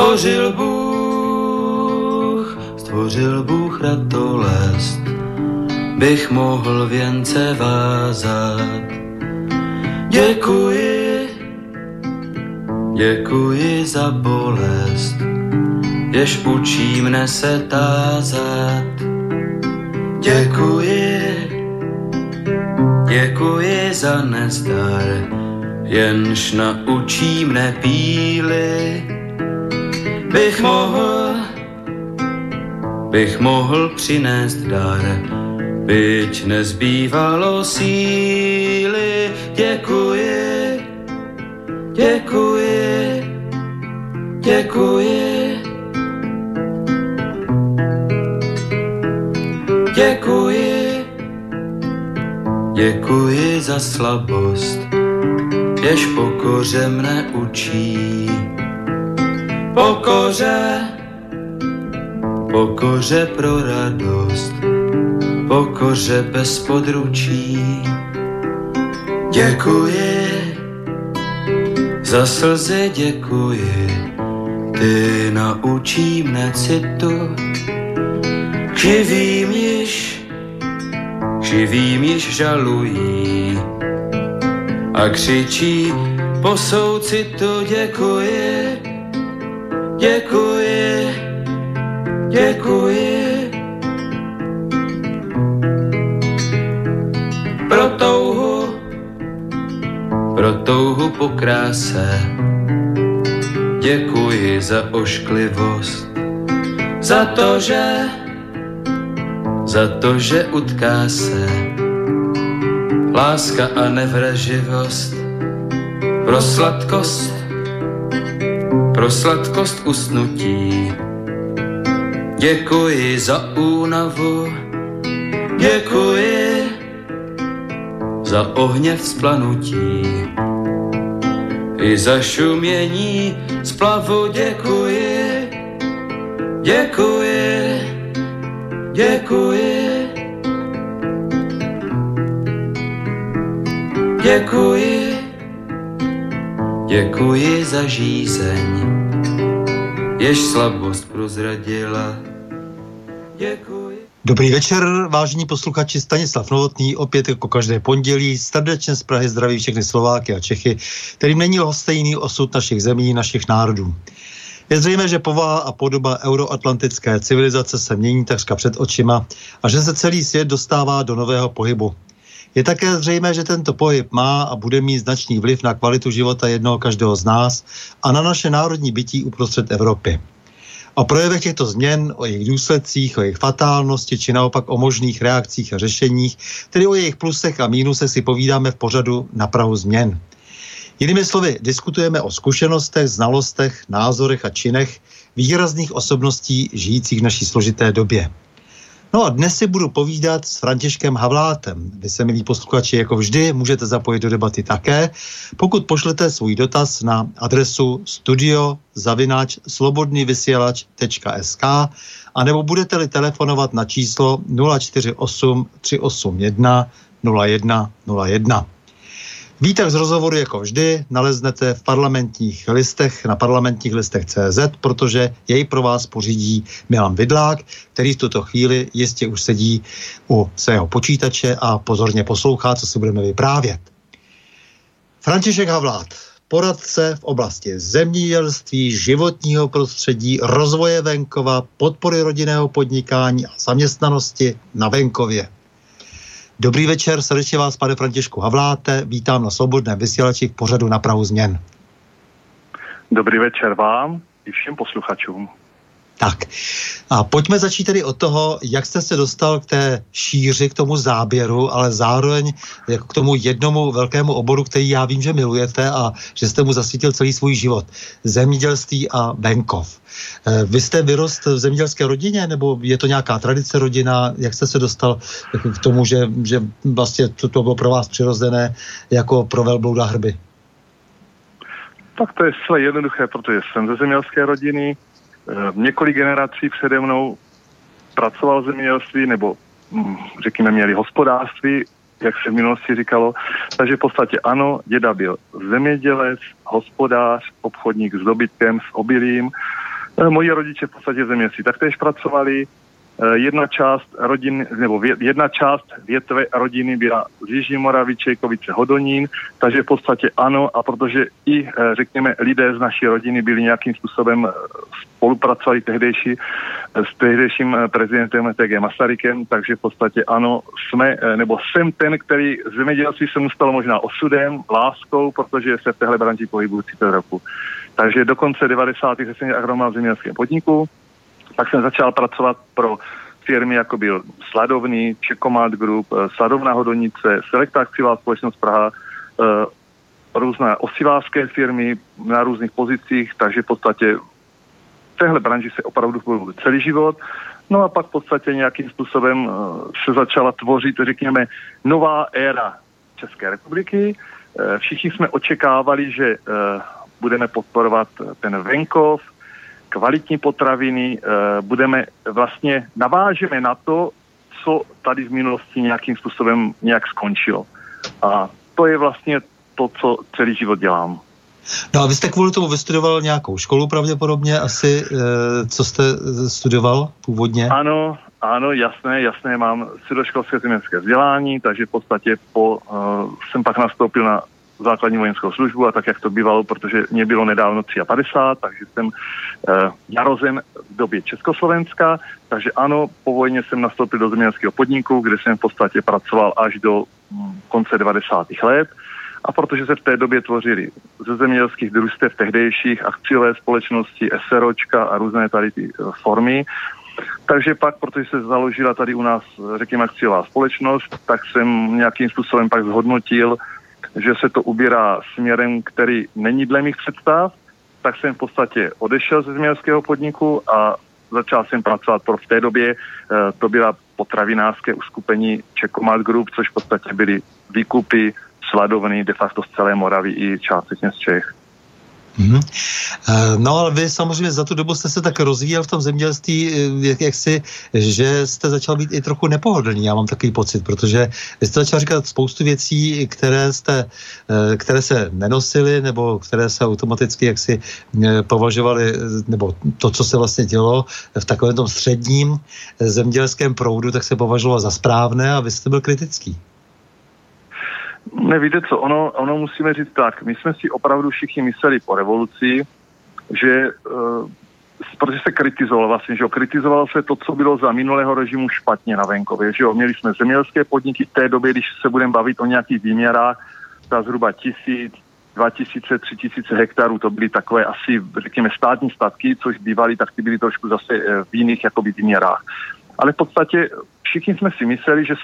Stvořil Bůh ratolest, bych mohl věnce vázat. Děkuji za bolest, jež učí mne se tázat. Děkuji za nezdar, jenž naučí mne píly. Bych mohl přinést dar, byť nezbývalo síly. Děkuji za slabost, jež pokoře mne učí. Pokoře pro radost, pokoře bez područí. Děkuji za slzy, děkuji, ty naučí mne citu. Živým již žalují a křičí po soucitu. Děkuji pro touhu po kráse. Děkuji za ošklivost, za to, že utká se láska a nevraživost. Pro sladkost usnutí. Děkuji za únavu, děkuji za ohně vzplanutí i za šumění splavu. Děkuji za žízeň, jež slabost prozradila. Děkuji. Dobrý večer, vážení posluchači, Stanislav Novotný, opět jako každé pondělí, srdečně z Prahy zdraví všechny Slováky a Čechy, kterým není lhostejný osud našich zemí, našich národů. Je zřejmé, že povaha a podoba euroatlantické civilizace se mění takřka před očima a že se celý svět dostává do nového pohybu. Je také zřejmé, že tento pohyb má a bude mít značný vliv na kvalitu života jednoho každého z nás a na naše národní bytí uprostřed Evropy. O projevech těchto změn, o jejich důsledcích, o jejich fatálnosti, či naopak o možných reakcích a řešeních, tedy o jejich plusech a mínusech si povídáme v pořadu Na prahu změn. Jinými slovy, diskutujeme o zkušenostech, znalostech, názorech a činech výrazných osobností žijících v naší složité době. No a dnes si budu povídat s Františkem Havlátem. Vy se, milí posluchači, jako vždy můžete zapojit do debaty také, pokud pošlete svůj dotaz na adresu studio@slobodnyvysielac.sk anebo budete-li telefonovat na číslo 048 381 0101. Výtah z rozhovoru jako vždy naleznete v parlamentních listech na parlamentních listech.cz, protože jej pro vás pořídí Milan Vidlák, který v tuto chvíli jistě už sedí u svého počítače a pozorně poslouchá, co si budeme vyprávět. František Havlát, poradce v oblasti zemědělství, životního prostředí, rozvoje venkova, podpory rodinného podnikání a zaměstnanosti na venkově. Dobrý večer, srdečně vás, pane Františku Havláte, vítám na Slobodném vysílači v pořadu Na prahu změn. Dobrý večer vám i všem posluchačům. Tak a pojďme začít tedy od toho, jak jste se dostal k té šíři, k tomu záběru, ale zároveň jako k tomu jednomu velkému oboru, který já vím, že milujete a že jste mu zasvítil celý svůj život. Zemědělství a venkov. Vy jste vyrost v zemědělské rodině, nebo je to nějaká tradice rodina? Jak jste se dostal k tomu, že vlastně to bylo pro vás přirozené jako pro velblouda hrby? Tak to je zcela jednoduché, protože jsem ze zemědělské rodiny. Několik generací přede mnou pracoval v zemědělství, nebo řekněme měli hospodářství, jak se v minulosti říkalo. Takže v podstatě ano, děda byl zemědělec, hospodář, obchodník s dobytkem, s obilím. Moji rodiče v podstatě zemědělci taktéž pracovali. Jedna část větve rodiny byla z Jižní Moravy, Čejkovice, Hodonín, takže v podstatě ano, a protože i, řekněme, lidé z naší rodiny byli nějakým způsobem spolupracovali s tehdejším prezidentem T.G. Masarykem, takže v podstatě ano, jsem ten, který zemědělství se mu stalo možná osudem, láskou, protože se v téhle branži pohybují 30 roku. Takže do konce 90. jsem agronom v zemědělském podniku. Pak jsem začal pracovat pro firmy, jako byl Sladovný, Čekomat Group, Sladovná Hodonice, Selekta akciová společnost Praha, různé osivářské firmy na různých pozicích, takže v podstatě v téhle branži se opravdu pohybuji celý život. No a pak v podstatě nějakým způsobem se začala tvořit, řekněme, nová éra České republiky. Všichni jsme očekávali, že budeme podporovat ten venkov, kvalitní potraviny, navážeme na to, co tady v minulosti nějakým způsobem nějak skončilo. A to je vlastně to, co celý život dělám. No a vy jste kvůli tomu vystudoval nějakou školu pravděpodobně asi, co jste studoval původně? Ano, jasné, mám středoškolské zemědělské vzdělání, takže v podstatě jsem pak nastoupil na základní vojenskou službu a tak, jak to bývalo, protože mě bylo nedávno 53, takže jsem narozen v době Československa, takže ano, po vojně jsem nastoupil do zemědělského podniku, kde jsem v podstatě pracoval až do konce 90. let, a protože se v té době tvořily ze zemědělských družstev tehdejších akciové společnosti, SROčka a různé tady ty formy, takže pak, protože se založila tady u nás, řekněme, akciová společnost, tak jsem nějakým způsobem pak zhodnotil, že se to ubírá směrem, který není dle mých představ, tak jsem v podstatě odešel ze zemědělského podniku a začal jsem pracovat v té době, to byla potravinářské uskupení Čekomat Group, což v podstatě byly výkupy Sladovny de facto z celé Moravy i částečně z Čech. Mm-hmm. No ale vy samozřejmě za tu dobu jste se tak rozvíjel v tom zemědělství, že jste začal být i trochu nepohodlný, já mám takový pocit, protože vy jste začal říkat spoustu věcí, které se nenosily, nebo které se automaticky jaksi považovaly, nebo to, co se vlastně dělo v takovém tom středním zemědělském proudu, tak se považovalo za správné a vy jste byl kritický. Nevíte co, ono musíme říct tak, my jsme si opravdu všichni mysleli po revoluci, že, protože se kritizovalo vlastně, že kritizovalo se to, co bylo za minulého režimu špatně na venkově, že jo, měli jsme zemědělské podniky v té době, když se budeme bavit o nějakých výměrách, za zhruba 1000, 2000, 3000 hektarů, to byly takové asi, řekněme, státní statky, což bývaly, tak ty byly trošku zase v jiných jakoby výměrách. Ale v podstatě všichni jsme si mysleli, že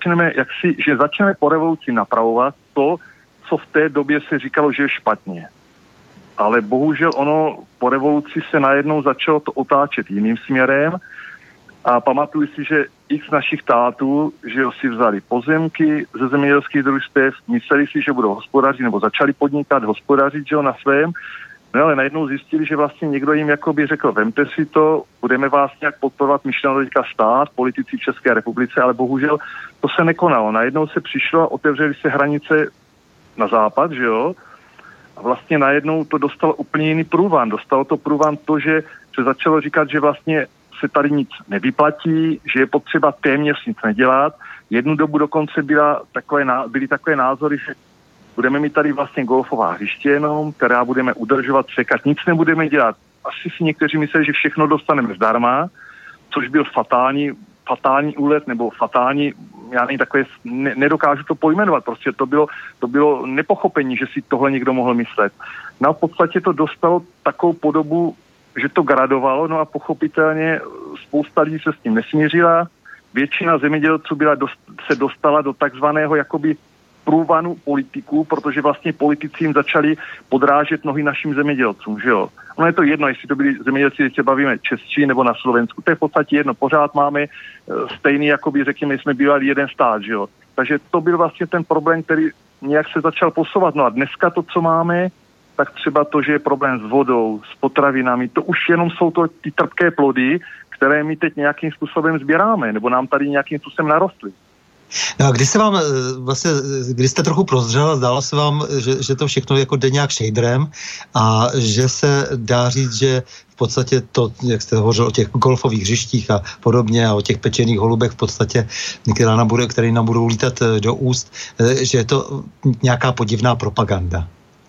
začneme po revoluci napravovat to, co v té době se říkalo, že je špatně. Ale bohužel po revoluci se najednou začalo to otáčet jiným směrem a pamatuju si, že x našich tátů, že si vzali pozemky ze zemědělských družstev, mysleli si, že budou hospodařit, nebo začali podnikat, hospodařit, že na svém. No ale najednou zjistili, že vlastně někdo jim jakoby řekl, vemte si to, budeme vás nějak podporovat, myšleno teďka stát, politici v České republice, ale bohužel to se nekonalo. Najednou se přišlo a otevřely se hranice na západ, že jo? A vlastně najednou to dostalo úplně jiný průvan. Dostalo to průvan to, že se začalo říkat, že vlastně se tady nic nevyplatí, že je potřeba téměř nic nedělat. Jednu dobu dokonce byly takové názory, že budeme mít tady vlastně golfová hřiště jenom, která budeme udržovat, čekat, nic nebudeme dělat. Asi si někteří mysleli, že všechno dostaneme zdarma, což byl fatální úlet, nebo fatální, já nevím, takové, nedokážu to pojmenovat, prostě to bylo nepochopení, že si tohle někdo mohl myslet. No a v podstatě to dostalo takovou podobu, že to gradovalo, no a pochopitelně spousta lidí se s tím nesmířila, většina zemědělců se dostala do takzvaného jakoby průvanu politiků, protože vlastně politici jim začali podrážet nohy našim zemědělcům, že jo. Ono je to jedno, jestli to byli zemědělci, když se bavíme Čeští nebo na Slovensku, to je v podstatě jedno, pořád máme stejný, jakoby řekněme, jsme bývali jeden stát, že jo. Takže to byl vlastně ten problém, který nějak se začal posouvat. No a dneska to, co máme, tak třeba to, že je problém s vodou, s potravinami, to už jenom jsou to ty trpké plody, které my teď nějakým způsobem sbíráme, nebo nám tady nějakým způsobem narostly. No a když jste trochu prozřel, zdálo se vám, že to všechno jako jde nějak shaderem a že se dá říct, že v podstatě to, jak jste hovořil o těch golfových hřištích a podobně a o těch pečených holubech v podstatě, které nám budou lítat do úst, že je to nějaká podivná propaganda.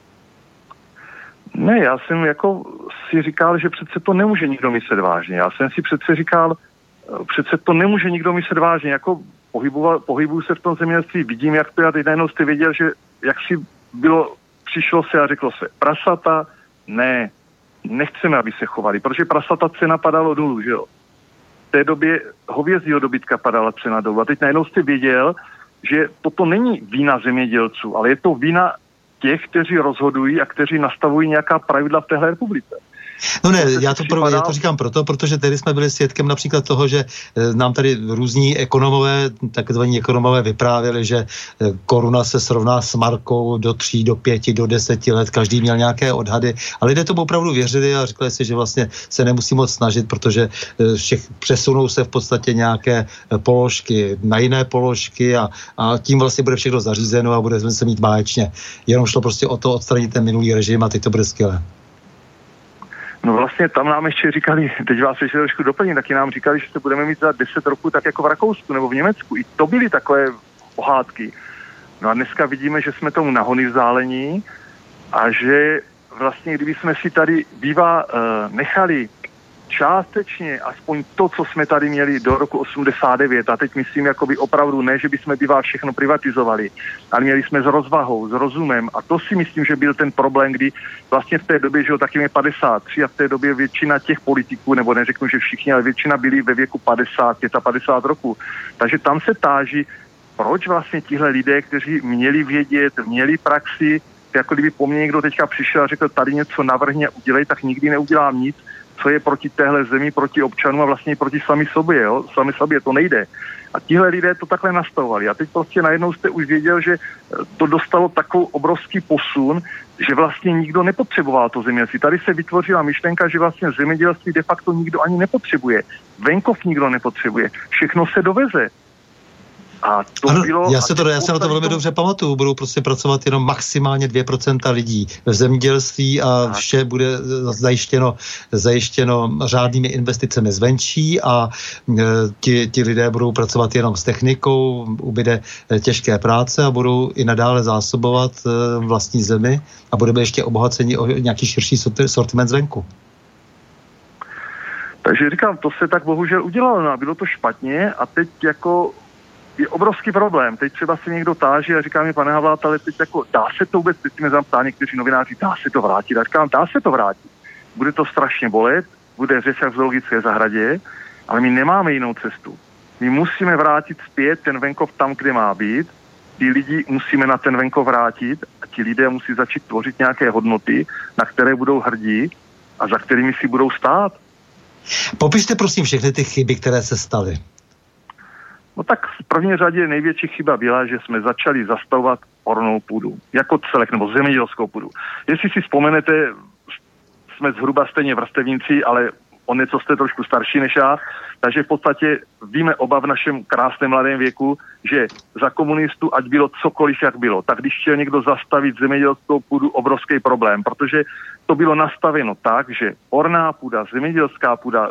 Ne, já jsem jako si říkal, že přece to nemůže nikdo myslet vážně. Já jsem si přece říkal, přece to nemůže nikdo myslet vážně. Jako pohybuju se v tom zemědělství, vidím, jak to já teď najednou jste věděl, že jak si přišlo se a řeklo se, prasata, ne, nechceme, aby se chovali, protože prasata cena padalo dolů, že jo. V té době hovězího dobytka padala cena dolů a teď najednou jste věděl, že toto není vina zemědělců, ale je to vina těch, kteří rozhodují a kteří nastavují nějaká pravidla v téhle republice. No ne, já to říkám proto, protože tady jsme byli svědkem například toho, že nám tady různí takzvaní ekonomové vyprávěli, že koruna se srovná s markou do 3, do 5, do 10 let, každý měl nějaké odhady, ale lidé tomu opravdu věřili a říkali si, že vlastně se nemusí moc snažit, protože přesunou se v podstatě nějaké položky na jiné položky a tím vlastně bude všechno zařízeno a budeme se mít báječně. Jenom šlo prostě o to odstranit ten minulý režim a teď to bude skvělé. No vlastně tam nám ještě říkali, teď vás ještě trošku doplním, taky nám říkali, že se budeme mít za 10 roků tak jako v Rakousku nebo v Německu. I to byly takové pohádky. No a dneska vidíme, že jsme tomu nahony vzdálení a že vlastně kdyby jsme si tady nechali částečně aspoň to, co jsme tady měli do roku 89, a teď myslím jakoby opravdu ne, že bychom všechno privatizovali, ale měli jsme s rozvahou, s rozumem a to si myslím, že byl ten problém, kdy vlastně v té době, že taky mě 53 a v té době většina těch politiků, nebo neřeknu, že všichni, ale většina byli ve věku 50, 55 roků. Takže tam se táží, proč vlastně tihle lidé, kteří měli vědět, měli praxi, jako kdyby po mně někdo teďka přišel a řekl, tady něco navrhně udělej, tak nikdy neudělám nic, co je proti téhle zemi, proti občanům a vlastně proti sami sobě, jo? Sami sobě to nejde. A tihle lidé to takhle nastavovali. A teď prostě najednou jste už věděl, že to dostalo takový obrovský posun, že vlastně nikdo nepotřeboval to zemědělství. Tady se vytvořila myšlenka, že vlastně zemědělství de facto nikdo ani nepotřebuje. Venkov nikdo nepotřebuje. Všechno se doveze. A to ano, bylo... Já se na to velmi dobře pamatuju. Budou prostě pracovat jenom maximálně 2% lidí v zemědělství a vše bude zajištěno řádnými investicemi zvenčí a ti lidé budou pracovat jenom s technikou, ubyde těžké práce a budou i nadále zásobovat vlastní zemi a budeme ještě obohaceni o nějaký širší sortiment zvenku. Takže říkám, to se tak bohužel udělalo, no a bylo to špatně a teď jako je obrovský problém. Teď třeba se někdo táže a říká mi, pane Havlát, ale teď jako dá se to vůbec, teď si mě zaptá někteří novináři, dá se to vrátit? A říkám, dá se to vrátit. Bude to strašně bolet, bude řez jak v zoologické zahradě, ale my nemáme jinou cestu. My musíme vrátit zpět ten venkov tam, kde má být, ty lidi musíme na ten venkov vrátit a ti lidé musí začít tvořit nějaké hodnoty, na které budou hrdí a za kterými si budou stát. Popište prosím všechny ty chyby, které se staly. No tak v první řadě největší chyba byla, že jsme začali zastavovat ornou půdu. Jako celek, nebo zemědělskou půdu. Jestli si vzpomenete, jsme zhruba stejně vrstevníci, ale o něco jste trošku starší než já, takže v podstatě víme oba v našem krásném mladém věku, že za komunistů, ať bylo cokoliv, jak bylo, tak když chtěl někdo zastavit zemědělskou půdu, obrovský problém, protože to bylo nastaveno tak, že orná půda, zemědělská půda,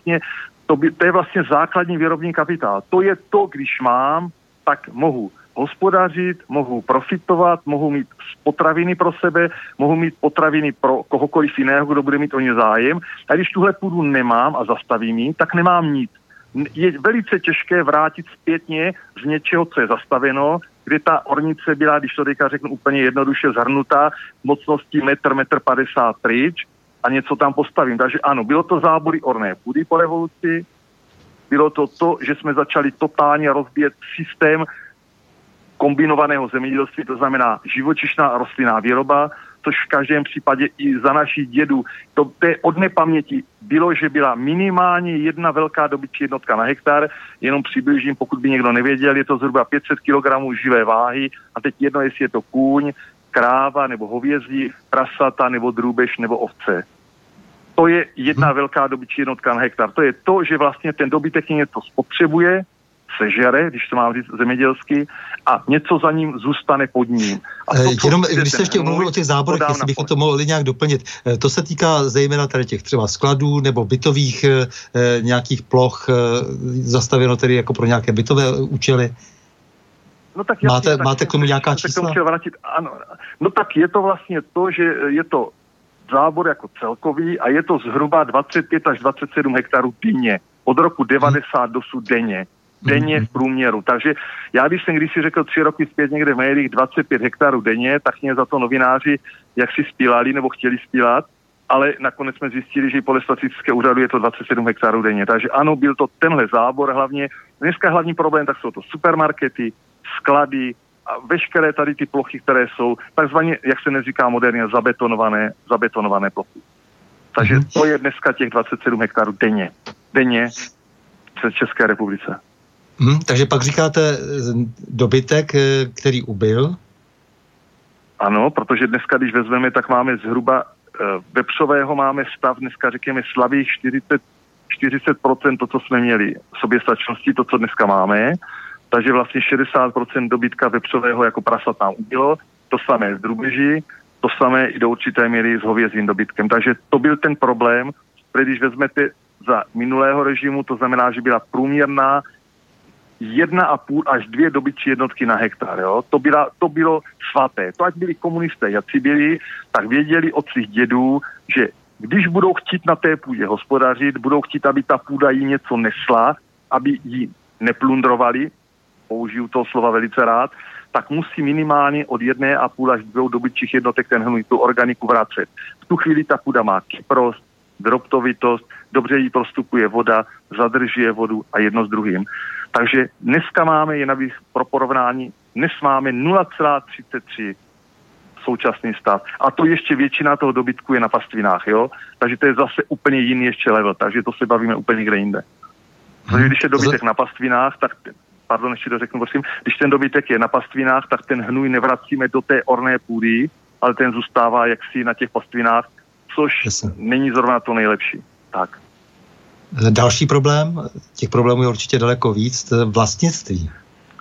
to je vlastně základní výrobní kapitál. To je to, když mám, tak mohu hospodařit, mohu profitovat, mohu mít potraviny pro sebe, mohu mít potraviny pro kohokoliv jiného, kdo bude mít o ně zájem. A když tuhle půdu nemám a zastavím ji, tak nemám nic. Je velice těžké vrátit zpětně z něčeho, co je zastaveno, kde ta ornice byla, když to teďka řeknu úplně jednoduše, zhrnutá, mocností metr 50 pryč, a něco tam postavím. Takže ano, bylo to zábory orné půdy po revoluci, bylo to, že jsme začali totálně rozbíjet systém kombinovaného zemědělství, to znamená živočišná a rostlinná výroba, což v každém případě i za našich dědů, to je od nepaměti bylo, že byla minimálně jedna velká dobytčí jednotka na hektar, jenom přibližím, pokud by někdo nevěděl, je to zhruba 500 kg živé váhy a teď jedno, jestli je to kůň, kráva nebo hovězí, prasata nebo drůbež nebo ovce. To je jedna velká dobytčí jednotka na hektar. To je to, že vlastně ten dobytek něco spotřebuje sežere, když to mám říct zemědělsky, a něco za ním zůstane pod ním. Jenom, když jste ještě mluvil o těch záborech, jestli bychom to mohli nějak doplnit, to se týká zejména tady těch třeba skladů nebo bytových nějakých ploch, zastavěno tedy jako pro nějaké bytové účely. No tak máte k tomu nějaká čísla? Ano. No tak je to vlastně to, že je to zábor jako celkový a je to zhruba 25 až 27 hektarů denně. Od roku 90 dosud denně. Denně v průměru. Takže já, když jsem kdysi řekl 3 roky zpět někde v médiích 25 hektarů denně, tak mě za to novináři jak si spílali nebo chtěli spílat, ale nakonec jsme zjistili, že podle statistického úřadu je to 27 hektarů denně. Takže ano, byl to tenhle zábor hlavně. Dneska hlavní problém, tak jsou to supermarkety, sklady a veškeré tady ty plochy, které jsou takzvaně, jak se neříká moderně, zabetonované plochy. Takže to je dneska těch 27 hektarů denně v České republice. Takže pak říkáte dobytek, který ubyl? Ano, protože dneska, když vezmeme, tak máme zhruba vepřového máme stav, dneska řekněme slabých 40% to, co jsme měli soběstačnosti, to, co dneska máme. Takže vlastně 60% dobytka vepřového jako prasat nám ubylo, to samé z drůbeží, to samé i do určité míry s hovězím dobytkem. Takže to byl ten problém, protože když vezmete za minulého režimu, to znamená, že byla průměrná 1,5 až 2 dobytčí jednotky na hektar. Jo? To bylo svaté. To ať byli komunisté, jací byli, tak věděli od svých dědů, že když budou chtít na té půdě hospodařit, budou chtít, aby ta půda jí něco nesla, aby ji neplundrovali, použiju toho slova velice rád, tak musí minimálně od 1,5 až 2 dobytčích jednotek ten hnůj, tu organiku vracet. V tu chvíli ta půda má kyprost, droptovitost, dobře jí prostupuje voda, zadržuje vodu a jedno s druhým. Takže dneska máme, jen abych pro porovnání, dnes máme 0,33 současný stav. A to ještě většina toho dobytku je na pastvinách, jo? Takže to je zase úplně jiný ještě level, takže to se bavíme úplně někde jinde. Takže když je dobytek na pastvinách, tak ještě dořeknu, prosím, když ten dobytek je na pastvinách, tak ten hnůj nevracíme do té orné půdy, ale ten zůstává jaksi na těch pastvinách, což není zrovna to nejlepší. Tak. Další problém, těch problémů je určitě daleko víc, vlastnictví.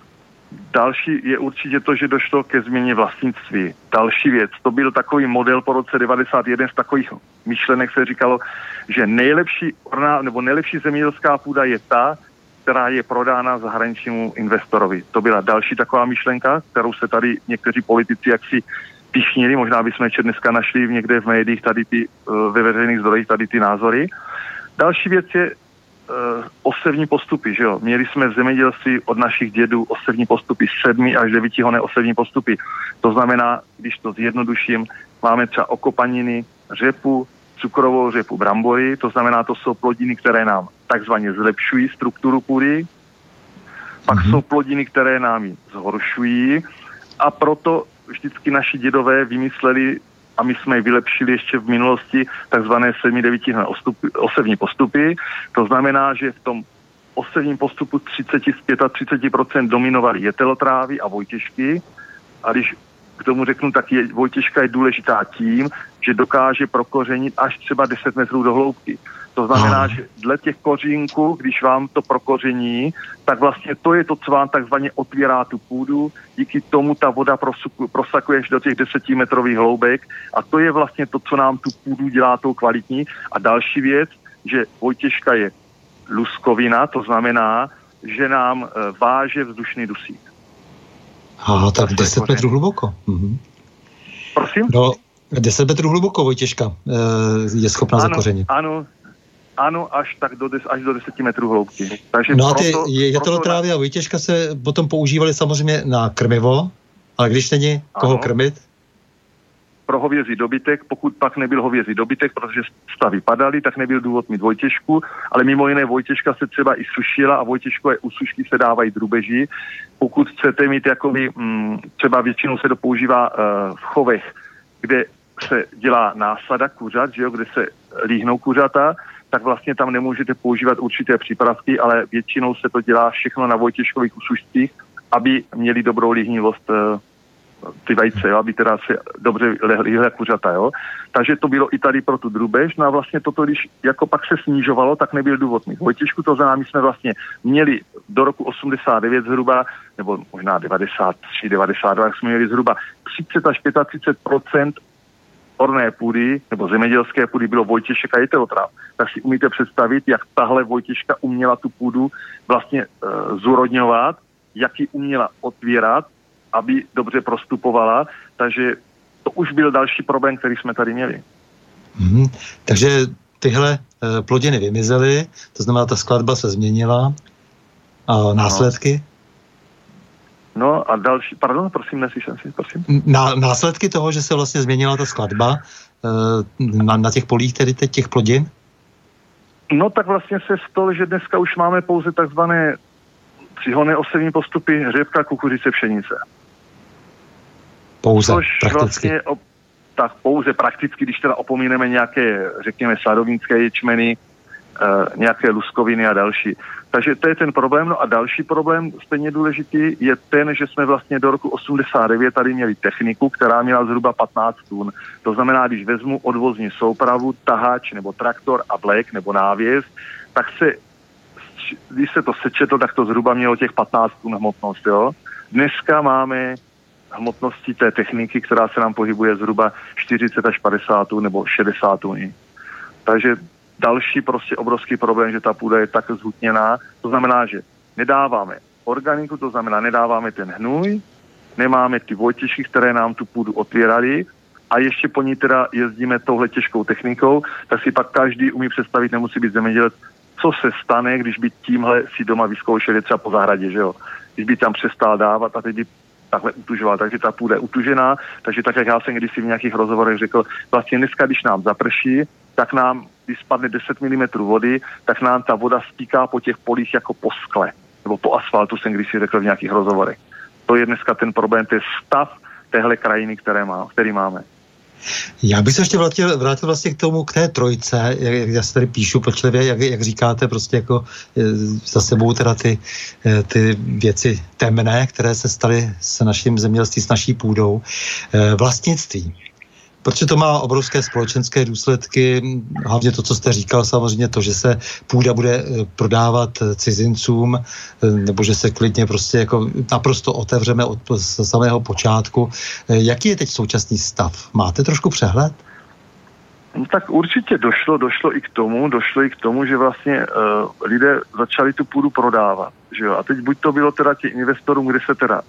Další je určitě to, že došlo ke změně vlastnictví. Další věc, to byl takový model po roce 91 z takových myšlenek se říkalo, že nejlepší zemědělská půda je ta, která je prodána zahraničnímu investorovi. To byla další taková myšlenka, kterou se tady někteří politici jaksi píšnili, možná bychom dneska našli někde v médiích tady ty, ve veřejných zdrojích tady ty názory. Další věc je osevní postupy, že jo. Měli jsme v zemědělství od našich dědů osevní postupy, 7 až 9honné osevní postupy. To znamená, když to zjednoduším, máme třeba okopaniny, řepu, cukrovou řepu, brambory, to znamená, to jsou plodiny, které nám takzvaně zlepšují strukturu půdy, pak jsou plodiny, které nám ji zhoršují a proto vždycky naši dědové vymysleli, a my jsme ji vylepšili ještě v minulosti, takzvané 7-9honné osevní postupy. To znamená, že v tom osevním postupu 30% dominovaly jetelotrávy a vojtěžky. A když k tomu řeknu, tak vojtěžka je důležitá tím, že dokáže prokořenit až třeba 10 metrů do hloubky. To znamená, že dle těch kořínků, když vám to prokoření, tak vlastně to je to, co vám takzvaně otvírá tu půdu, díky tomu ta voda prosakuje až do těch 10metrových hloubek a to je vlastně to, co nám tu půdu dělá tou kvalitní. A další věc, že vojtěžka je luskovina, to znamená, že nám váže vzdušný dusík. Tak 10 metrů hluboko. Prosím? No, 10 metrů hluboko vojtěžka je schopná zakořenit. Ano, až do 10 metrů hloubky. Takže no a ty jetelotrávy a vojtěžka se potom používaly samozřejmě na krmivo, ale když není koho krmit? Pro hovězí dobytek, pokud pak nebyl hovězí dobytek, protože stavy padaly, tak nebyl důvod mít vojtěžku, ale mimo jiné vojtěžka se třeba i sušila a vojtěžkové u sušky se dávají drůbeží. Pokud chcete mít jakoby, třeba většinou se to používá v chovech, kde se dělá násada kuřat, že jo, kde se líhnou kuřata, tak vlastně tam nemůžete používat určité přípravky, ale většinou se to dělá všechno na vojtěžkových usušcích, aby měli dobrou líhnivost ty vejce, jo, aby teda se dobře lehly kuřata, jo. Takže to bylo i tady pro tu drůbež, no a vlastně toto, když jako pak se snižovalo, tak nebyl důvod mít vojtěžku, to znamená, my jsme vlastně měli do roku 89 zhruba, nebo možná 93, 92, jak jsme měli zhruba 30 až 35% orné půdy nebo zemědělské půdy bylo vojtěšek a jetelotráv. Tak si umíte představit, jak tahle vojtěška uměla tu půdu vlastně zúrodňovat, jak ji uměla otvírat, aby dobře prostupovala, takže to už byl další problém, který jsme tady měli. Takže tyhle plodiny vymizely, to znamená, ta skladba se změnila a následky? No a další, pardon, prosím, neslyším si, prosím. Následky toho, že se vlastně změnila ta skladba na těch polích, tedy teď těch plodin? No tak vlastně se stalo, že dneska už máme pouze takzvané příhodné osevní postupy řepka, kukuřice, pšenice. Pouze, což prakticky. Vlastně, tak pouze prakticky, když teda opomíneme nějaké, řekněme, sadovnické ječmeny, nějaké luskoviny a další. Takže to je ten problém. No a další problém, stejně důležitý, je ten, že jsme vlastně do roku 89 tady měli techniku, která měla zhruba 15 tun. To znamená, když vezmu odvozní soupravu, tahač nebo traktor a vlek nebo návěs, tak když se to sečetlo, tak to zhruba mělo těch 15 tun hmotnost. Jo? Dneska máme hmotnosti té techniky, která se nám pohybuje zhruba 40 až 50 tun nebo 60 tun. Takže další prostě obrovský problém, že ta půda je tak zhutněná. To znamená, že nedáváme organiku, to znamená, nedáváme ten hnůj, nemáme ty vojtěžky, které nám tu půdu otvírali a ještě po ní teda jezdíme touhle těžkou technikou, tak si pak každý umí představit, nemusí být zemědělec, co se stane, když by tímhle si doma vyzkoušeli třeba po zahradě, že jo. Když by tam přestal dávat a teď by takhle utužoval, takže ta půda je utužená, takže tak, jak já jsem kdysi v nějakých rozhovorech řekl, vlastně dneska, když nám zaprší, tak nám, když spadne 10 mm vody, tak nám ta voda stíká po těch polích jako po skle, nebo po asfaltu jsem kdysi řekl v nějakých rozhovorech. To je dneska ten problém, to je stav téhle krajiny, který máme. Já bych se ještě vrátil vlastně k té trojce, jak já se tady píšu pečlivě, jak říkáte, prostě jako za sebou teda ty věci temné, které se staly s naším zemědělství, s naší půdou. Vlastnictví. Protože to má obrovské společenské důsledky, hlavně to, co jste říkal, samozřejmě to, že se půda bude prodávat cizincům, nebo že se klidně prostě jako naprosto otevřeme od samého počátku. Jaký je teď současný stav? Máte trošku přehled? No, tak určitě došlo i k tomu, že vlastně lidé začali tu půdu prodávat. Že jo? A teď buď to bylo teda těm investorům, kde se teda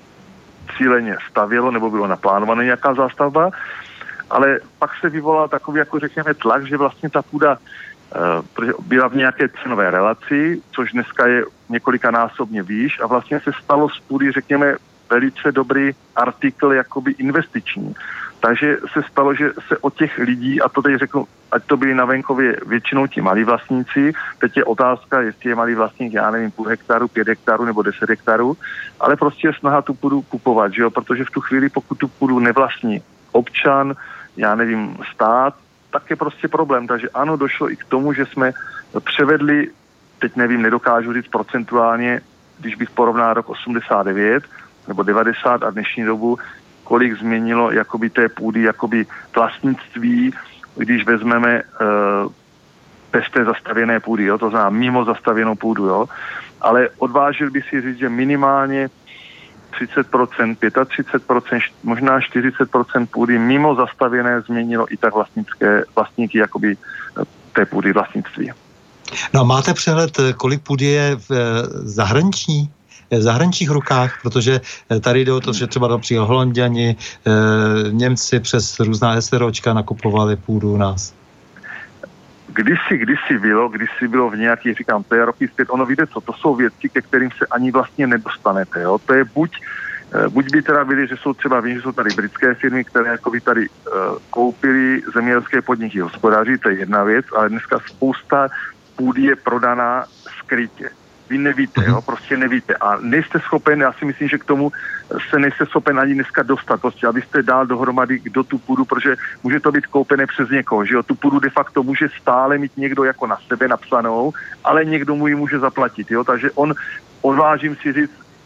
cíleně stavělo, nebo bylo naplánované nějaká zástavba, ale pak se vyvolal takový, jako řekněme, tlak, že vlastně ta půda byla v nějaké cenové relaci, což dneska je několikanásobně výš a vlastně se stalo z půdy, řekněme, velice dobrý artikl, jakoby investiční. Takže se stalo, že se od těch lidí, a to teď řeknu, ať to byli na venkově většinou ti malí vlastníci, teď je otázka, jestli je malý vlastník, já nevím, 0,5 hektaru, 5 hektarů nebo 10 hektarů, ale prostě je snaha tu půdu kupovat, že jo, protože v tu chvíli, pokud tu půdu nevlastní občan, já nevím, stát, tak je prostě problém. Takže ano, došlo i k tomu, že jsme převedli, teď nevím, nedokážu říct procentuálně, když bych porovnal rok 89 nebo 90 a dnešní dobu, kolik změnilo jakoby té půdy, jakoby vlastnictví, když vezmeme bez té zastavěné půdy, jo? To znamená mimo zastavěnou půdu, jo? Ale odvážil by si říct, že minimálně 30%, 35%, možná 40% půdy mimo zastavěné změnilo i tak vlastníky jakoby té půdy vlastnictví. No máte přehled, kolik půdy je v zahraničních rukách, protože tady jde o to, že třeba například Holanďani, Němci přes různá SROčka nakupovali půdu u nás. Kdysi bylo v nějakých, říkám, to je roky zpět, ono víte co, to jsou věci, ke kterým se ani vlastně nedostanete, jo, to je buď by teda byli, že jsou třeba, vím, že jsou tady britské firmy, které jako by tady koupili zemědělské podniky hospodáři, to je jedna věc, ale dneska spousta půdy je prodaná skrytě. Vy nevíte, jo, prostě nevíte. A nejste schopen, já si myslím, že k tomu se nejste schopen ani dneska dostat, prostě, abyste dal dohromady, kdo tu půdu, protože může to být koupené přes někoho, že jo, tu půdu de facto může stále mít někdo jako na sebe napsanou, ale někdo mu ji může zaplatit, jo, takže odvážím si říct,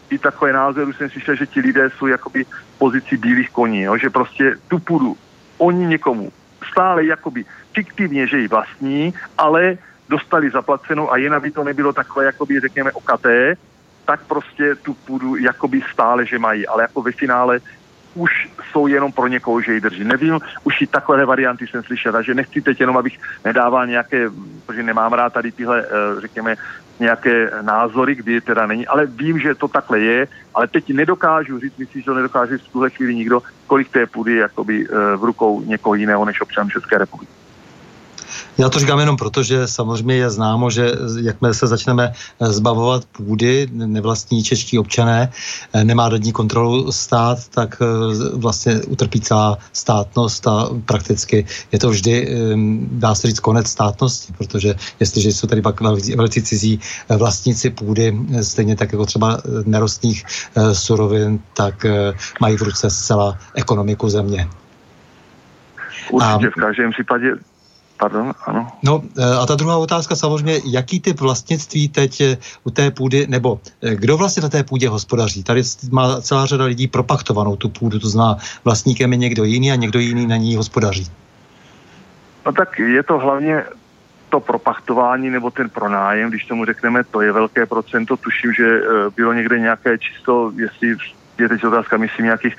i takové názory jsem slyšel, že ti lidé jsou jakoby v pozici bílých koní, jo? Že prostě tu půdu oni někomu stále jakoby fiktivně, že ji vlastní, ale dostali zaplacenou a jen aby to nebylo takové, jakoby řekněme okaté, tak prostě tu půdu jakoby stále, že mají, ale jako ve finále už jsou jenom pro někoho, že ji drží. Nevím, už i takové varianty jsem slyšel, takže nechci teď jenom, abych nedával nějaké, protože nemám rád tady tyhle, řekněme, nějaké názory, kdy teda není, ale vím, že to takhle je, ale teď nedokážu říct, myslím, že to nedokáže v tuhle chvíli nikdo, kolik té půdy je jakoby v rukou někoho jiného než občan České republiky. Já to říkám jenom proto, že samozřejmě je známo, že jakmile se začneme zbavovat půdy, nevlastní čeští občané, nemá nad ní kontrolu stát, tak vlastně utrpí celá státnost a prakticky je to vždy, dá se říct, konec státnosti, protože jestliže jsou tady pak velcí cizí vlastníci půdy, stejně tak jako třeba nerostných surovin, tak mají v ruce zcela ekonomiku země. Určitě v každém případě. Pardon, ano. No a ta druhá otázka samozřejmě, jaký typ vlastnictví teď u té půdy, nebo kdo vlastně na té půdě hospodaří? Tady má celá řada lidí propachtovanou tu půdu, to znamená vlastníkem je někdo jiný a někdo jiný na ní hospodaří. No tak je to hlavně to propachtování nebo ten pronájem, když tomu řekneme, to je velké procento. Tuším, že bylo někde nějaké číslo, jestli je teď otázka, myslím nějakých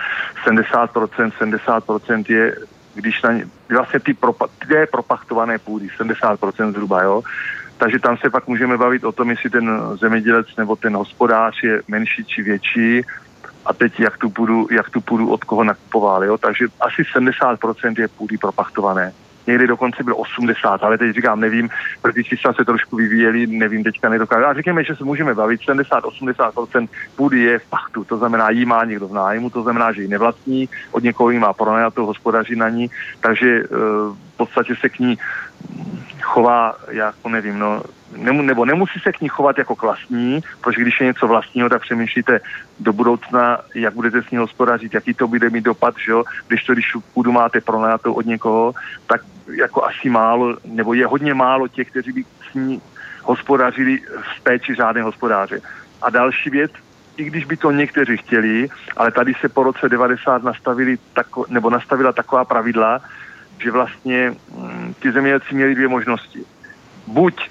70% je, když na ně, vlastně ty propachtované půdy, 70% zhruba, jo. Takže tam se pak můžeme bavit o tom, jestli ten zemědělec nebo ten hospodář je menší či větší a teď jak tu půdu od koho nakupoval, jo. Takže asi 70% je půdy propachtované. Někdy dokonce bylo 80, ale teď říkám, nevím, protože čísla se trošku vyvíjeli, nevím, teďka nedokážu. A říkáme, že se můžeme bavit, 70-80% půdy je v pachtu, to znamená, jí má někdo v nájmu, to znamená, že ji nevlastní, od někoho ji má pronajatou, hospodaří na ní, takže v podstatě se k ní chová, jako nevím, no, nebo nemusí se k ní chovat jako k vlastní, protože když je něco vlastního, tak přemýšlíte do budoucna, jak budete s ní hospodařit, jaký to bude mít dopad, že jo, když půdu máte pronajatou od někoho, tak jako asi málo, nebo je hodně málo těch, kteří by s ní hospodařili v péči řádného hospodáře. A další věc, i když by to někteří chtěli, ale tady se po roce 90 nastavila taková pravidla, že vlastně ty zemědělci měli dvě možnosti. Buď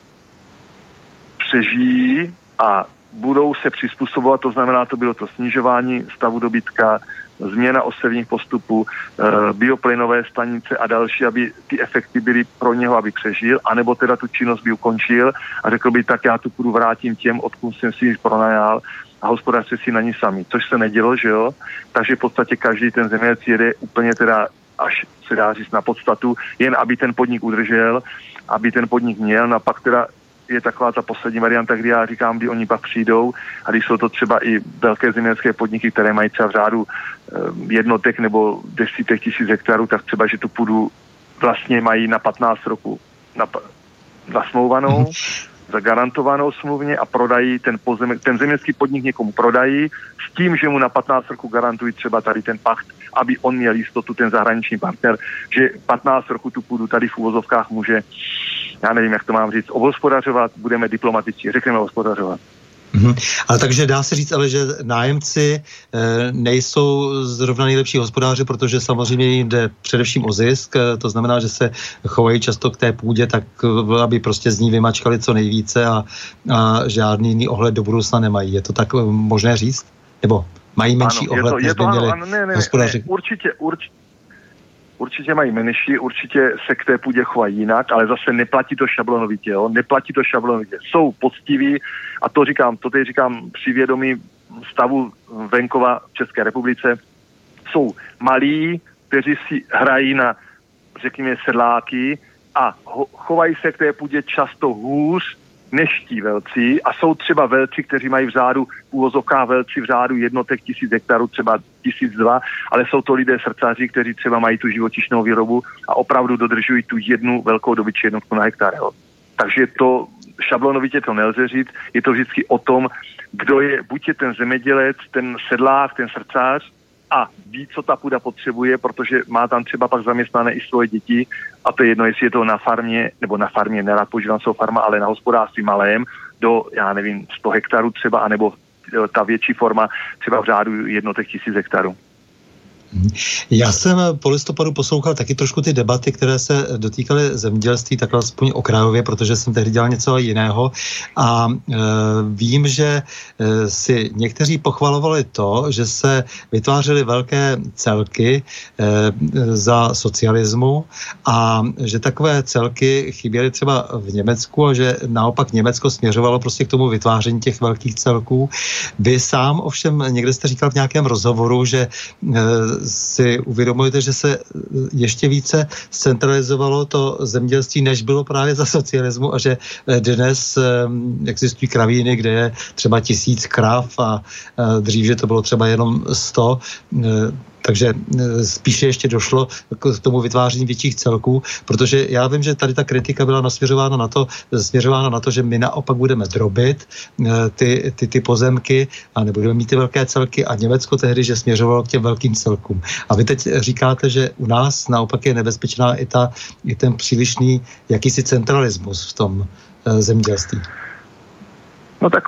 přežijí a budou se přizpůsobovat, to znamená, to bylo to snižování stavu dobytka, změna osevních postupů, bioplynové stanice a další, aby ty efekty byly pro něho, aby přežil, anebo teda tu činnost by ukončil a řekl by, tak já tu půdu vrátím těm, odkud jsem si ji pronajal a hospodařte si na ní sami, což se nedělo, že jo? Takže v podstatě každý ten zemědělec jede úplně teda až se dá říct na podstatu, jen aby ten podnik udržel, aby ten podnik měl, no a pak teda je taková ta poslední varianta, kdy já říkám, kdy oni pak přijdou a když jsou to třeba i velké zemědělské podniky, které mají třeba v řádu jednotek nebo desítek tisíc hektarů, tak třeba, že tu půdu vlastně mají na 15 roků zasmlouvanou, zagarantovanou smluvně a prodají ten zemědělský podnik někomu prodají s tím, že mu na 15 roků garantují třeba tady ten pacht, aby on měl jistotu, ten zahraniční partner, že 15 roků tu půdu tady v uvozovkách může, já nevím, jak to mám říct, obhospodařovat, budeme diplomatičtí, řekneme obhospodařovat. Ale takže dá se říct, ale že nájemci nejsou zrovna nejlepší hospodáři, protože samozřejmě jim jde především o zisk, to znamená, že se chovají často k té půdě, tak aby prostě z ní vymačkali co nejvíce a žádný jiný ohled do budoucna nemají. Je to tak možné říct? Nebo mají menší ohled, než by měli hospodáři? Určitě mají menší, určitě se k té půdě chovají jinak, ale zase neplatí to šablonovitě, jo? Neplatí to šablonovitě. Jsou poctiví a to teď říkám při vědomí stavu venkova v České republice. Jsou malí, kteří si hrají na, řekněme, sedláky a chovají se k té půdě často hůř než ti velcí a jsou třeba velcí, kteří mají v řádu uvozovkách velcí v řádu jednotek 1000 hektarů, třeba 1002, ale jsou to lidé srdcaři, kteří třeba mají tu živočišnou výrobu a opravdu dodržují tu jednu velkou dobytčí jednotku na hektar. Jo. Takže to šablonovitě to nelze říct, je to vždycky o tom, kdo je, buď je ten zemědělec, ten sedlák, ten srdcař a ví, co ta půda potřebuje, protože má tam třeba pak zaměstnané i svoje děti a to je jedno, jestli je to na farmě, nebo na farmě, nerad používám svou farma, ale na hospodářství malém, do, já nevím, 100 hektarů třeba, anebo ta větší forma třeba v řádu jednotek tisíc hektarů. Já jsem po listopadu poslouchal taky trošku ty debaty, které se dotýkaly zemědělství, tak aspoň okrajově, protože jsem tehdy dělal něco jiného a vím, že si někteří pochvalovali to, že se vytvářely velké celky za socialismu a že takové celky chyběly třeba v Německu a že naopak Německo směřovalo prostě k tomu vytváření těch velkých celků. Vy sám ovšem někde jste říkal v nějakém rozhovoru, že si uvědomujete, že se ještě více centralizovalo to zemědělství, než bylo právě za socialismu a že dnes existují kravíny, kde je třeba 1000 krav a dřív, že to bylo třeba jenom 100, takže spíše ještě došlo k tomu vytváření větších celků, protože já vím, že tady ta kritika byla nasměřována na to, že my naopak budeme drobit ty pozemky a nebudeme mít ty velké celky a Německo tehdy, že směřovalo k těm velkým celkům. A vy teď říkáte, že u nás naopak je nebezpečná i ten přílišný jakýsi centralismus v tom zemědělství. No tak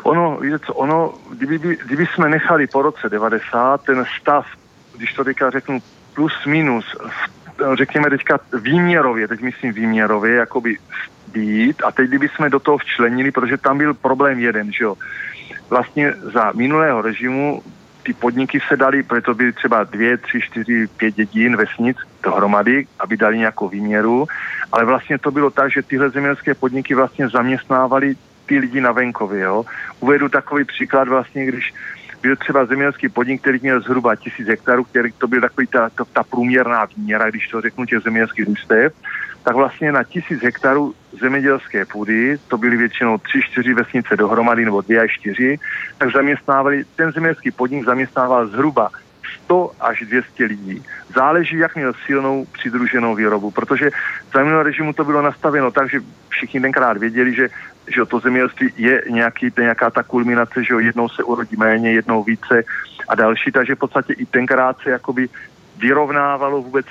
kdyby jsme nechali po roce 90 ten stav, když to teďka řeknu plus minus, řekněme teďka výměrově, teď myslím výměrově, jakoby být a teď kdyby jsme do toho včlenili, protože tam byl problém jeden, že jo. Vlastně za minulého režimu ty podniky se dali, protože to byly třeba 2, 3, 4, 5 dědin, vesnic dohromady, aby dali nějakou výměru, ale vlastně to bylo tak, že tyhle zemědělské podniky vlastně zaměstnávali ty lidi na venkově, jo. Uvedu takový příklad vlastně, když byl třeba zemědělský podnik, který měl zhruba 1000 hektarů, který to byl takový ta průměrná výměra, když to řeknu těch zemědělských družstev, tak vlastně na 1000 hektarů zemědělské půdy, to byly většinou 3-4 vesnice dohromady, nebo 2 až 4, tak ten zemědělský podnik zaměstnával zhruba 100 až 200 lidí. Záleží, jak měl silnou přidruženou výrobu, protože za minulého režimu to bylo nastaveno tak, že všichni tenkrát věděli, že to zemědělství je nějaká ta kulminace, že jednou se urodí méně, jednou více a další, takže v podstatě i tenkrát se jakoby vyrovnávalo vůbec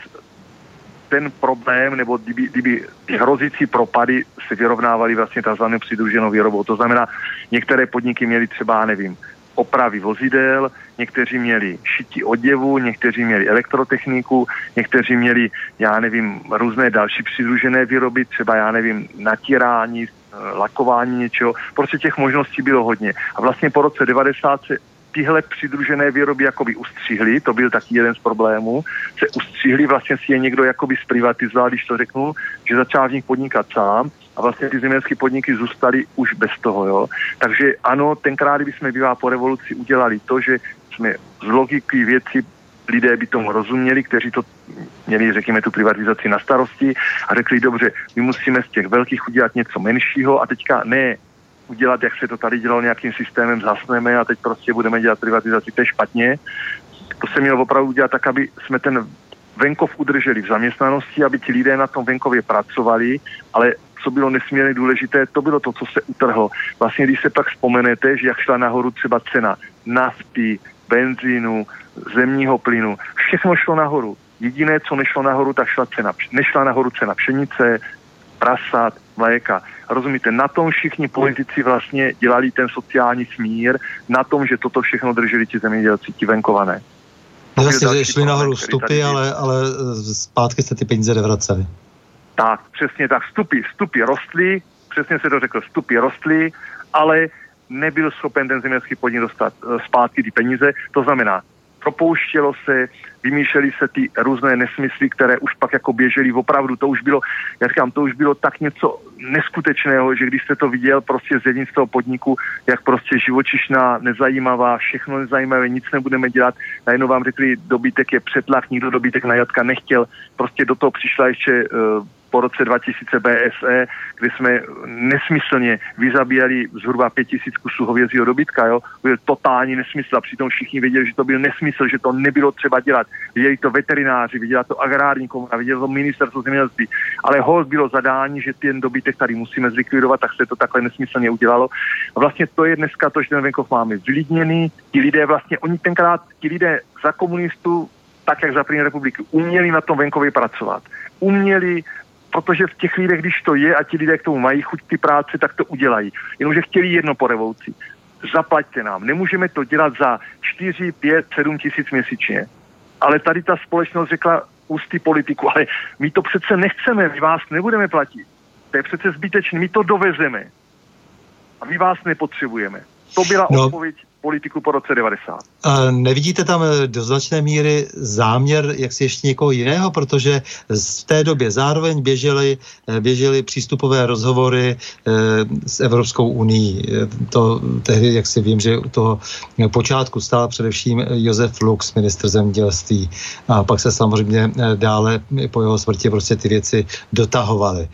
ten problém, nebo kdyby ty hrozící propady se vyrovnávaly vlastně takzvanou přidruženou výrobou. To znamená, některé podniky měly třeba, nevím, opravy vozidel, někteří měli šití oděvu, někteří měli elektrotechniku, někteří měli, já nevím, různé další přidružené výroby, třeba, já nevím, natírání, lakování něčeho. Prostě těch možností bylo hodně. A vlastně po roce 90 se tyhle přidružené výroby jakoby ustřihly, to byl taky jeden z problémů, se ustřihly, vlastně si je někdo jakoby zprivatizoval, když to řeknu, že začal v nich podnikat sám a vlastně ty zemědělské podniky zůstaly už bez toho, jo. Takže ano, tenkrát, kdybychom bývá po revoluci udělali to, že jsme z logiky věci lidé by tomu rozuměli, kteří to měli, řekněme, tu privatizaci na starosti a řekli, dobře, my musíme z těch velkých udělat něco menšího a teďka ne udělat, jak se to tady dělalo nějakým systémem, zhasneme a teď prostě budeme dělat privatizaci, to je špatně. To se mělo opravdu udělat tak, aby jsme ten venkov udrželi v zaměstnanosti, aby ti lidé na tom venkově pracovali, ale co bylo nesmírně důležité, to bylo to, co se utrhlo. Vlastně, když se pak vzpomenete, že jak šla nahoru třeba cena nafty, benzínu, zemního plynu, všechno šlo nahoru. Jediné, co nešlo nahoru, tak nešla nahoru cena pšenice, prasat, mléka. Rozumíte, na tom všichni politici vlastně dělali ten sociální smír, na tom, že toto všechno drželi ti zemědělci, ti venkované. Vlastně, že šli nahoru vstupy, ale zpátky se ty peníze nevracely. Tak, přesně tak. Vstupy rostly, přesně se to řekl, vstupy rostly, ale nebyl schopen ten zemědělský podnik dostat zpátky ty peníze. To znamená, propouštělo se, vymýšleli se ty různé nesmysly, které už pak jako běžely opravdu. To už bylo, já říkám, to už bylo tak něco neskutečného, že když jste to viděl prostě z jedním z toho podniku, jak prostě živočišná, nezajímavá, všechno nezajímavé, nic nebudeme dělat. Najednou vám řekli, dobytek je přetlak, nikdo dobytek na jatka nechtěl. Prostě do toho přišla ještě po roce 2000 BSE, kde jsme nesmyslně vyzabíjali zhruba 5000 kusů hovězího dobytka, jo. Byl totální nesmysl a přitom všichni věděli, že to byl nesmysl, že to nebylo třeba dělat. Viděli to veterináři, viděla to agrární komora, vidělo to ministerstvo zemědělství, ale holt bylo zadání, že ten dobytek tady musíme zlikvidovat, tak se to takhle nesmyslně udělalo. A vlastně to je dneska to, že ten venkov máme vylidněný, ti lidé vlastně, oni tenkrát, ti lidé za komunistů, tak jak za první republiky, uměli na tom venkově pracovat. Uměli, protože v těch lidech, když to je a ti lidé k tomu mají chuť ty práce, tak to udělají. Jenomže chtěli jedno po revoluci. zaplaťte nám. Nemůžeme to dělat za 4, 5, 7 tisíc měsíčně. Ale tady ta společnost řekla ústy politiku, ale my to přece nechceme, my vás nebudeme platit. To je přece zbytečné, my to dovezeme. A my vás nepotřebujeme. To byla odpověď politiku po roce 90. A nevidíte tam do značné míry záměr, jak si ještě někoho jiného, protože v té době zároveň běžely přístupové rozhovory s Evropskou unii. To tehdy, jak si vím, že u toho počátku stál především Josef Lux, ministr zemědělství, a pak se samozřejmě dále po jeho smrti prostě ty věci dotahovaly.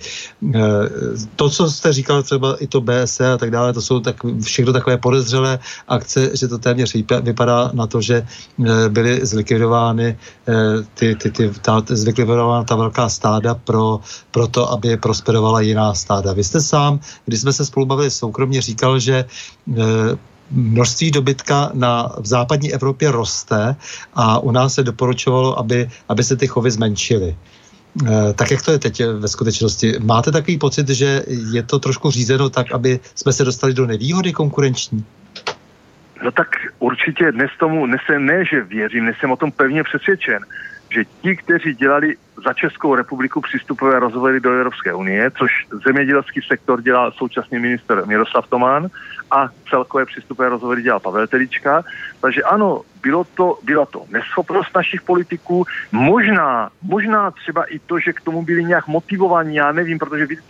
To, co jste říkal, třeba i to BSE a tak dále, to jsou všechno takové podezřelé akce, že to téměř vypadá na to, že byly zlikvidovány zlikvidována ta velká stáda pro to, aby prosperovala jiná stáda. Vy jste sám, když jsme se spolu bavili soukromně, říkal, že množství dobytka v západní Evropě roste a u nás se doporučovalo, aby se ty chovy zmenšily. Tak jak to je teď ve skutečnosti? Máte takový pocit, že je to trošku řízeno tak, aby jsme se dostali do nevýhody konkurenční? No tak určitě dnes že věřím, dnes jsem o tom pevně přesvědčen, že ti, kteří dělali za Českou republiku přístupové rozhovory do Evropské unie, což zemědělský sektor dělal současný ministr Miroslav Toman a celkové přístupové rozhovory dělal Pavel Telička, takže ano, byla to neschopnost našich politiků, možná třeba i to, že k tomu byli nějak motivovaní, já nevím, protože víte,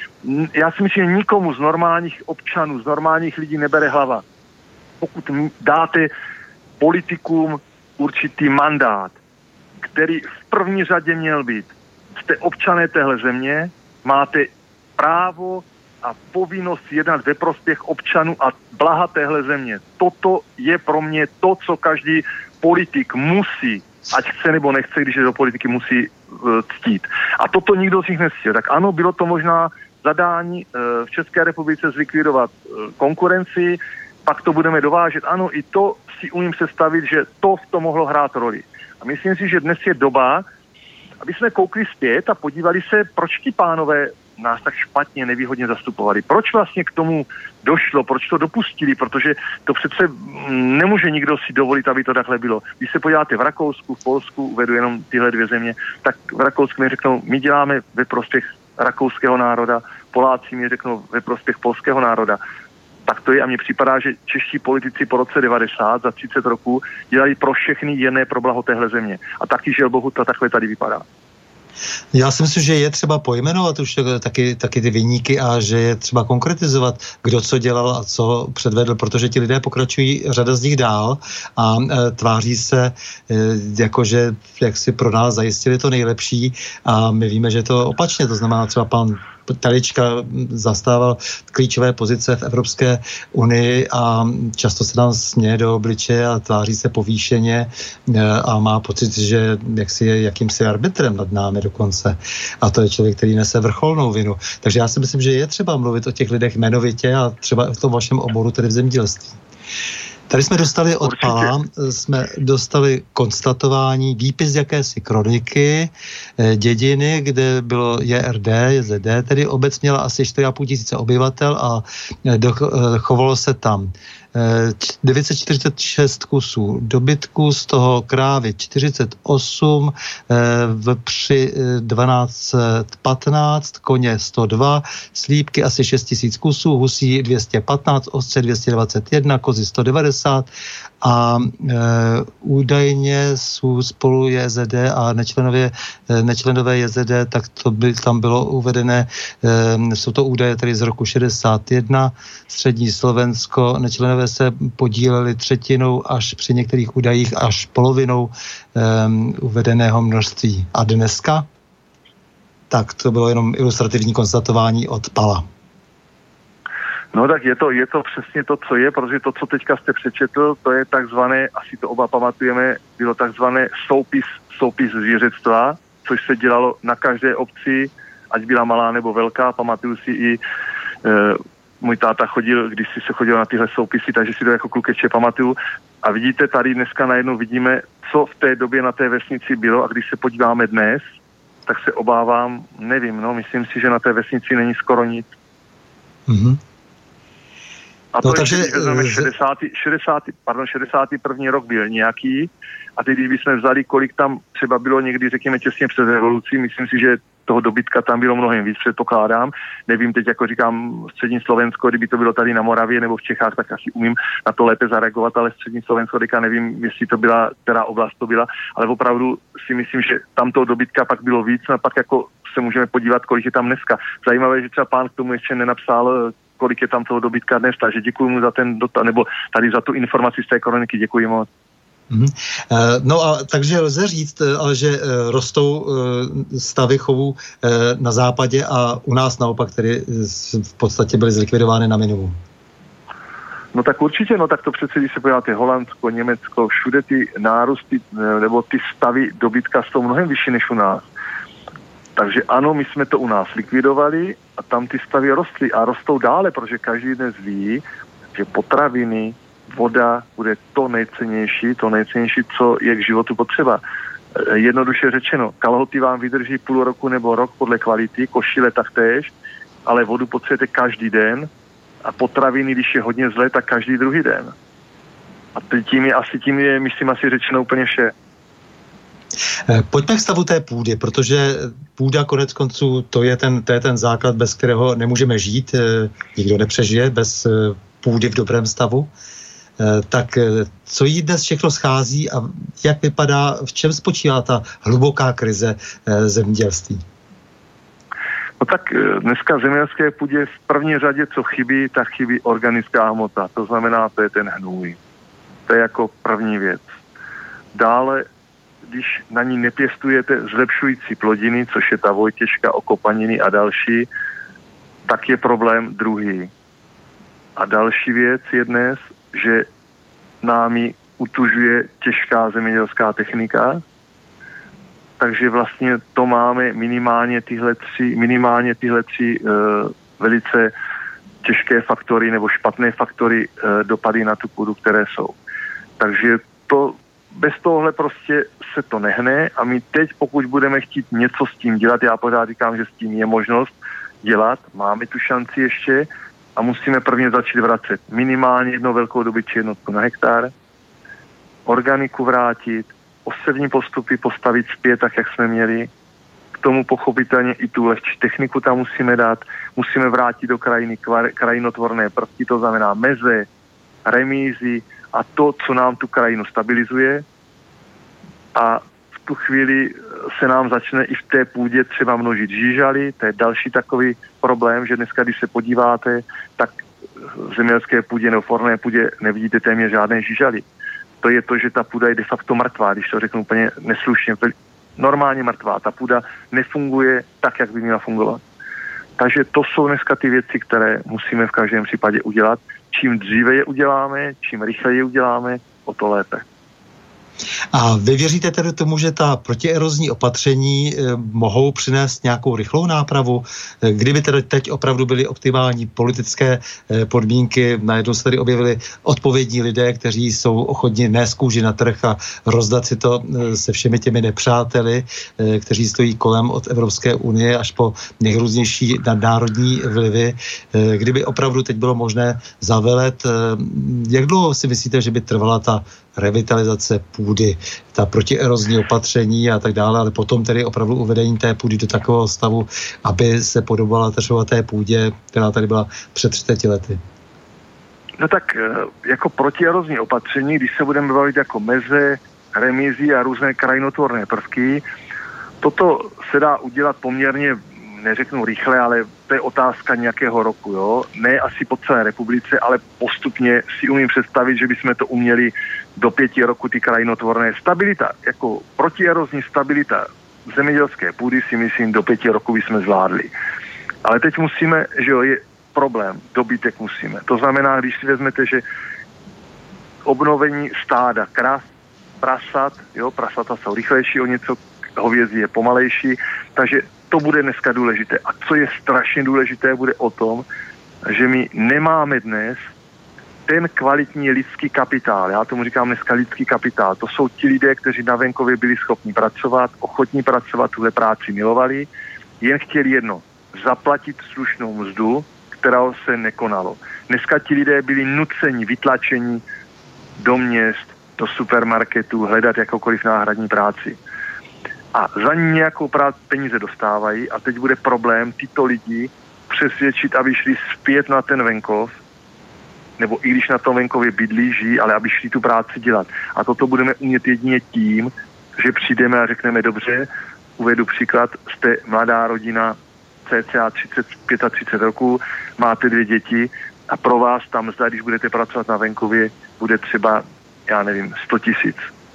já si myslím, že nikomu z normálních občanů, z normálních lidí nebere hlava. Pokud dáte politikům určitý mandát, který v první řadě měl být, jste občané téhle země, máte právo a povinnost jednat ve prospěch občanů a blaha téhle země. Toto je pro mě to, co každý politik musí, ať chce nebo nechce, když je do politiky, musí ctít. A toto nikdo z nich nectil. Tak ano, bylo to možná zadání v České republice zlikvidovat konkurenci, pak to budeme dovážet. Ano, i to si umím představit, že to v tom mohlo hrát roli. A myslím si, že dnes je doba, aby jsme koukli zpět a podívali se, proč ti pánové nás tak špatně, nevýhodně zastupovali. Proč vlastně k tomu došlo, proč to dopustili, protože to přece nemůže nikdo si dovolit, aby to takhle bylo. Když se podíváte v Rakousku, v Polsku, uvedu jenom tyhle dvě země, tak v Rakousku mi řeknou, my děláme ve prospěch rakouského národa, Poláci mi řeknou ve prospěch polského národa. Tak to je a mně připadá, že čeští politici po roce 90 za 30 roků dělali pro všechny jiné pro blaho téhle země. A taky, žel bohu, to takhle tady vypadá. Já si myslím, že je třeba pojmenovat už taky ty viníky a že je třeba konkretizovat, kdo co dělal a co předvedl, protože ti lidé pokračují, řada z nich dál a tváří se, jakože jak si pro nás zajistili to nejlepší a my víme, že to opačně, to znamená třeba pan Telička zastával klíčové pozice v Evropské unii a často se nám směje do obličeje a tváří se povýšeně a má pocit, že jaksi je jakýmsi arbitrem nad námi dokonce. A to je člověk, který nese vrcholnou vinu. Takže já si myslím, že je třeba mluvit o těch lidech jmenovitě a třeba v tom vašem oboru, tedy v zemědělství. Tady jsme dostali od Pala, jsme dostali konstatování, výpis jakési kroniky, dědiny, kde bylo JRD, JZD, tedy obec měla asi 4,5 tisíce obyvatel a chovalo se tam 946 kusů dobytku, z toho krávy 48, vepři 1215, koně 102, slípky asi 6 tisíc kusů, husí 215, ovce 221, kozy 190 a údajně jsou spolu JZD a nečlenové JZD, tak tam bylo uvedené, jsou to údaje tady z roku 61, střední Slovensko, nečlenové se podíleli třetinou až při některých údajích až polovinou uvedeného množství. A dneska? Tak to bylo jenom ilustrativní konstatování od Pala. No tak je to přesně to, co je, protože to, co teďka jste přečetl, to je takzvané, asi to oba pamatujeme, bylo takzvané soupis zvířectva, což se dělalo na každé obci, ať byla malá nebo velká. Pamatuju si i můj táta když se chodil na tyhle soupisy, takže si to jako kluk ještě pamatuju. A vidíte, tady dneska najednou vidíme, co v té době na té vesnici bylo a když se podíváme dnes, tak se obávám, nevím, myslím si, že na té vesnici není skoro nic. Mm-hmm. A to takže 61. rok byl nějaký, a teď, když bychom vzali, kolik tam třeba bylo někdy, řekněme, těsně před revolucí, myslím si, že toho dobytka tam bylo mnohem víc, předpokládám. Nevím teď, jako říkám, střední Slovensko, kdyby to bylo tady na Moravě nebo v Čechách, tak asi umím na to lépe zareagovat, ale střední Slovensko, teďka nevím, jestli to byla, která oblast to byla, ale opravdu si myslím, že tam toho dobytka pak bylo víc, a pak jako se můžeme podívat, kolik je tam dneska. Zajímavé, že třeba pán k tomu ještě nenapsal, kolik je tam toho dobytka dnes, takže děkuji mu za ten dotaz, nebo tady za tu informaci z té kroniky, děkuji moc. No a takže lze říct, ale že rostou stavy chovů na západě a u nás naopak tedy v podstatě byly zlikvidovány na minimum. No tak určitě, no tak to přece, když se podíváte Holandsko, Německo, všude ty nárůsty nebo ty stavy dobytka jsou mnohem vyšší než u nás. Takže ano, my jsme to u nás likvidovali a tam ty stavy rostly a rostou dále, protože každý dnes ví, že potraviny, voda bude to nejcennější, co je k životu potřeba. Jednoduše řečeno, kalhoty vám vydrží půl roku nebo rok podle kvality, košile taktéž, ale vodu potřebujete každý den a potraviny, když je hodně zlé, tak každý druhý den. A tím je, myslím, asi řečeno úplně vše. Pojďme k stavu té půdy, protože půda konec konců to je ten základ, bez kterého nemůžeme žít, nikdo nepřežije bez půdy v dobrém stavu. Tak co jí dnes všechno schází a jak vypadá, v čem spočívá ta hluboká krize zemědělství? No tak dneska v zemědělské půdě v první řadě, co chybí, tak chybí organická hmota. To znamená, to je ten hnůj. To je jako první věc. Dále, když na ní nepěstujete zlepšující plodiny, což je ta vojtěžka, okopaniny a další, tak je problém druhý. A další věc je dnes, že námi utužuje těžká zemědělská technika, takže vlastně to máme minimálně tyhle tři velice těžké faktory nebo špatné faktory dopady na tu půdu, které jsou. Takže to bez tohle prostě se to nehne a my teď, pokud budeme chtít něco s tím dělat, já pořád říkám, že s tím je možnost dělat, máme tu šanci ještě, a musíme prvně začít vracet minimálně jednou velkou dobytčí jednotku na hektar, organiku vrátit, osevní postupy postavit zpět, tak jak jsme měli. K tomu pochopitelně i tu lehčí techniku tam musíme dát. Musíme vrátit do krajiny krajinotvorné prvky, to znamená meze, remízy a to, co nám tu krajinu stabilizuje. A v tu chvíli se nám začne i v té půdě třeba množit žížaly. To je další takový problém, že dneska, když se podíváte, tak v zemědělské půdě nebo v orné půdě nevidíte téměř žádné žížaly. To je to, že ta půda je de facto mrtvá, když to řeknu úplně neslušně, normálně mrtvá. Ta půda nefunguje tak, jak by měla fungovat. Takže to jsou dneska ty věci, které musíme v každém případě udělat. Čím dříve je uděláme, čím rychleji je uděláme, o to lépe. A vy věříte tedy tomu, že ta protierozní opatření mohou přinést nějakou rychlou nápravu? Kdyby tedy teď opravdu byly optimální politické podmínky, najednou se tady objevili odpovědní lidé, kteří jsou ochotni nést kůži na trh a rozdat si to se všemi těmi nepřáteli, kteří stojí kolem od Evropské unie až po nejrůznější nadnárodní vlivy. Kdyby opravdu teď bylo možné zavelet, jak dlouho si myslíte, že by trvala ta revitalizace půdy, ta protierozní opatření a tak dále, ale potom tedy opravdu uvedení té půdy do takového stavu, aby se podobala třeba té půdě, která tady byla před 30 lety? No tak jako protierozní opatření, když se budeme bavit jako meze, remízy a různé krajinotvorné prvky, toto se dá udělat poměrně, neřeknu rychle, ale to je otázka nějakého roku, jo. Ne asi po celé republice, ale postupně si umím představit, že bychom to uměli do 5 roku ty krajinotvorné stabilita, jako protierozní stabilita zemědělské půdy si myslím do 5 roku bychom zvládli. Ale teď musíme, že jo, je problém, dobytek musíme. To znamená, když si vezmete, že obnovení stáda krav, prasat, jo, prasata jsou rychlejší o něco, hovězí je pomalejší, takže to bude dneska důležité. A co je strašně důležité, bude o tom, že my nemáme dnes ten kvalitní lidský kapitál. Já tomu říkám dneska lidský kapitál. To jsou ti lidé, kteří na venkově byli schopni pracovat, ochotní pracovat, tuhle práci milovali, jen chtěli jedno, zaplatit slušnou mzdu, kterého se nekonalo. Dneska ti lidé byli nuceni, vytlačeni do měst, do supermarketů, hledat jakoukoliv náhradní práci. A za ní nějakou peníze dostávají a teď bude problém tyto lidi přesvědčit, aby šli zpět na ten venkov, nebo i když na tom venkově bydlí, žijí, ale aby šli tu práci dělat. A toto budeme umět jedině tím, že přijdeme a řekneme, dobře, uvedu příklad, jste mladá rodina, cca 35 roků, máte 2 děti a pro vás tam mzda, když budete pracovat na venkově, bude třeba, já nevím, 100 000.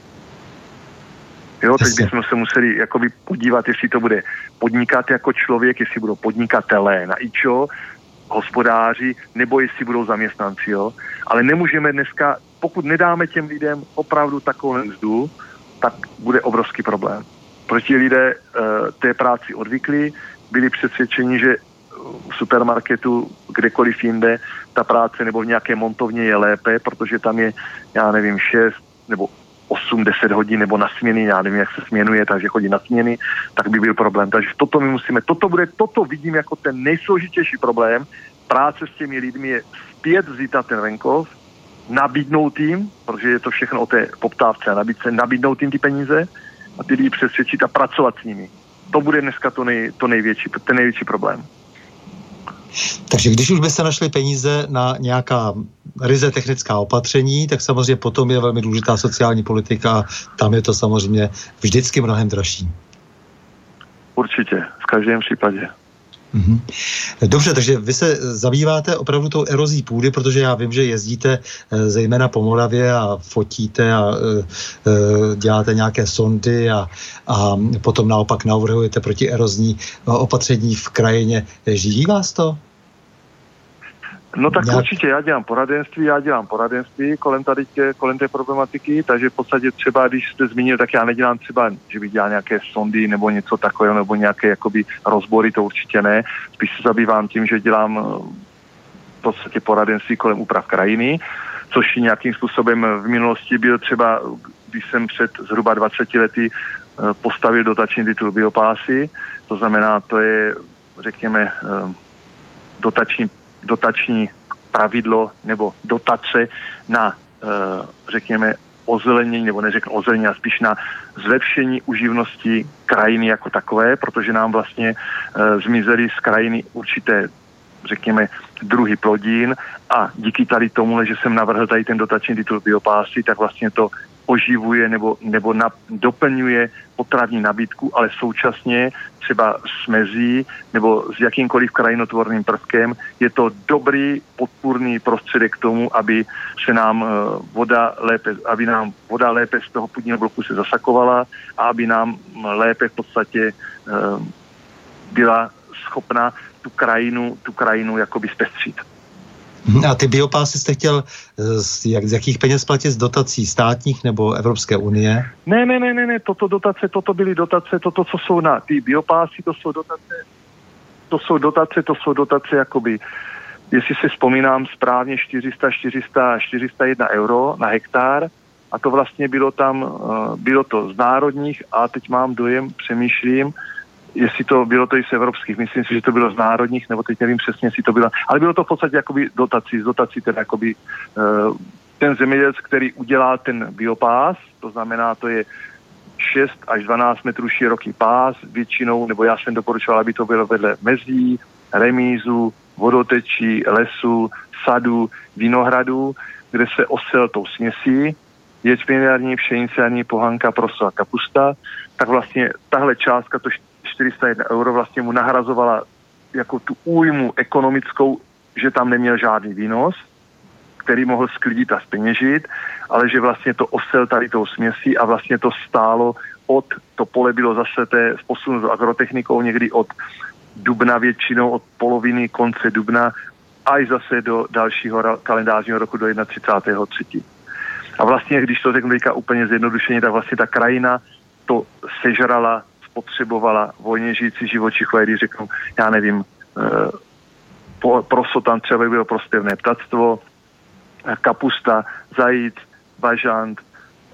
Jo, teď bychom se museli jakoby podívat, jestli to bude podnikat jako člověk, jestli budou podnikatelé na ičo, hospodáři, nebo jestli budou zaměstnanci, jo. Ale nemůžeme dneska, pokud nedáme těm lidem opravdu takovou mzdu, tak bude obrovský problém. Protože lidé té práci odvykli, byli přesvědčeni, že v supermarketu, kdekoliv jinde, ta práce nebo v nějaké montovně je lépe, protože tam je, já nevím, 6 nebo 8-10 hodin nebo na směny, já nevím, jak se směnuje, takže chodí na směny, tak by byl problém. Takže toto vidím jako ten nejsložitější problém. Práce s těmi lidmi je zpět vzít na ten venkov, nabídnout jim, protože je to všechno o té poptávce a nabídnout jim ty peníze a ty lidi přesvědčit a pracovat s nimi. To bude dneska ten největší problém. Takže když už byste našli peníze na nějaká ryze technická opatření, tak samozřejmě potom je velmi důležitá sociální politika a tam je to samozřejmě vždycky mnohem dražší. Určitě, v každém případě. Mhm. Dobře, takže vy se zabýváte opravdu tou erozí půdy, protože já vím, že jezdíte zejména po Moravě a fotíte a děláte nějaké sondy a potom naopak navrhujete protierozní opatření v krajině. Živí vás to? No tak určitě, já dělám poradenství kolem té problematiky, takže v podstatě třeba, když jste zmínil, tak já nedělám třeba, že bych dělal nějaké sondy nebo něco takového, nebo nějaké jakoby rozbory, to určitě ne. Spíš se zabývám tím, že dělám v podstatě poradenství kolem úprav krajiny, což nějakým způsobem v minulosti byl třeba, když jsem před zhruba 20 lety postavil dotační titul biopásy, to znamená, to je, řekněme, dotační pravidlo nebo dotace na, řekněme, ozelenění, nebo neřeknu ozelenění, a spíš na zlepšení uživnosti krajiny jako takové, protože nám vlastně zmizely z krajiny určité, řekněme, druhy plodin a díky tady tomu, že jsem navrhl tady ten dotační titul biopásy, tak vlastně to oživuje nebo doplňuje potravní nabídku, ale současně třeba s mezí nebo s jakýmkoliv krajinotvorným prvkem je to dobrý podpůrný prostředek k tomu, aby se nám voda lépe z toho půdního bloku se zasakovala a aby nám lépe v podstatě byla schopna tu krajinu jakoby zpestřit. A ty biopásy jste chtěl z jakých peněz platit? Z dotací státních nebo Evropské unie? Ne, toto byly dotace, toto, co jsou na ty biopásy, to jsou dotace jakoby, jestli si vzpomínám správně, 401 euro na hektar a to vlastně bylo to z národních a teď mám dojem, přemýšlím, jestli to bylo to i z evropských, myslím si, že to bylo z národních, nebo teď nevím přesně, jestli to bylo, ale bylo to v podstatě jakoby z dotací teda jakoby ten zemědělec, který udělá ten biopás, to znamená, to je 6 až 12 metrů široký pás, většinou, nebo já jsem doporučoval, aby to bylo vedle mezí, remízu, vodotečí, lesů, sadů, vinohradů, kde se osel tou směsí, ječměňární, pšeniceární, pohanka, proso a kapusta, tak vlastně tahle částka, to 401 euro vlastně mu nahrazovala jako tu újmu ekonomickou, že tam neměl žádný výnos, který mohl sklidit a zpeněžit, ale že vlastně to osel tady tou směsí a vlastně to stálo to pole bylo zase posunuto agrotechnikou někdy od dubna většinou, od poloviny konce dubna až zase do dalšího kalendářního roku do 31.3. A vlastně, když to řeknu teďka úplně zjednodušeně, tak vlastně ta krajina to sežrala, spotřebovala volně žijící živočichové, když řeknu, já nevím, proso tam třeba bylo prostevné ptactvo, kapusta, zajíc, bažant,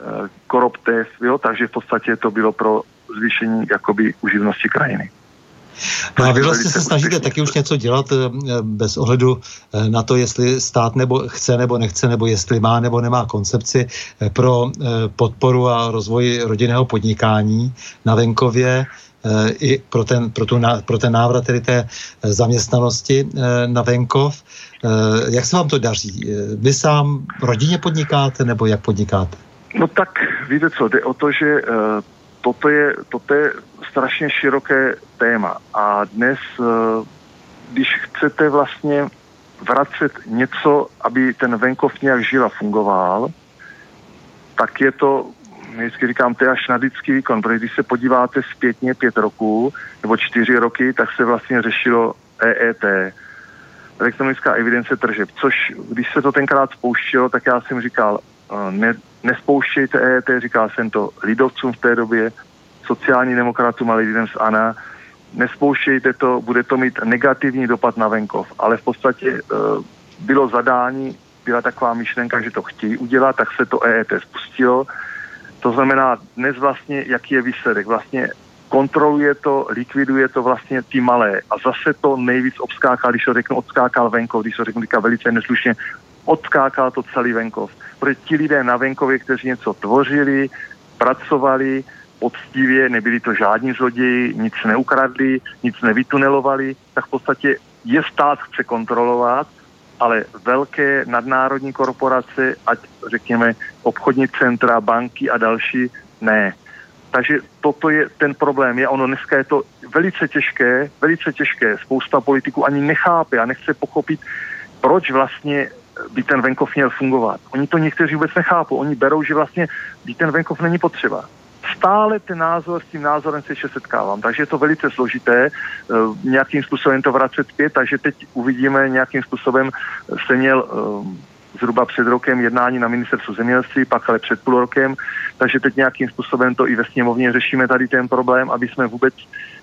koroptev, jo, takže v podstatě to bylo pro zvýšení jakoby uživnosti krajiny. No a vy vlastně se snažíte taky už něco dělat bez ohledu na to, jestli stát nebo chce nebo nechce, nebo jestli má nebo nemá koncepci pro podporu a rozvoj rodinného podnikání na venkově, i pro ten návrat tedy té zaměstnanosti na venkov. Jak se vám to daří? Vy sám rodině podnikáte nebo jak podnikáte? No tak víte co, jde o to, že toto je strašně široké téma a dnes, když chcete vlastně vracet něco, aby ten venkov nějak žil a fungoval, tak je to, vždycky říkám, to je až nadlidský výkon, protože když se podíváte zpětně 5 roků nebo 4 roky, tak se vlastně řešilo EET, elektronická evidence tržeb, což když se to tenkrát spouštělo, tak já jsem říkal, nespouštějte EET, říkal jsem to lidovcům v té době, sociální demokratům a lidem z ANO, nespouštějte to, bude to mít negativní dopad na venkov, ale v podstatě bylo zadání, byla taková myšlenka, že to chtějí udělat, tak se to EET spustilo. To znamená, dnes vlastně, jaký je výsledek? Vlastně kontroluje to, likviduje to vlastně ty malé a zase to nejvíc obskákal, když to řeknu, odskákal venkov, když to řeknu říká velice neslušně, odskákal to celý venkov. Protože ti lidé na venkově, kteří něco tvořili, pracovali poctivě, nebyli to žádní zloději, nic neukradli, nic nevytunelovali, tak v podstatě je stát chce kontrolovat, ale velké nadnárodní korporace, ať řekněme obchodní centra, banky a další, ne. Takže toto je ten problém. Dneska je to velice těžké. Spousta politiků ani nechápe a nechce pochopit, proč vlastně by ten venkov měl fungovat. Oni to někteří vůbec nechápou. Oni berou, že vlastně by ten venkov není potřeba. Stále ten názor, s tím názorem se ještě setkávám, takže je to velice složité nějakým způsobem to vracet zpět, takže teď uvidíme, nějakým způsobem se měl zhruba před rokem jednání na ministerstvu zemědělství, pak ale před půl rokem, takže teď nějakým způsobem to i ve sněmovně řešíme tady ten problém, aby jsme vůbec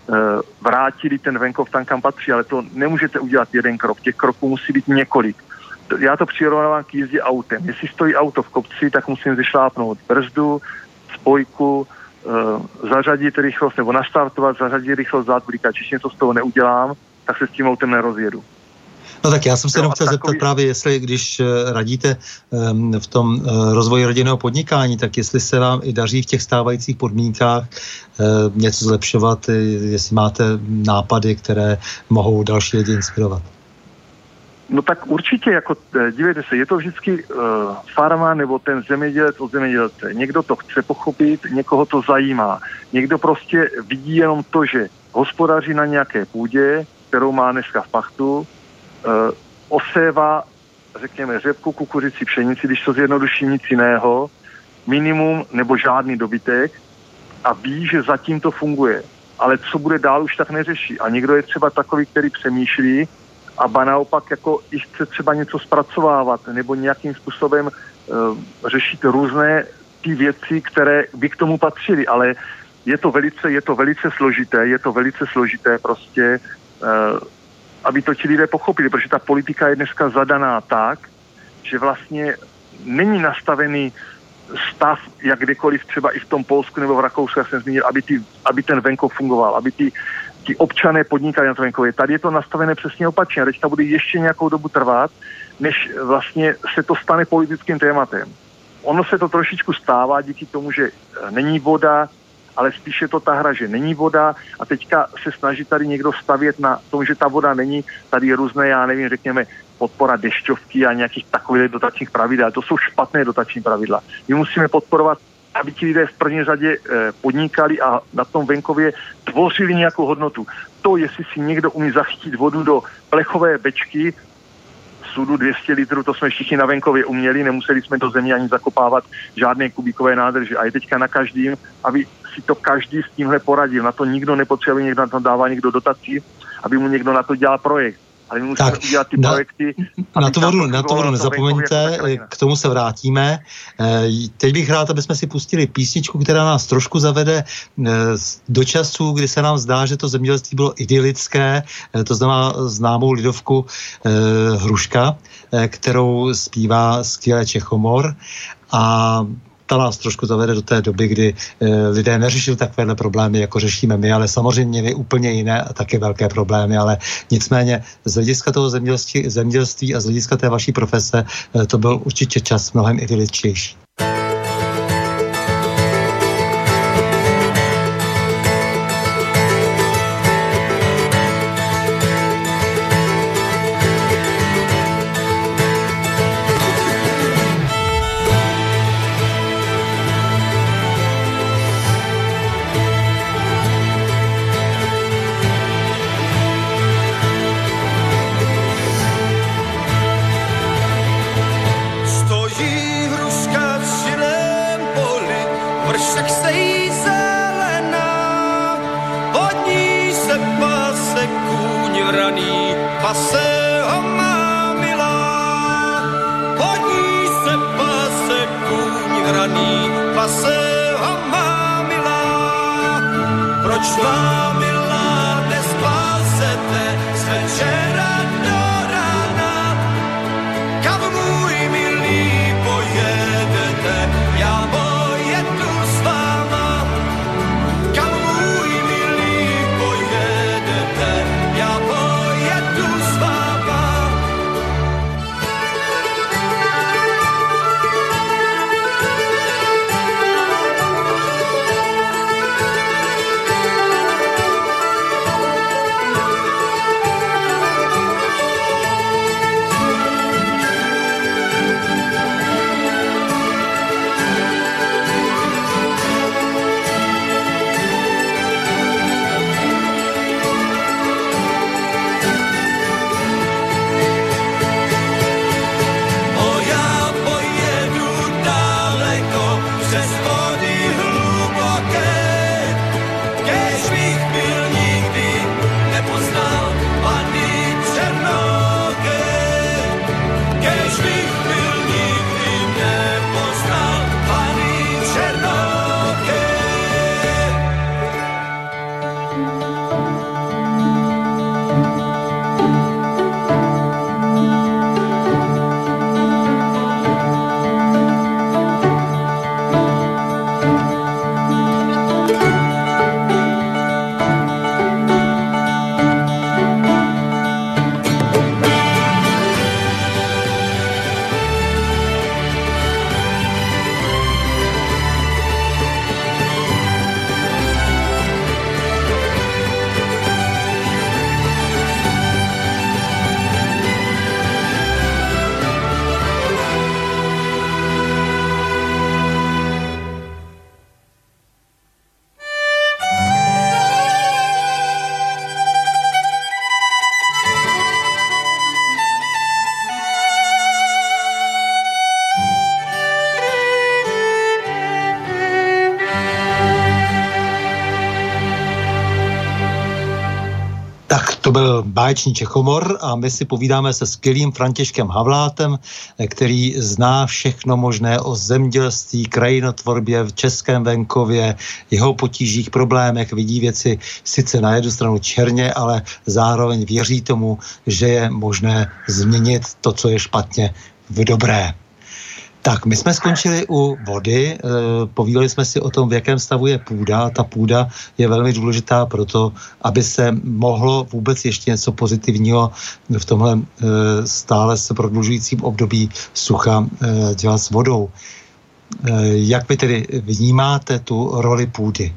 vrátili ten venkov tam, kam patří, ale to nemůžete udělat jeden krok, těch kroků musí být několik. Já to přirovnávám k jízdě autem. Jestli stojí auto v kopci, tak musím zešlápnout brzdu, spojku, zařadit rychlost nebo nastartovat, zařadit rychlost zad blíka. Když něco z toho neudělám, tak se s tím autem nerozjedu. No tak já jsem se jenom chtěl zeptat právě, jestli když radíte v tom rozvoji rodinného podnikání, tak jestli se vám i daří v těch stávajících podmínkách něco zlepšovat, jestli máte nápady, které mohou další lidi inspirovat. No tak určitě, dívejte se, je to vždycky farma nebo ten zemědělec od zemědělce. Někdo to chce pochopit, někoho to zajímá. Někdo prostě vidí jenom to, že hospodaří na nějaké půdě, kterou má dneska v pachtu, osévá, řekněme, řepku, kukuřici, pšenici, když to zjednoduší nic jiného, minimum nebo žádný dobytek a ví, že zatím to funguje. Ale co bude dál, už tak neřeší. A někdo je třeba takový, který přemýšlí, a ba naopak i chce třeba něco zpracovávat nebo nějakým způsobem řešit různé ty věci, které by k tomu patřily, ale je to velice složité prostě, aby to ti lidé pochopili, protože ta politika je dneska zadaná tak, že vlastně není nastavený stav, jak kdekoliv třeba i v tom Polsku nebo v Rakousku, jak jsem zmínil, aby ten venkov fungoval, aby ti občané podnikali na to venkově. Tady je to nastavené přesně opačně. Teďka bude ještě nějakou dobu trvat, než vlastně se to stane politickým tématem. Ono se to trošičku stává díky tomu, že není voda, ale spíše to ta hra, že není voda a teďka se snaží tady někdo stavět na tom, že ta voda není. Tady je různé, řekněme, podpora dešťovky a nějakých takových dotačních pravidel. To jsou špatné dotační pravidla. My musíme podporovat, aby ti lidé v první řadě podnikali a na tom venkově tvořili nějakou hodnotu. To, jestli si někdo umí zachytit vodu do plechové bečky, sudu 200 litrů, to jsme všichni na venkově uměli, nemuseli jsme do země ani zakopávat žádné kubíkové nádrže. A je teďka na každým, aby si to každý s tímhle poradil. Na to nikdo nepotřebuje, někdo na to dává někdo dotací, aby mu někdo na to dělal projekt. Ale my musíme udělat ty projekty. Na to vodu nezapomeňte, k tomu se vrátíme. Teď bych rád, aby jsme si pustili písničku, která nás trošku zavede do času, kdy se nám zdá, že to zemědělství bylo idylické, to znamená známou lidovku Hruška, kterou zpívá skvěle Čechomor. A ta nás trošku zavede do té doby, kdy lidé neřešili takovéhle problémy, jako řešíme my, ale samozřejmě měli úplně jiné a taky velké problémy, ale nicméně z hlediska toho zemědělství a z hlediska té vaší profese to byl určitě čas mnohem idyličtější. To byl báječný Čechomor a my si povídáme se skvělým Františkem Havlátem, který zná všechno možné o zemědělství, krajinotvorbě v českém venkově, jeho potížích, problémech, vidí věci sice na jednu stranu černě, ale zároveň věří tomu, že je možné změnit to, co je špatně, v dobré. Tak, my jsme skončili u vody, povídali jsme si o tom, v jakém stavu je půda. Ta půda je velmi důležitá pro to, aby se mohlo vůbec ještě něco pozitivního v tomhle stále se prodlužujícím období sucha dělat s vodou. Jak vy tedy vnímáte tu roli půdy?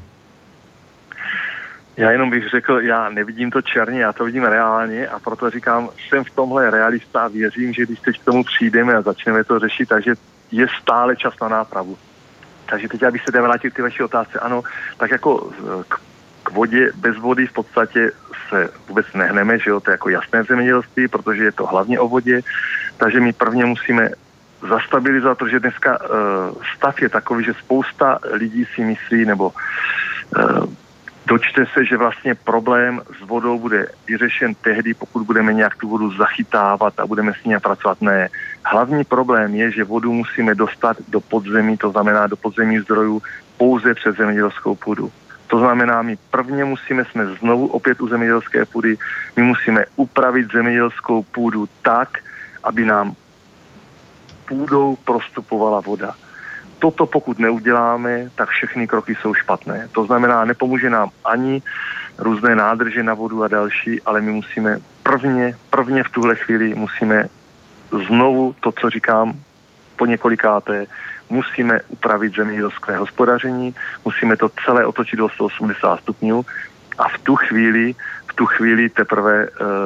Já jenom bych řekl, já nevidím to černě, já to vidím reálně a proto říkám, jsem v tomhle realista a věřím, že když teď k tomu přijdeme a začneme to řešit, takže je stále čas na nápravu. Takže teď, abych se vrátil k té vaší otázce, ano, tak jako k vodě, bez vody v podstatě se vůbec nehneme, že jo, to je jako jasné v zemědělství, protože je to hlavně o vodě, takže my prvně musíme zastabilizovat, protože dneska stav je takový, že spousta lidí si myslí, nebo dočte se, že vlastně problém s vodou bude vyřešen tehdy, pokud budeme nějak tu vodu zachytávat a budeme s ní pracovat. Ne. Hlavní problém je, že vodu musíme dostat do podzemí, to znamená do podzemních zdrojů pouze přes zemědělskou půdu. To znamená, my prvně jsme znovu opět u zemědělské půdy, my musíme upravit zemědělskou půdu tak, aby nám půdou prostupovala voda. toto pokud neuděláme, tak všechny kroky jsou špatné. To znamená, nepomůže nám ani různé nádrže na vodu a další, ale my musíme prvně v tuhle chvíli musíme znovu to, co říkám po několikáté, musíme upravit zemědělské hospodaření, musíme to celé otočit do 180 stupňů a v tu chvíli teprve,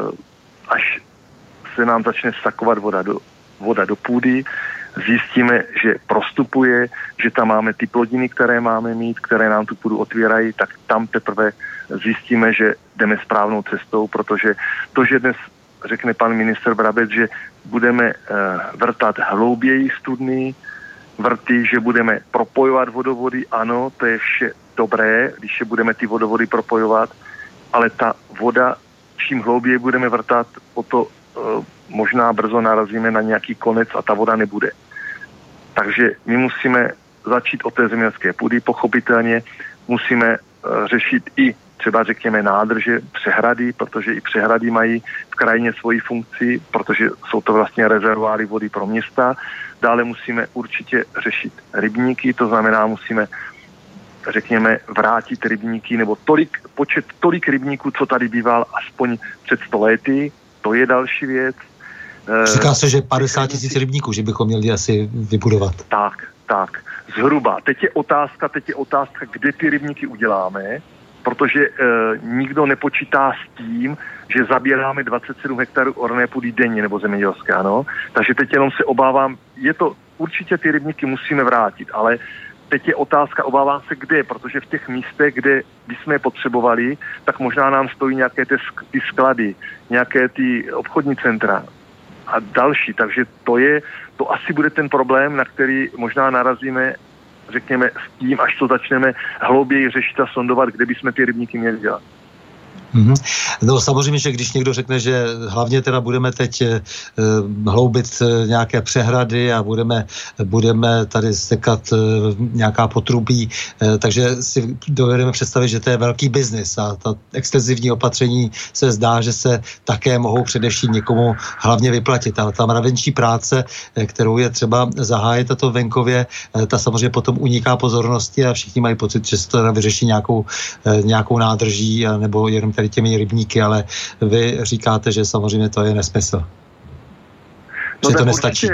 až se nám začne sakovat voda do půdy, zjistíme, že prostupuje, že tam máme ty plodiny, které máme mít, které nám tu půdu otvírají, tak tam teprve zjistíme, že jdeme správnou cestou, protože to, že dnes řekne pan ministr Brabec, že budeme vrtat hlouběji studny, vrty, že budeme propojovat vodovody, ano, to je vše dobré, když je budeme ty vodovody propojovat, ale ta voda, čím hlouběji budeme vrtat, o to možná brzo narazíme na nějaký konec a ta voda nebude. Takže my musíme začít od té zemědělské půdy, pochopitelně musíme řešit i třeba řekněme nádrže, přehrady, protože i přehrady mají v krajině svoji funkci, protože jsou to vlastně rezervoáry vody pro města. Dále musíme určitě řešit rybníky, to znamená musíme řekněme vrátit rybníky, nebo tolik rybníků, co tady býval aspoň před 100 lety, to je další věc. Říká se, že 50 000 rybníků, že bychom měli asi vybudovat. Tak, zhruba. Teď je otázka, kde ty rybníky uděláme, protože nikdo nepočítá s tím, že zabíráme 27 hektarů orné půdy denně, nebo zemědělské, ano. Takže teď jenom se obávám, určitě ty rybníky musíme vrátit, ale teď je otázka, obávám se kde, protože v těch místech, kde bychom je potřebovali, tak možná nám stojí nějaké ty sklady, nějaké ty obchodní centra a další. Takže to asi bude ten problém, na který možná narazíme, řekněme, s tím, až to začneme hlouběji řešit a sondovat, kde bychom ty rybníky měli dělat. No samozřejmě, že když někdo řekne, že hlavně teda budeme teď hloubit nějaké přehrady a budeme tady stekat nějaká potrubí, takže si dovedeme představit, že to je velký biznis a ta extenzivní opatření se zdá, že se také mohou především někomu hlavně vyplatit. Ale ta mravenčí práce, kterou je třeba zahájit tato venkově, ta samozřejmě potom uniká pozornosti a všichni mají pocit, že se to vyřeší nějakou nádrží nebo jenom tady těmi rybníky, ale vy říkáte, že samozřejmě to je nesmysl. No že to nestačí.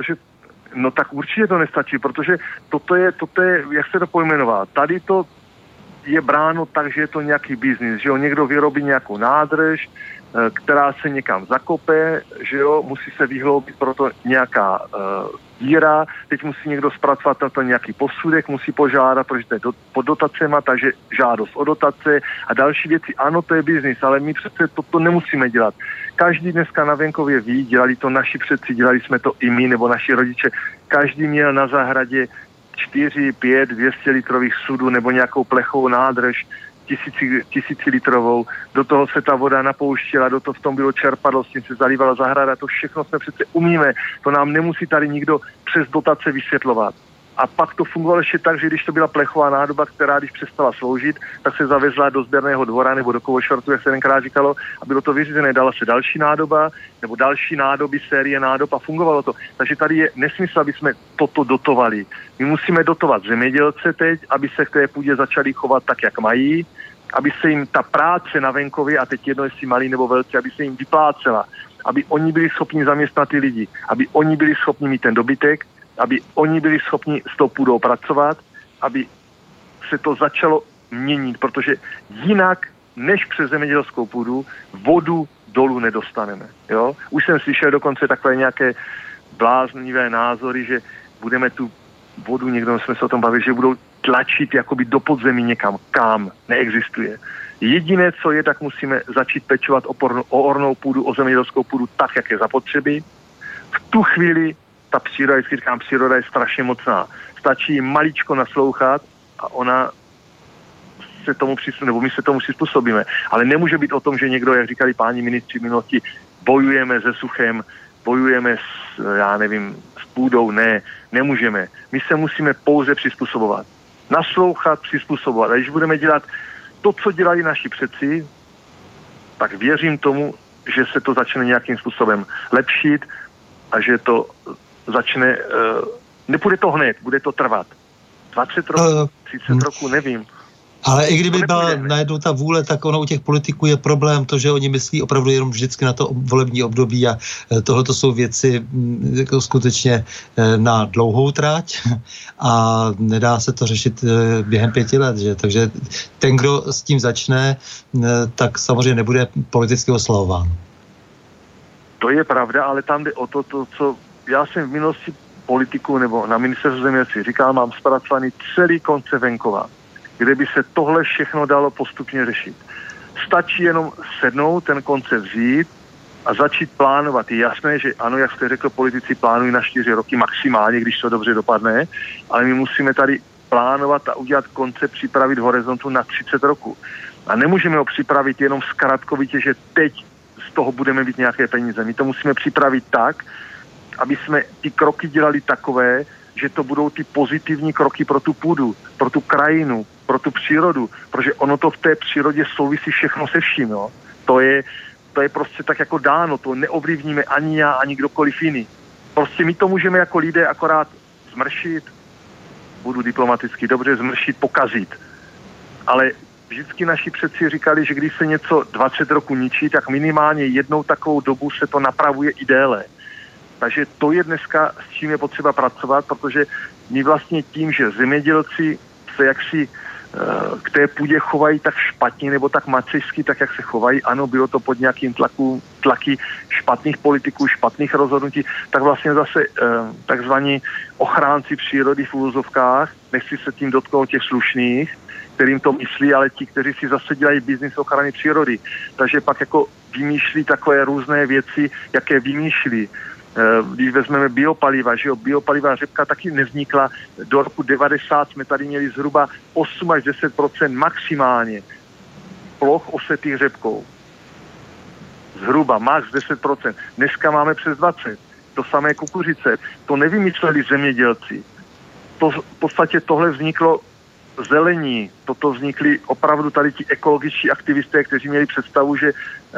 Tak určitě to nestačí, protože toto je, jak se to pojmenová, tady to je bráno tak, že je to nějaký biznis, že jo, někdo vyrobí nějakou nádrž, která se někam zakope, že jo, musí se vyhloubit proto nějaká díra, teď musí někdo zpracovat na to nějaký posudek, musí požádat, protože to je pod dotacema, takže žádost o dotace a další věci. Ano, to je biznis, ale my přece toto nemusíme dělat. Každý dneska na venkově ví, dělali to naši předci, dělali jsme to i my, nebo naši rodiče. Každý měl na zahradě 4, 5, 200 litrových sudů nebo nějakou plechovou nádrž, 1000 litrovou, do toho se ta voda napouštěla, do toho v tom bylo čerpadlo, s tím se zalívala zahrada, to všechno jsme přece umíme, to nám nemusí tady nikdo přes dotace vysvětlovat. A pak to fungovalo ještě tak, že když to byla plechová nádoba, která když přestala sloužit, tak se zavezla do sběrného dvora nebo do kovošortu, jak se tenkrát říkalo, a bylo to vyřízené, dala se další nádoba nebo další nádoby, série nádob a fungovalo to. Takže tady je nesmysl, aby jsme toto dotovali. My musíme dotovat zemědělce teď, aby se k té půdě začali chovat tak, jak mají, aby se jim ta práce na venkově, a teď jedno jestli malí nebo velcí, aby se jim vyplácela, aby oni byli schopni zaměstnat ty lidi, aby oni byli schopni mít ten dobytek, aby oni byli schopni s tou půdou pracovat, aby se to začalo měnit, protože jinak než přes zemědělskou půdu vodu dolů nedostaneme. Jo? Už jsem slyšel dokonce takové nějaké bláznivé názory, že budeme tu vodu, někdo jsme se o tom bavili, že budou tlačit jakoby do podzemí někam, kam neexistuje. Jediné, co je, tak musíme začít pečovat o ornou půdu, o zemědělskou půdu tak, jak je zapotřebí. V tu chvíli ta příroda je strašně mocná. Stačí maličko naslouchat a ona se tomu nebo my se tomu přizpůsobíme. Ale nemůže být o tom, že někdo, jak říkali páni ministři v minulosti, bojujeme se suchem, bojujeme s půdou. Ne, nemůžeme. My se musíme pouze přizpůsobovat. Naslouchat, přizpůsobovat. A když budeme dělat to, co dělali naši předci, tak věřím tomu, že se to začne nějakým způsobem lepšit a že to začne Nepůjde to hned, bude to trvat. 20 roků, 30 roků, nevím. Ale i kdyby byla najednou ta vůle, tak ono u těch politiků je problém to, že oni myslí opravdu jenom vždycky na to volební období a tohle to jsou věci jako skutečně na dlouhou trať a nedá se to řešit během 5 let. Že? Takže ten, kdo s tím začne, tak samozřejmě nebude politicky oslavován. To je pravda, ale tam jde o to, co já jsem v minulosti politiku nebo na ministerstvu zemědělství říkal, mám zpracovaný celý koncept venkova, kde by se tohle všechno dalo postupně řešit. Stačí jenom sednout, ten koncept vzít a začít plánovat. Je jasné, že ano, jak jste řekl, politici plánují na 4 roky maximálně, když to dobře dopadne, ale my musíme tady plánovat a udělat koncept, připravit horizontu na 30 roků. A nemůžeme ho připravit jenom zkratkovitě, že teď z toho budeme mít nějaké peníze. My to musíme připravit tak, aby jsme ty kroky dělali takové, že to budou ty pozitivní kroky pro tu půdu, pro tu krajinu, pro tu přírodu, protože ono to v té přírodě souvisí všechno se vším. Jo? To je prostě tak jako dáno, to neovlivníme ani já, ani kdokoliv jiný. Prostě my to můžeme jako lidé akorát zmršit, budu diplomaticky dobře, zmršit, pokazit. Ale vždycky naši předci říkali, že když se něco 20 roků ničí, tak minimálně jednou takovou dobu se to napravuje i déle. Takže to je dneska, s čím je potřeba pracovat, protože my vlastně tím, že zemědělci se jaksi k té půdě chovají tak špatně nebo tak macešsky, tak jak se chovají, ano, bylo to pod nějakým tlaky špatných politiků, špatných rozhodnutí, tak vlastně zase takzvaní ochránci přírody v úvozovkách, nechci se tím dotknout těch slušných, kterým to myslí, ale ti, kteří si zase dělají biznis ochrany přírody. Takže pak jako vymýšlí takové různé věci, jaké vymýšlí. Když vezmeme biopaliva, že jo, biopaliva řepka taky nevznikla. Do roku 90 jsme tady měli zhruba 8 až 10% maximálně ploch osetých řepkou. Zhruba, max 10%. Dneska máme přes 20%. To samé kukuřice. To nevymysleli zemědělci. V podstatě tohle vzniklo zelení. Toto vznikly opravdu tady ti ekologičtí aktivisté, kteří měli představu, že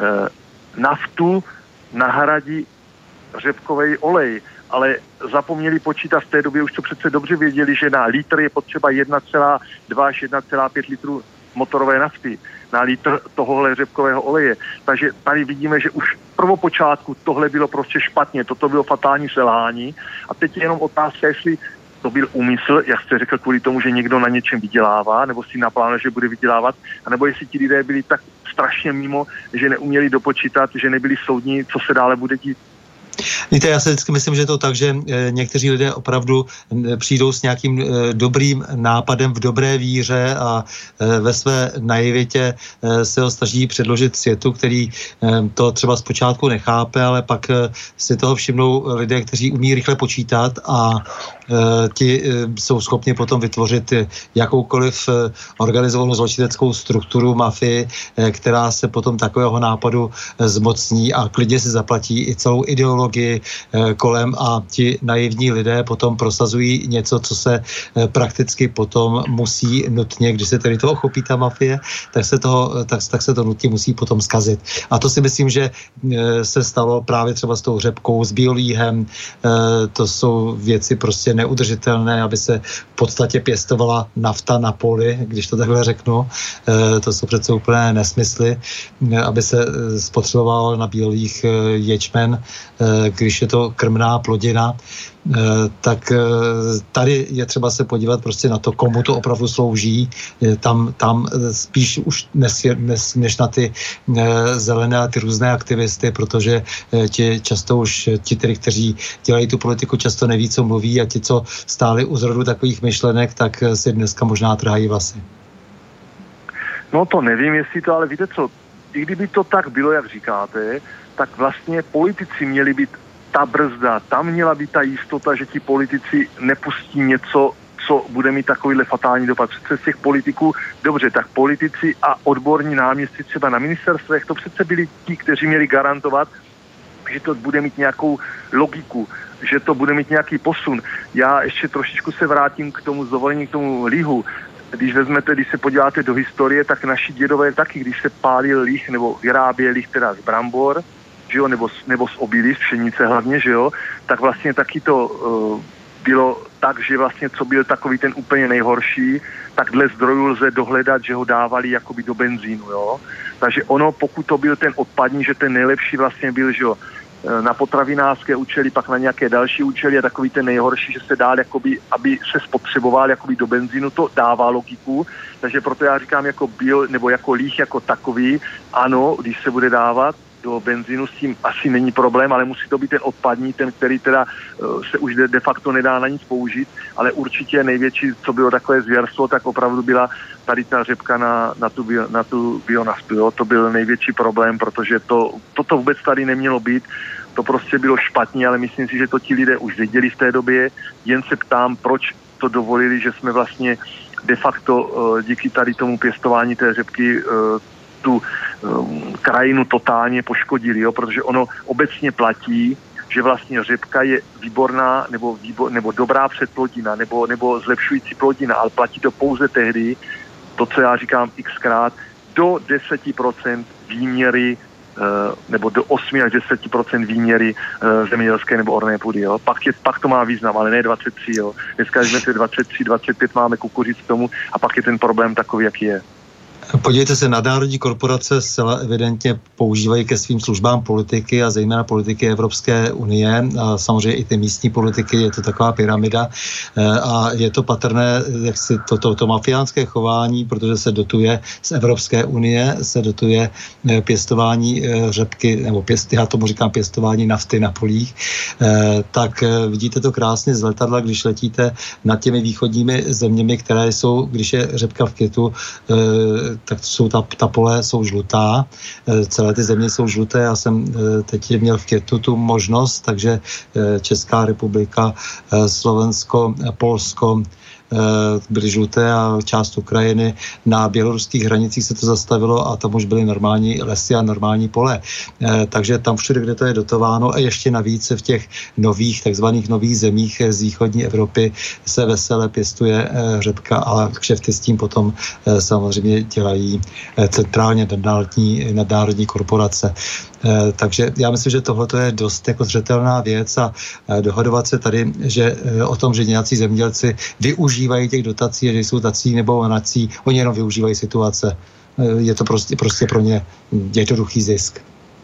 naftu nahradí řepkový olej, ale zapomněli počítat v té době, už to přece dobře věděli, že na litr je potřeba 1,2 až 1,5 litru motorové nafty, na litr tohohle řepkového oleje. Takže tady vidíme, že už prvopočátku tohle bylo prostě špatně, toto bylo fatální selhání a teď je jenom otázka, jestli to byl úmysl, jak jste řekl, kvůli tomu, že někdo na něčem vydělává, nebo si naplánuje, že bude vydělávat, anebo jestli ti lidé byli tak strašně mimo, že neuměli dopočítat, že nebyli soudní, co se dále bude dít. Víte, já si vždycky myslím, že je to tak, že někteří lidé opravdu přijdou s nějakým dobrým nápadem v dobré víře a ve své naivitě se ho snaží předložit světu, který to třeba zpočátku nechápe, ale pak si toho všimnou lidé, kteří umí rychle počítat a ti jsou schopni potom vytvořit jakoukoliv organizovanou zločineckou strukturu mafii, která se potom takového nápadu zmocní a klidně si zaplatí i celou ideologii kolem a ti naivní lidé potom prosazují něco, co se prakticky potom musí nutně, když se tedy toho chopí ta mafie, tak se to nutně musí potom zkazit. A to si myslím, že se stalo právě třeba s tou řepkou, s biolíhem. To jsou věci prostě neudržitelné, aby se v podstatě pěstovala nafta na poli, když to takhle řeknu. To jsou přece úplné nesmysly, aby se spotřeboval na biolích ječmen, když je to krmná plodina, tak tady je třeba se podívat prostě na to, komu to opravdu slouží. Tam spíš už než na ty zelené a ty různé aktivisty, protože často už ti, kteří dělají tu politiku, často neví, co mluví a ti, co stáli u zrodu takových myšlenek, tak si dneska možná trhají vlasy. No to nevím, jestli to, ale víte co, i kdyby to tak bylo, jak říkáte, tak vlastně politici měli být ta brzda, tam měla být ta jistota, že ti politici nepustí něco, co bude mít takovýhle fatální dopad. Přece z těch politiků, dobře, tak politici a odborní náměstci třeba na ministerstvech, to přece byli ti, kteří měli garantovat, že to bude mít nějakou logiku, že to bude mít nějaký posun. Já ještě trošičku se vrátím k tomu zdovolení, k tomu lihu. Když vezmete, když se podíváte do historie, tak naši dědové taky, když se pálil líh nebo vyráběl líh teda z brambor, že jo, nebo z obilí, z pšenice hlavně, že jo, tak vlastně taky to bylo tak, že vlastně co byl takový ten úplně nejhorší, tak dle zdrojů lze dohledat, že ho dávali jakoby do benzínu, jo. Takže ono, pokud to byl ten odpadní, že ten nejlepší vlastně byl, že jo, na potravinářské účely, pak na nějaké další účely a takový ten nejhorší, že se dál jakoby, aby se spotřeboval jakoby do benzínu, to dává logiku, takže proto já říkám jako bio, nebo jako líh jako takový, ano, když se bude dávat do benzínu, s tím asi není problém, ale musí to být ten odpadní, ten, který teda se už de facto nedá na nic použít, ale určitě největší, co bylo takové zvěrstvo, tak opravdu byla tady ta řepka na tu bionaftu, jo? To byl největší problém, protože toto vůbec tady nemělo být, to prostě bylo špatně, ale myslím si, že to ti lidé už věděli v té době, jen se ptám, proč to dovolili, že jsme vlastně de facto díky tady tomu pěstování té řepky tu krajinu totálně poškodili, jo? Protože ono obecně platí, že vlastně řepka je výborná nebo dobrá předplodina nebo zlepšující plodina, ale platí to pouze tehdy, to, co já říkám xkrát, do 10% výměry nebo do 8 až 10% výměry zemědělské nebo orné půdy. Jo? Pak to má význam, ale ne 23. Jo? Dneska jsme 23, 25 máme kukuřic k tomu a pak je ten problém takový, jaký je. Podívejte se, nadnárodní korporace zcela evidentně používají ke svým službám politiky a zejména politiky Evropské unie a samozřejmě i ty místní politiky, je to taková pyramida a je to patrné, jak si to mafiánské chování, protože se dotuje z Evropské unie, se dotuje pěstování řepky, nebo já tomu říkám pěstování nafty na polích, tak vidíte to krásně z letadla, když letíte nad těmi východními zeměmi, které jsou, když je řepka v květu, tak ta pole jsou žlutá, celé ty země jsou žluté, já jsem teď měl v květnu tu možnost, takže Česká republika, Slovensko, Polsko byly žluté a část Ukrajiny, na běloruských hranicích se to zastavilo a tam už byly normální lesy a normální pole. Takže tam všude, kde to je dotováno a ještě navíc v těch takzvaných nových zemích z východní Evropy se vesele pěstuje řepka a kšefty s tím potom samozřejmě dělají centrálně nadnárodní korporace. Takže já myslím, že tohle je dost jako zřetelná věc a dohadovat se tady, že o tom, že nějací zemědělci využívají těch dotací, že jsou tací nebo onací, oni jenom využívají situace. Je to prostě pro ně jednoduchý zisk.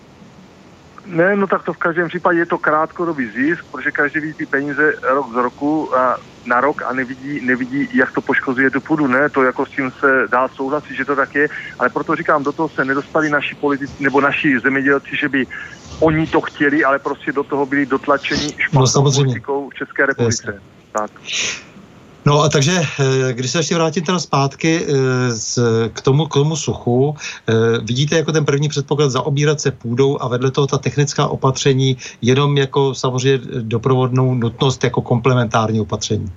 Ne, no tak to v každém případě je to krátkodobý zisk, protože každý vidí ty peníze rok z roku na rok a nevidí, jak to poškozuje tu půdu. Ne, to jako s tím se dá souhlasit, že to tak je, ale proto říkám, do toho se nedostali naši politici nebo naši zemědělci, že by oni to chtěli, ale prostě do toho byli dotlačeni špatnou politikou v České republice. Tak. No a takže, když se ještě vrátím teda zpátky k tomu suchu, vidíte jako ten první předpoklad zaobírat se půdou a vedle toho ta technická opatření jenom jako samozřejmě doprovodnou nutnost jako komplementární opatření?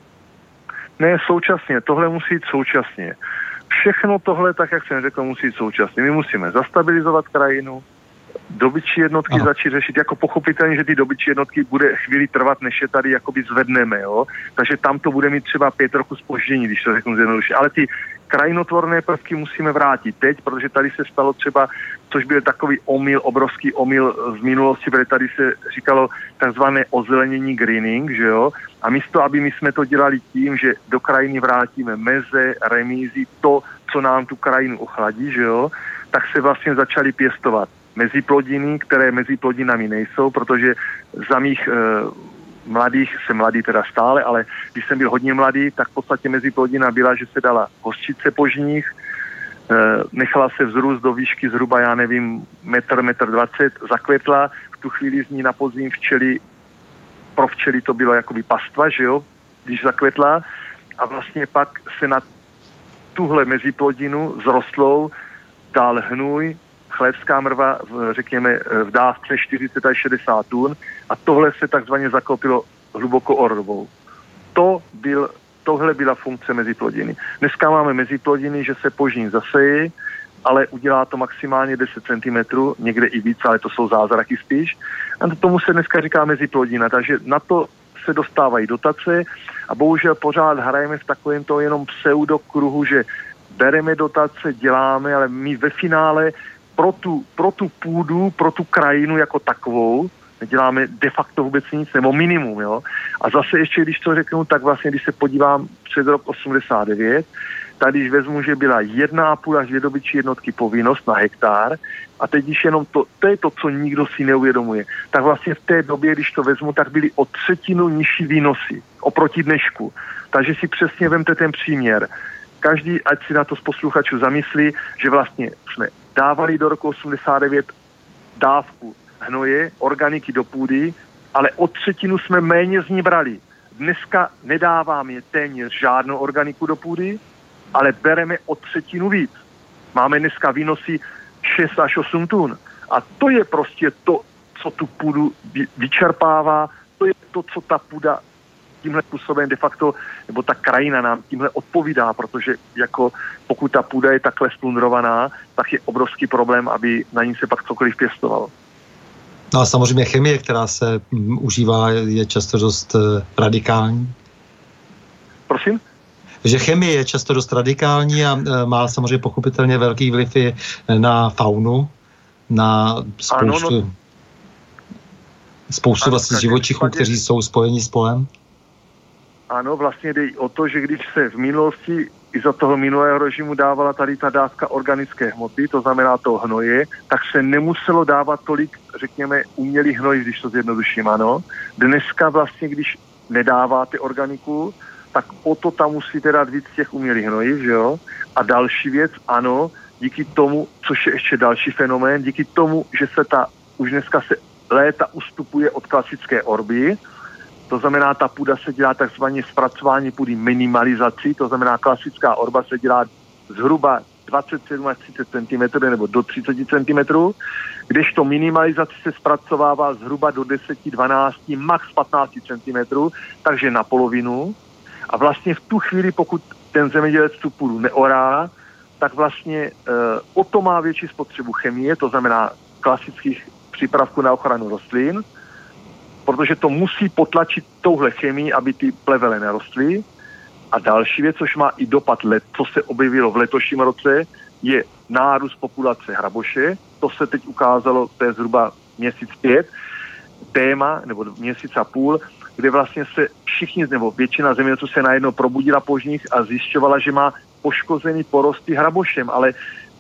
Ne, současně. Tohle musí jít současně. Všechno tohle, tak jak jsem řekl, musí jít současně. My musíme zastabilizovat krajinu, dobytčí jednotky začít řešit, jako pochopitelně, že ty dobytčí jednotky bude chvíli trvat, než je tady jakoby zvedneme, jo. Takže tam to bude mít třeba 5 roků zpoždění, když to řeknu zjednoduše. Ale ty krajinotvorné prvky musíme vrátit teď, protože tady se stalo třeba, což byl takový obrovský omyl z minulosti, protože tady se říkalo takzvané ozelenění greening, že jo. A místo, aby my jsme to dělali tím, že do krajiny vrátíme meze, remízy, to, co nám tu krajinu ochladí, že jo, tak se vlastně začaly pěstovat meziplodiny, které meziplodinami nejsou, protože za mých mladých, jsem mladý teda stále, ale když jsem byl hodně mladý, tak v podstatě meziplodina byla, že se dala hořčice po žních, nechala se vzrůst do výšky zhruba, já nevím, metr 20, zakvetla, v tu chvíli z ní na podzim pro včely to bylo jakoby pastva, že jo, když zakvetla a vlastně pak se na tuhle meziplodinu zrostlou dal hnůj, chlévská mrva, řekněme, v dávce 40 až 60 tun a tohle se takzvaně zakopilo hluboko orvou. Tohle byla funkce meziplodiny. Dneska máme meziplodiny, že se požín zasejí, ale udělá to maximálně 10 cm, někde i víc, ale to jsou zázraky spíš. A tomu se dneska říká meziplodina, takže na to se dostávají dotace a bohužel pořád hrajeme v takovém to jenom pseudokruhu, že bereme dotace, děláme, ale my ve finále pro tu půdu, pro tu krajinu jako takovou, Neděláme de facto vůbec nic, nebo minimum, jo. A zase ještě, když to řeknu, tak vlastně, když se podívám před rok 89, tady když vezmu, že byla 1,5 až 2 dobytčí jednotky povinnost na hektar, a teď když jenom to je to, co nikdo si neuvědomuje, tak vlastně v té době, když to vezmu, tak byly o 1/3 nižší výnosy oproti dnešku. Takže si přesně vemte ten příměr. Každý, ať si na to z posluchačů zamyslí, že vlastně jsme dávali do roku 89 dávku hnoje, organiky do půdy, ale o 1/3 jsme méně z ní brali. Dneska nedáváme téměř žádnou organiku do půdy, ale bereme o 1/3 víc. Máme dneska výnosy 6 až 8 tun. A to je prostě to, co tu půdu vyčerpává, to je to, co ta půda tímhle způsobem de facto, nebo ta krajina nám tímhle odpovídá, protože jako pokud ta půda je takhle splundrovaná, tak je obrovský problém, aby na ní se pak cokoliv pěstovalo. No a samozřejmě chemie, která se užívá, je často dost radikální. Prosím? Že chemie je často dost radikální a má samozřejmě pochopitelně velký vliv i na faunu, na spoustu vlastně živočichů, kteří jsou spojeni s polem. Ano, vlastně jde o to, že když se v minulosti i za toho minulého režimu dávala tady ta dávka organické hmoty, to znamená to hnoje, tak se nemuselo dávat tolik, řekněme, umělý hnoj, když to zjednoduším, ano. Dneska vlastně, když nedáváte organiku, tak o to tam musíte dát víc těch umělých hnojiv, že jo? A další věc, ano, díky tomu, což je ještě další fenomén, díky tomu, že už dneska se léta ustupuje od klasické orby, to znamená, ta půda se dělá takzvaně zpracování půdy minimalizací, to znamená, klasická orba se dělá zhruba 27 až 30 cm nebo do 30 cm, kdežto minimalizace se zpracovává zhruba do 10, 12, max 15 cm, takže na polovinu. A vlastně v tu chvíli, pokud ten zemědělec tu půdu neorá, tak vlastně o to má větší spotřebu chemie, to znamená klasických přípravků na ochranu rostlin, protože to musí potlačit touhle chemii, aby ty plevele nerostly. A další věc, což má i dopad co se objevilo v letošním roce, je nárůst populace hraboše. To se teď ukázalo, to je zhruba měsíc 5, téma, nebo měsíc a půl, kde vlastně se všichni, nebo většina zemědělců se najednou probudila po nich a zjišťovala, že má poškozený porosty hrabošem, ale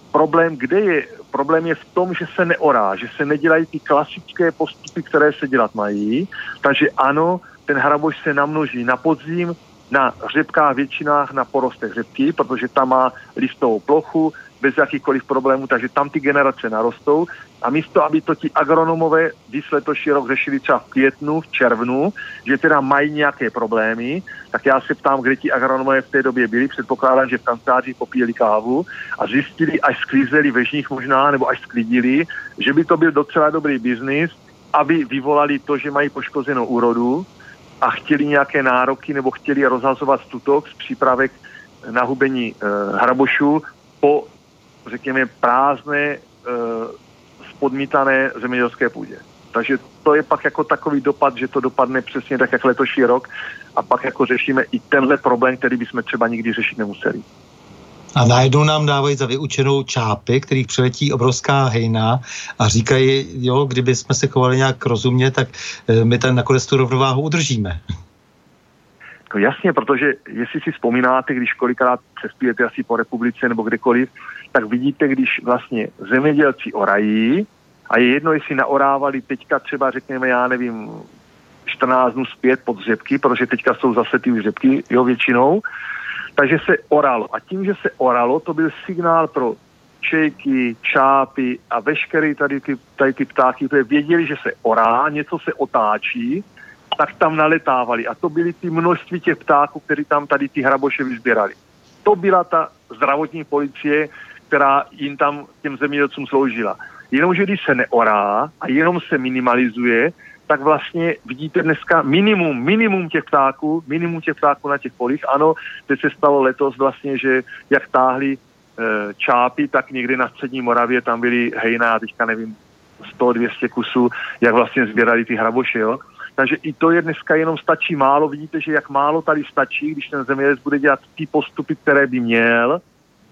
Problém je v tom, že se neorá, že se nedělají ty klasické postupy, které se dělat mají. Takže ano, ten hraboš se namnoží na podzim, na hřebkách většinách, na porostech hřebky, protože tam má listovou plochu, bez jakýchkoliv problémů, takže tam ty generace narostou. A místo, aby to ti agronomové letošní rok řešili třeba v květnu, v červnu, že teda mají nějaké problémy, tak já se ptám, kde ti agronomové v té době byli, předpokládám, že v kanceláři popíjeli kávu a zjistili, až sklízeli vežních možná, nebo až sklidili, že by to byl docela dobrý biznis, aby vyvolali to, že mají poškozenou úrodu a chtěli nějaké nároky, nebo chtěli rozhazovat stutok z přípravek na hubení hrabošů po, řekněme, prázdné, spodmítané zemědělské půdě. Takže to je pak jako takový dopad, že to dopadne přesně tak, jak letošní rok a pak jako řešíme i tenhle problém, který bychom třeba nikdy řešit nemuseli. A najednou nám dávají za vyučenou čápy, kterých přiletí obrovská hejna a říkají, jo, kdyby jsme se chovali nějak rozumně, tak my tam nakonec tu rovnováhu udržíme. No jasně, protože jestli si vzpomínáte, když kolikrát cestujete asi po republice nebo kdekoliv, tak vidíte, když vlastně zemědělci orají a je jedno, jestli naorávali teďka třeba, řekněme, já nevím, 14 dnů zpět pod hřebky, protože teďka jsou zase ty hřebky, jo, většinou, takže se oralo. A tím, že se oralo, to byl signál pro čejky, čápy a veškeré tady ty ptáky, které věděli, že se orá, něco se otáčí, tak tam naletávali. A to byly ty množství těch ptáků, který tam tady ty hraboše vyzběrali. To byla ta zdravotní policie, která jim tam těm zemědělcům sloužila. Jenomže když se neorá a jenom se minimalizuje, tak vlastně vidíte dneska minimum těch ptáků na těch polích. Ano, teď se stalo letos vlastně, že jak táhli čápy, tak někdy na střední Moravě tam byly hejna, teďka nevím, 100-200 kusů, jak vlastně sbírali ty hraboše, jo. Takže i to je dneska jenom stačí málo. Vidíte, že jak málo tady stačí, když ten zemědělec bude dělat ty postupy, které by měl,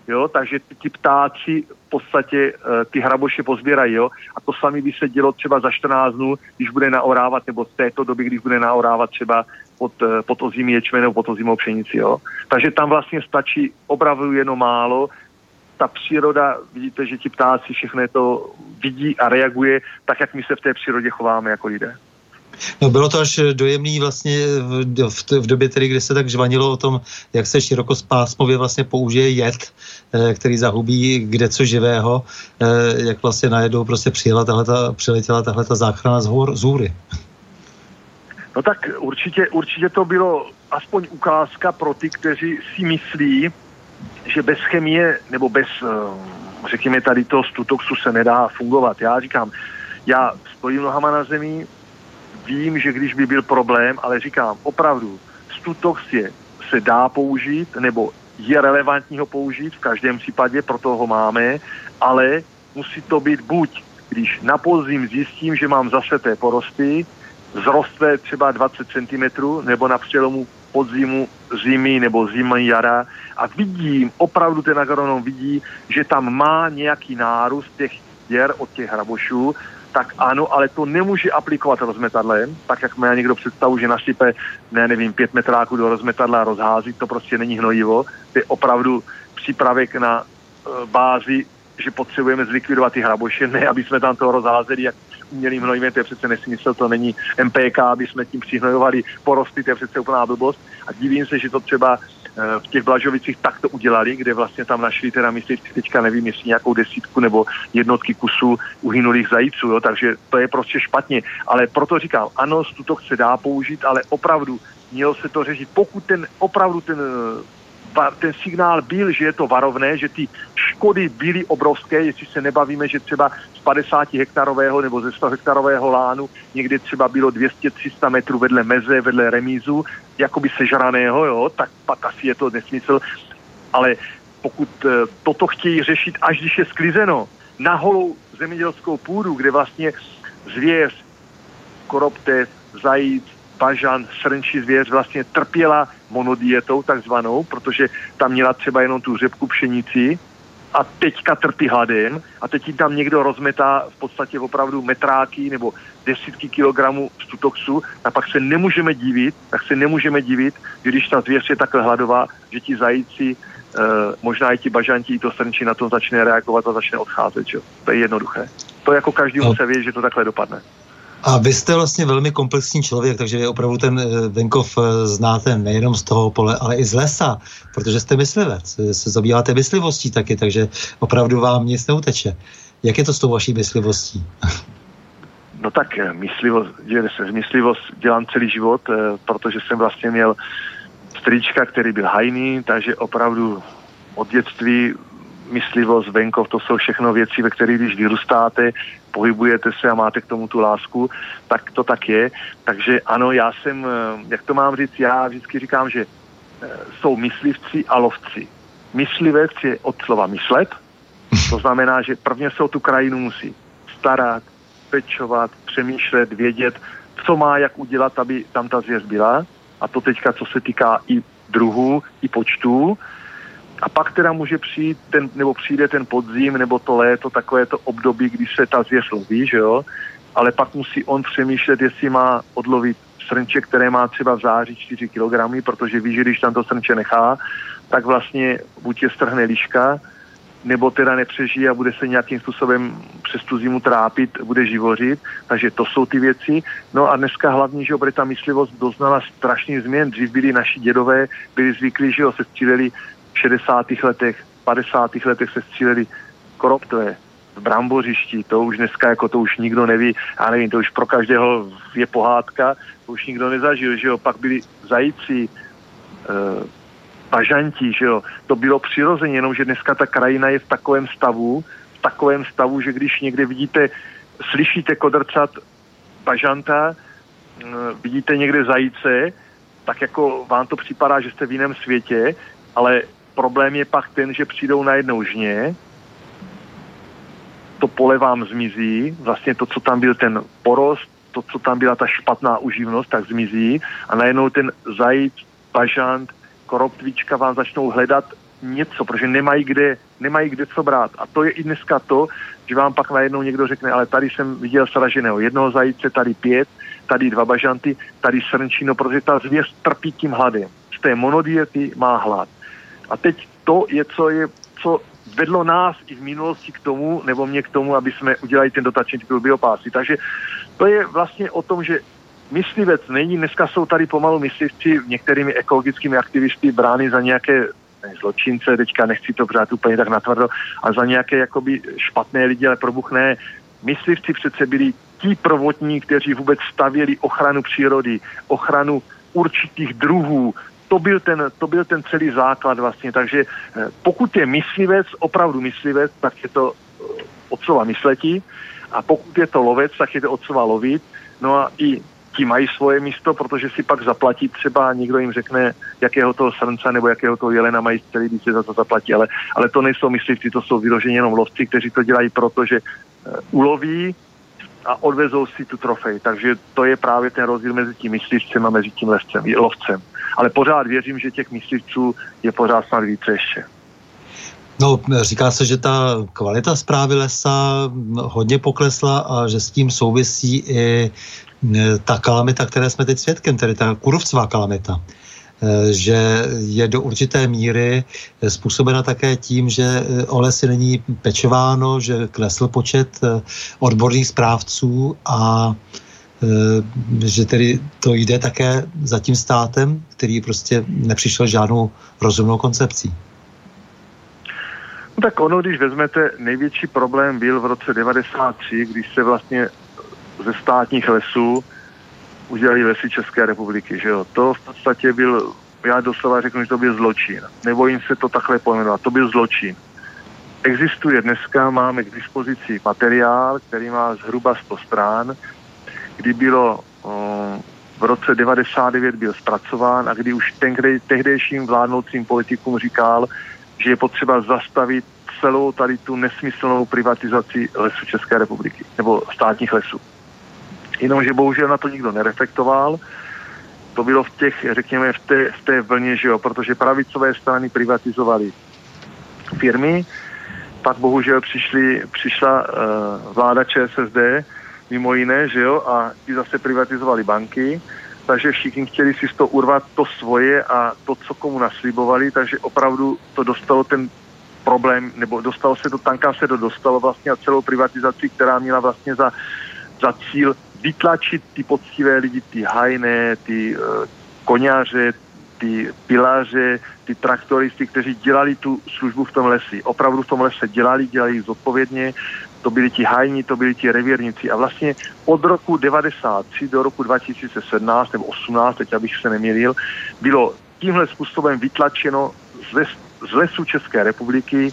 jo, takže ti ptáci v podstatě ty hraboše pozběrají, jo, a to samé by se dělo třeba za 14 dnů, když bude naorávat, nebo z této doby, když bude naorávat třeba pod ozimý ječmen nebo pod ozimou pšenici, jo. Takže tam vlastně stačí opravdu jenom málo. Ta příroda, vidíte, že ti ptáci všechno to vidí a reaguje tak, jak my se v té přírodě chováme jako lidé. No bylo to až dojemný vlastně v době, tedy, kdy se tak žvanilo o tom, jak se širokopásmově vlastně použije jed, který zahubí kdeco živého, jak vlastně najednou prostě přiletěla tahleta záchrana z hůry. No tak určitě to bylo aspoň ukázka pro ty, kteří si myslí, že bez chemie nebo bez, řekněme tady toho Stutoxu se nedá fungovat. Já říkám, já stojím nohama na zemi, vím, že když by byl problém, ale říkám, opravdu, Stutox se dá použít, nebo je relevantní ho použít, v každém případě, proto ho máme, ale musí to být buď, když na podzim zjistím, že mám zaseté porosty, zrostlé třeba 20 cm, nebo na přelomu podzimu, zimy nebo zimy, jara a vidím, opravdu ten agronom vidí, že tam má nějaký nárůst těch děr od těch hrabošů, tak ano, ale to nemůže aplikovat rozmetadlem, tak jak má někdo představu, že nasype, 5 metráků do rozmetadla a rozhází, to prostě není hnojivo, to je opravdu přípravek na bázi, že potřebujeme zlikvidovat ty hraboše, ne, aby jsme tam toho rozházeli, jak umělým hnojivem, to je přece nesmysl, to není MPK, aby jsme tím přihnojovali porosty, to je přece úplná blbost. A divím se, že to třeba v těch Blažovicích takto udělali, kde vlastně tam našli teda myslivci, teďka nevím, jestli nějakou 10 nebo jednotky kusů uhynulých zajíců, jo, takže to je prostě špatně. Ale proto říkám, ano, Stutox se dá použít, ale opravdu mělo se to řešit, pokud ten signál byl, že je to varovné, že ty škody byly obrovské, jestli se nebavíme, že třeba z 50 hektarového nebo ze 100 hektarového lánu někde třeba bylo 200-300 metrů vedle meze, vedle remízu, jakoby sežraného, jo, tak pak asi je to nesmysl. Ale pokud toto chtějí řešit, až když je sklizeno na holou zemědělskou půdu, kde vlastně zvěř, koroptev, zajíc, bažan, srnčí zvěř vlastně trpěla monodietou takzvanou, protože tam měla třeba jenom tu řepku pšenici a teďka trpí hladem a teď jim tam někdo rozmetá v podstatě opravdu metráky nebo desítky kilogramů Stutoxu a pak se nemůžeme divit, že když ta zvěř je takhle hladová, že ti zajíci, možná i ti bažanti, i to srnčí na to začne reagovat a začne odcházet. Že? To je jednoduché. To jako každý musí vědět, že to takhle dopadne. A vy jste vlastně velmi komplexní člověk, takže vy opravdu ten venkov znáte nejenom z toho pole, ale i z lesa, protože jste myslivec, se zabýváte myslivostí taky, takže opravdu vám nic neuteče. Jak je to s tou vaší myslivostí? No tak myslivost dělám celý život, protože jsem vlastně měl strýčka, který byl hajný, takže opravdu od dětství myslivost, venkov, to jsou všechno věci, ve kterých když vyrůstáte, pohybujete se a máte k tomu tu lásku, tak to tak je. Takže ano, já jsem, jak to mám říct, já vždycky říkám, že jsou myslivci a lovci. Myslivec je od slova myslet, to znamená, že prvně se o tu krajinu musí starat, pečovat, přemýšlet, vědět, co má jak udělat, aby tam ta zvěř byla. A to teďka, co se týká i druhů, i počtů. A pak teda může přijde ten podzim, nebo to léto, takové to období, kdy se ta zvěř loví, že jo? Ale pak musí on přemýšlet, jestli má odlovit srnče, které má třeba v září 4 kg, protože ví, že když tam to srnče nechá, tak vlastně buď je strhne liška, nebo teda nepřežije a bude se nějakým způsobem přes tu zimu trápit, bude živořit, takže to jsou ty věci. No a dneska hlavně, že ta myslivost doznala strašných změn. Dřív byli naši dědové, byli zvyklí, že se stříleli v 60. letech, 50. letech se stříleli koroptové v brambořišti, to už dneska jako to už nikdo neví, já nevím, to už pro každého je pohádka, to už nikdo nezažil, že jo, pak byli zajíci, bažanti, že jo, to bylo přirozeně, jenomže dneska ta krajina je v takovém stavu, že když někde vidíte, slyšíte kodrcat bažanta, vidíte někde zajíce, tak jako vám to připadá, že jste v jiném světě, ale problém je pak ten, že přijdou najednou žně, to pole vám zmizí, vlastně to, co tam byl ten porost, to, co tam byla ta špatná uživnost, tak zmizí a najednou ten zajíc, bažant, koroptvička vám začnou hledat něco, protože nemají kde co brát. A to je i dneska to, že vám pak najednou někdo řekne, ale tady jsem viděl sraženého jednoho zajíce, tady 5, tady 2 bažanty, tady srnčí, protože ta zvěř trpí tím hladem. Z té monodiety má hlad. A teď to je, co vedlo nás i v minulosti k tomu, nebo mě k tomu, aby jsme udělali ten dotační titul biopásy. Takže to je vlastně o tom, že myslivec není, dneska jsou tady pomalu myslivci některými ekologickými aktivisty brány za nějaké zločince, teďka nechci to brát úplně tak natvrdo, a za nějaké jakoby špatné lidi, ale probuchné. Myslivci přece byli ti prvotní, kteří vůbec stavěli ochranu přírody, ochranu určitých druhů. To byl ten celý základ vlastně, takže pokud je myslivec, opravdu myslivec, tak je to od slova mysletí, a pokud je to lovec, tak je to od slova lovit. No a i ti mají svoje místo, protože si pak zaplatí, třeba někdo jim řekne, jakého toho srnce nebo jakého toho jelena mají celý, když se za to zaplatí, ale to nejsou myslivci, to jsou vyloženě jenom lovci, kteří to dělají proto, že uloví a odvezou si tu trofej. Takže to je právě ten rozdíl mezi tím myslivcem a mezi tím lovcem. Ale pořád věřím, že těch myslivců je pořád snad více ještě. No, říká se, že ta kvalita správy lesa hodně poklesla a že s tím souvisí i ta kalamita, které jsme teď svědkem, tedy ta kůrovcová kalamita, že je do určité míry způsobena také tím, že o lesy není pečováno, že klesl počet odborných správců a že tedy to jde také za tím státem, který prostě nepřišel žádnou rozumnou koncepcí. No tak ono, když vezmete, největší problém byl v roce 93, když se vlastně ze státních lesů udělali lesy České republiky, že jo. To v podstatě byl, já doslova řeknu, že to byl zločin. Nebojím se to takhle pojmenovat, to byl zločin. Existuje dneska, máme k dispozici materiál, který má zhruba 100 strán, kdy bylo v roce 99 byl zpracován a kdy už tehdejším vládnoucím politikům říkal, že je potřeba zastavit celou tady tu nesmyslnou privatizaci lesů České republiky, nebo státních lesů. Jenomže bohužel na to nikdo nereflektoval. To bylo v těch, řekněme, v té vlně, že jo, protože pravicové strany privatizovaly firmy, pak bohužel přišla vláda ČSSD, mimo jiné, že jo, a ti zase privatizovali banky, takže všichni chtěli si z toho urvat to svoje a to, co komu naslibovali, takže opravdu to dostalo ten problém, nebo dostalo se do tanka, se to dostalo vlastně a celou privatizaci, která měla vlastně za cíl vytlačit ty poctivé lidi, ty hajné, ty koňaře, ty pilaře, ty traktoristy, kteří dělali tu službu v tom lesi. Opravdu v tom lese dělali zodpovědně, to byli ti hajní, to byli ti revírníci. A vlastně od roku 1993 do roku 2017 nebo 18, teď abych se nemýlil, bylo tímhle způsobem vytlačeno z lesů České republiky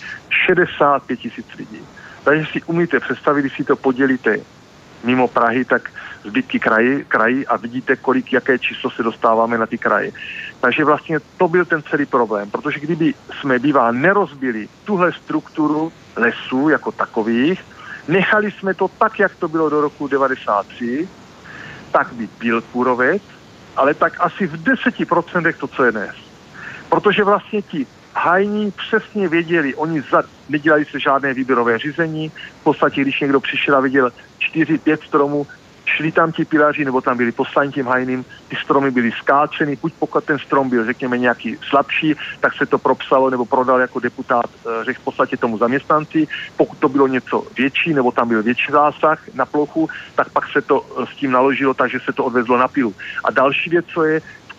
65 000 lidí. Takže si umíte představit, když si to podělíte mimo Prahy, tak zbytky kraji a vidíte, jaké číslo se dostáváme na ty kraje. Takže vlastně to byl ten celý problém, protože kdyby jsme nerozbili tuhle strukturu lesů jako takových, nechali jsme to tak, jak to bylo do roku 1993, tak by byl kůrovec, ale tak asi v 10% to, co je dnes. Protože vlastně ti hajní přesně věděli, oni nedělali se žádné výběrové řízení, v podstatě, když někdo přišel a viděl 4-5 stromů, šli tam ti pilaři, nebo tam byli poslani tím hajným, ty stromy byly skáčeny, buď pokud ten strom byl, řekněme, nějaký slabší, tak se to propsalo nebo prodal jako deputát, řekl v podstatě tomu zaměstnanci, pokud to bylo něco větší, nebo tam byl větší zásah na plochu, tak pak se to s tím naložilo, takže se to odvezlo na pilu. A další věc, co je, v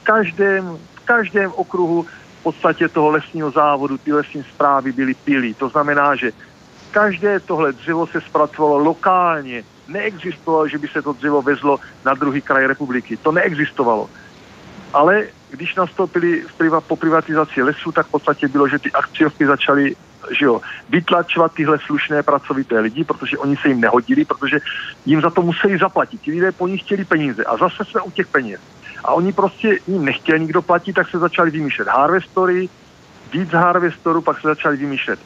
každém okruhu v podstatě toho lesního závodu, ty lesní správy byly pily. To znamená, že každé tohle dřevo se zpracovalo lokálně. Neexistovalo, že by se to dřevo vezlo na druhý kraj republiky. To neexistovalo. Ale když nastoupili po privatizaci lesů, tak v podstatě bylo, že ty akciovky začaly vytlačovat tyhle slušné pracovité lidi, protože oni se jim nehodili, protože jim za to museli zaplatit. Ti lidé po nich chtěli peníze. A zase jsme u těch peněz. A oni prostě jim nechtěli nikdo platit, tak se začali vymýšlet harvestory, víc harvestorů, pak se začali vymýšlet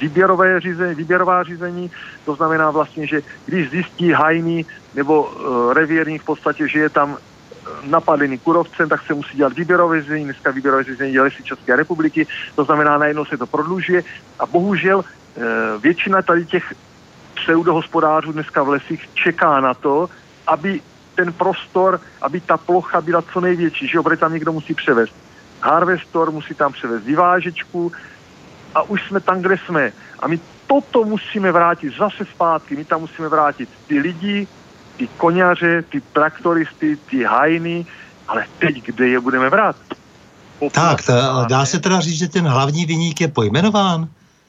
výběrová řízení, to znamená vlastně, že když zjistí hajný nebo revírník v podstatě, že je tam napadený kůrovcem, tak se musí dělat výběrové řízení. Dneska výběrové řízení dělají si České republiky, to znamená, najednou se to prodlužuje a bohužel většina tady těch pseudohospodářů dneska v lesích čeká na to, aby ten prostor, aby ta plocha byla co největší, že protože tam někdo musí převést harvestor, musí tam převést vyvážečku a už jsme tam, kde jsme. A my toto musíme vrátit zase zpátky, my tam musíme vrátit ty lidi, ty koňaře, ty traktoristy, ty hajny, ale teď, kde je budeme vrát? Tak, dá se teda říct, že ten hlavní viník je pojmenován?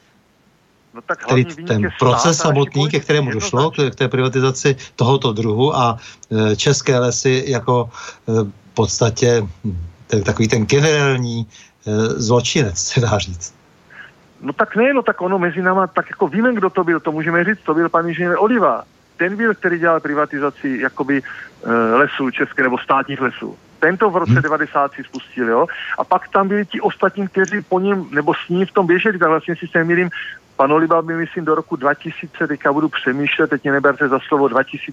No tak který ten proces samotný, ke kterému došlo, k té privatizaci tohoto druhu a České lesy jako v podstatě takový ten generální zločinec, se dá říct. No tak ne, no tak ono mezi náma, tak jako víme, kdo to byl, to můžeme říct, to byl pan inženýr Oliva. Ten byl, který dělal privatizaci jakoby lesů české nebo státních lesů. Tento v roce 90 spustil, jo. A pak tam byli ti ostatní, kteří po něm, nebo s ním v tom běželi, tak vlastně si se milím, pan Oliva by, myslím, do roku 2000, teďka budu přemýšlet, teď mě neberte za slovo,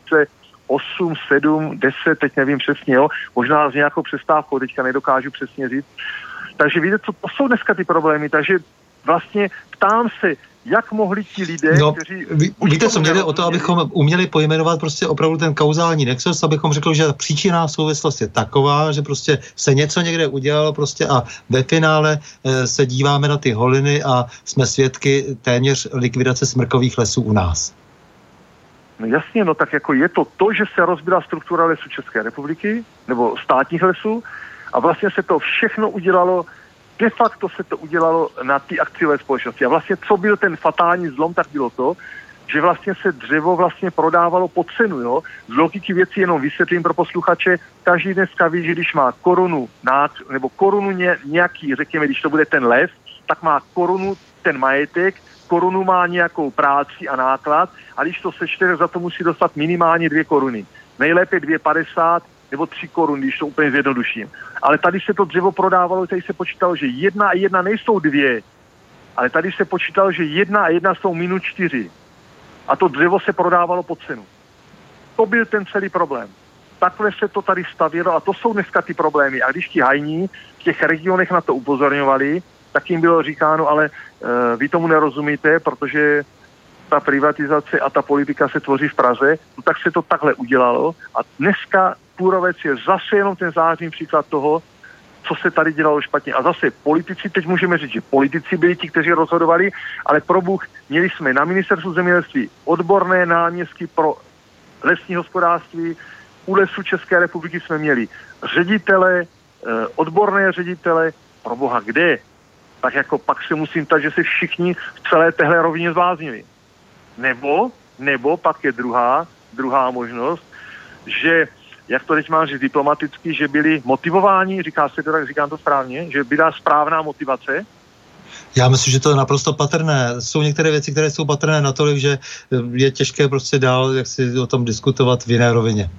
2008, 7, 10, teď nevím přesně, jo. Možná s nějakou přestávkou, teďka nedokážu přesně říct. Takže víte, co to jsou dneska ty problémy, takže vlastně ptám se, jak mohli ti lidé, kteří... Víte, co mě jde o to, abychom uměli pojmenovat prostě opravdu ten kauzální nexus, abychom řekli, že příčinná souvislost je taková, že prostě se něco někde udělalo prostě a ve finále se díváme na ty holiny a jsme svědky téměř likvidace smrkových lesů u nás. No jasně, no tak jako je to, že se rozbila struktura lesů České republiky, nebo státních lesů a vlastně se to všechno udělalo, de facto se to udělalo na ty akciové společnosti. A vlastně co byl ten fatální zlom, tak bylo to, že vlastně se dřevo vlastně prodávalo po cenu, jo. Z logiky věcí jenom vysvětlím pro posluchače, každý dneska ví, že když má korunu nebo korunu nějaký, řekněme, když to bude ten les, tak má korunu ten majetek, korunu má nějakou práci a náklad a když to sečte, za to musí dostat minimálně 2 koruny. Nejlépe 2,50 nebo 3 koruny, když to úplně zjednoduším. Ale tady se to dřevo prodávalo, tady se počítalo, že 1 a 1 nejsou 2, ale tady se počítalo, že 1 a 1 jsou minus 4. A to dřevo se prodávalo po cenu. To byl ten celý problém. Takhle se to tady stavělo a to jsou dneska ty problémy. A když ti hajní v těch regionech na to upozorňovali, tak jim bylo říkáno, ale vy tomu nerozumíte, protože ta privatizace a ta politika se tvoří v Praze, no tak se to takhle udělalo a dneska kůrovec je zase jenom ten zářný příklad toho, co se tady dělalo špatně. A zase politici, teď můžeme říct, že politici byli ti, kteří rozhodovali, ale pro Bůh, měli jsme na ministerstvu zemědělství odborné náměstky pro lesní hospodářství, u Lesů České republiky jsme měli ředitele, odborné ředitele, pro Boha, kde? Tak jako pak se musím ptát, že se všichni v celé téhle rovině zbláznili. Nebo pak je druhá možnost, že, jak to teď mám říct diplomaticky, že byli motivováni, říká se to tak, říkám to správně, že byla správná motivace. Já myslím, že to je naprosto patrné. Jsou některé věci, které jsou patrné natolik, že je těžké prostě dál, jak si o tom diskutovat v jiné rovině.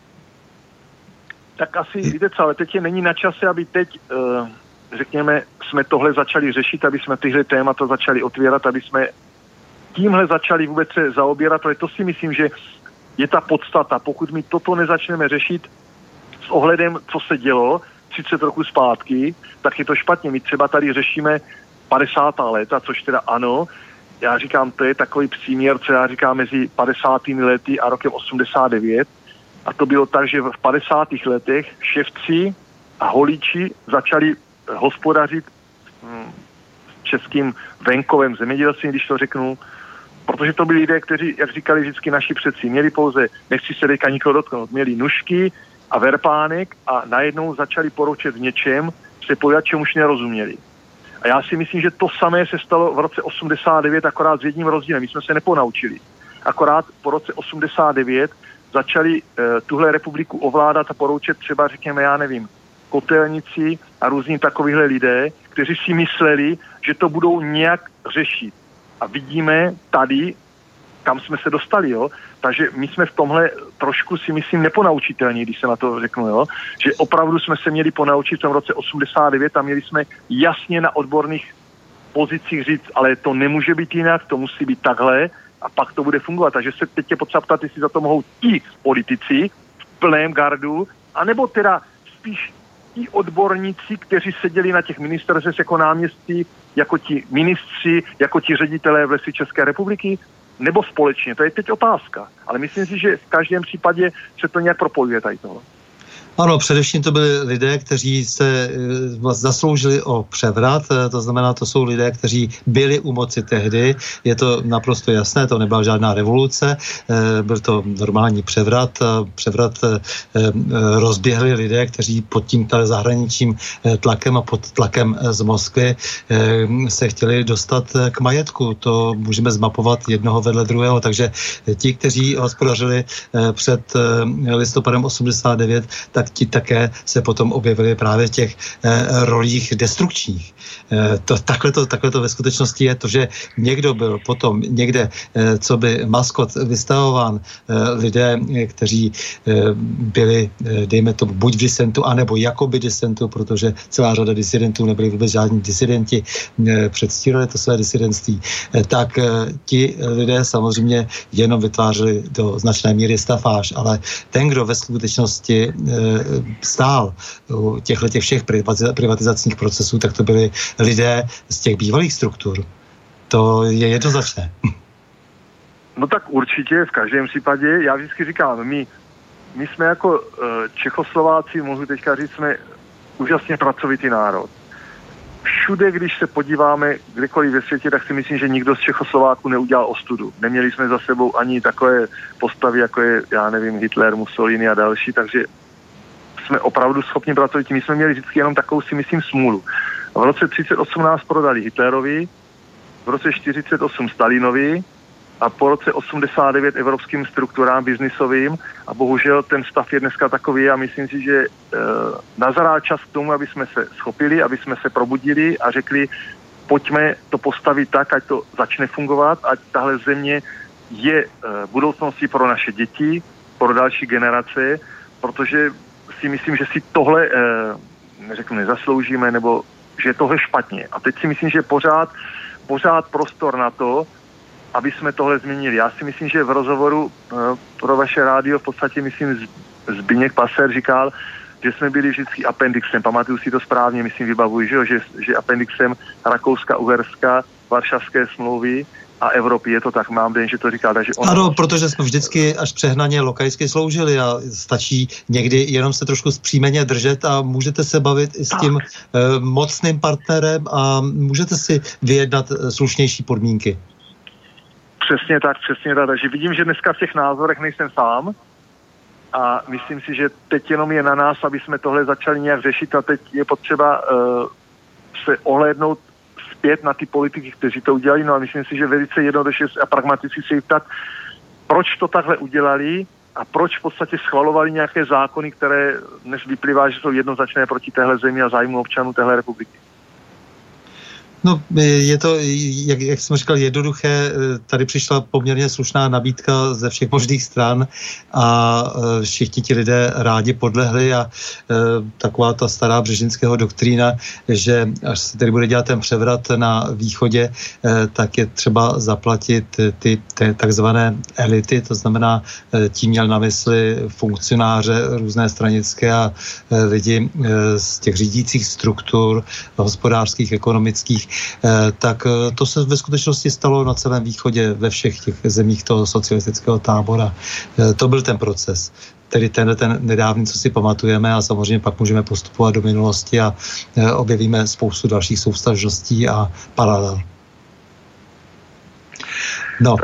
Tak asi, víte co, ale teď není na čase, aby teď, řekněme, jsme tohle začali řešit, aby jsme tyhle témata začali otvírat, aby jsme tímhle začali vůbec se zaobírat, ale to si myslím, že je ta podstata. Pokud my toto nezačneme řešit s ohledem, co se dělo 30 roků zpátky, tak je to špatně. My třeba tady řešíme 50. léta, což teda ano, já říkám, to je takový příměr, co já říkám mezi 50. lety a rokem 89. A to bylo tak, že v 50. letech ševci a holíči začali hospodařit českým venkovém zemědělstvím, když to řeknu, protože to byli lidé, kteří, jak říkali vždycky naši předci, měli pouze, nechci se teďka nikoho dotknout, měli nůžky a verpánek a najednou začali poroučet v něčem, se povídat, čemuž nerozuměli. A já si myslím, že to samé se stalo v roce 89, akorát s jedním rozdílem. My jsme se neponaučili. Akorát po roce 89 začali tuhle republiku ovládat a poroučet třeba, řekněme, já nevím, Kotelnici a různí takovýhle lidé, kteří si mysleli, že to budou nějak řešit. A vidíme tady, kam jsme se dostali, jo. Takže my jsme v tomhle trošku si myslím neponaučitelní, když se na to řeknu, jo. Že opravdu jsme se měli ponaučit v tom roce 89 a měli jsme jasně na odborných pozicích říct, ale to nemůže být jinak, to musí být takhle a pak to bude fungovat. Takže se teď je potřeba ptát, jestli za to mohou ti politici v plném gardu, anebo teda spíš i odborníci, kteří seděli na těch ministerstvech jako náměstci, jako ti ministři, jako ti ředitelé v Lesích České republiky, nebo společně? To je teď otázka. Ale myslím si, že v každém případě se to nějak propojuje tady tohle. Ano, především to byli lidé, kteří se zasloužili o převrat, to znamená, to jsou lidé, kteří byli u moci tehdy, je to naprosto jasné, to nebyla žádná revoluce, byl to normální převrat, rozběhli lidé, kteří pod tím zahraničím tlakem a pod tlakem z Moskvy se chtěli dostat k majetku, to můžeme zmapovat jednoho vedle druhého, takže ti, kteří hospodařili před listopadem 89, tak ti také se potom objevili právě v těch rolích destrukčních. Takhle to ve skutečnosti je to, že někdo byl potom někde, co by maskot vystavován, lidé, kteří byli, dejme tomu, buď v disentu, anebo jakoby disentu, protože celá řada disidentů nebyli vůbec žádní disidenti, předstírali to své disidentství, tak ti lidé samozřejmě jenom vytvářeli do značné míry stafáž, ale ten, kdo ve skutečnosti stál u těchto všech privatizačních procesů, tak to byli lidé z těch bývalých struktur. To je jednoznačné. No tak určitě, v každém případě, já vždycky říkám, my jsme jako Čechoslováci, mohu teďka říct, jsme úžasně pracovitý národ. Všude, když se podíváme kdekoliv ve světě, tak si myslím, že nikdo z Čechoslováků neudělal ostudu. Neměli jsme za sebou ani takové postavy, jako je, já nevím, Hitler, Mussolini a další, takže jsme opravdu schopni pracovití. My jsme měli vždycky jenom takovou, si myslím, smůlu. V roce 38 nás prodali Hitlerovi, v roce 48 Stalinovi a po roce 89 evropským strukturám biznisovým a bohužel ten stav je dneska takový a myslím si, že nazrál čas k tomu, aby jsme se schopili, aby jsme se probudili a řekli, pojďme to postavit tak, ať to začne fungovat, ať tahle země je budoucností pro naše děti, pro další generace, protože si myslím, že si tohle nezasloužíme, nebo že je tohle špatně. A teď si myslím, že pořád prostor na to, aby jsme tohle změnili. Já si myslím, že v rozhovoru pro vaše rádio v podstatě, myslím, Zbyněk Paser říkal, že jsme byli vždycky appendixem. Pamatuju si to správně, myslím, vybavuji, že appendixem Rakouska, Uherska, Varšavské smlouvy a Evropy. Je to tak, mám den, že to říkal. Takže ano, protože jsme vždycky až přehnaně lokajsky sloužili a stačí někdy jenom se trošku zpříjmeně držet a můžete se bavit i s tím mocným partnerem a můžete si vyjednat slušnější podmínky. Přesně tak. Takže vidím, že dneska v těch názorech nejsem sám a myslím si, že teď jenom je na nás, aby jsme tohle začali nějak řešit a teď je potřeba se ohlédnout zpět na ty politiky, kteří to udělali. No a myslím si, že velice jednoduše a pragmaticky se ptat, proč to takhle udělali a proč v podstatě schvalovali nějaké zákony, které dnes vyplývá, že jsou jednoznačné proti téhle zemi a zájmu občanů téhle republiky. No, je to, jak jsem říkal, jednoduché. Tady přišla poměrně slušná nabídka ze všech možných stran a všichni ti lidé rádi podlehli a taková ta stará Břežinského doktrína, že až se tady bude dělat ten převrat na východě, tak je třeba zaplatit ty takzvané elity, to znamená, tím měl na mysli funkcionáře různé stranické a lidi z těch řídících struktur, hospodářských, ekonomických, tak to se ve skutečnosti stalo na celém východě, ve všech těch zemích toho socialistického tábora. To byl ten proces. Tedy ten nedávný, co si pamatujeme a samozřejmě pak můžeme postupovat do minulosti a objevíme spoustu dalších souvztažností a paralel. No.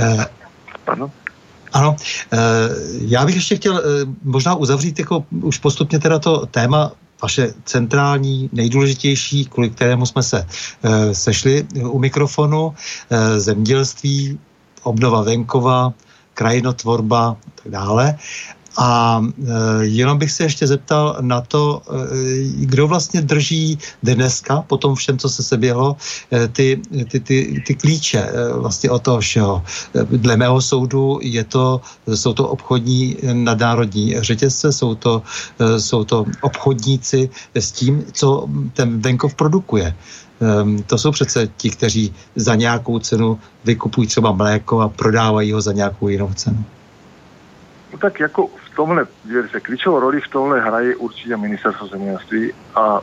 Ano, já bych ještě chtěl možná uzavřít jako už postupně teda to téma vaše centrální, nejdůležitější, kvůli kterému jsme se sešli u mikrofonu, zemědělství, obnova venkova, krajinotvorba a tak dále. A jenom bych se ještě zeptal na to, kdo vlastně drží dneska, po tom všem, co se seběhlo, ty klíče vlastně od toho všeho. Dle mého soudu jsou to obchodní nadnárodní řetězce, jsou to obchodníci s tím, co ten venkov produkuje. To jsou přece ti, kteří za nějakou cenu vykupují třeba mléko a prodávají ho za nějakou jinou cenu. No tak jako v tomhle, klíčovou roli v tomhle hraje určitě ministerstvo zemědělství a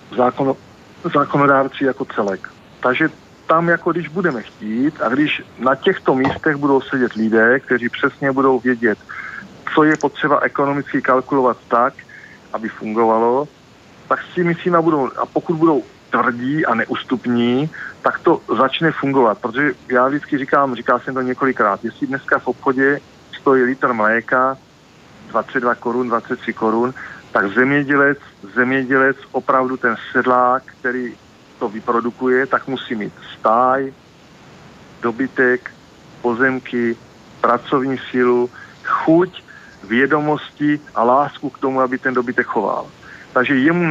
zákonodárci jako celek. Takže tam, jako když budeme chtít a když na těchto místech budou sedět lidé, kteří přesně budou vědět, co je potřeba ekonomicky kalkulovat tak, aby fungovalo, tak si myslím, a pokud budou tvrdí a neústupní, tak to začne fungovat. Protože já vždycky říkal jsem to několikrát, jestli dneska v obchodě stojí litr mléka 22 korun, 23 korun, tak zemědělec, opravdu ten sedlák, který to vyprodukuje, tak musí mít stáj, dobytek, pozemky, pracovní sílu, chuť, vědomosti a lásku k tomu, aby ten dobytek choval. Takže jemu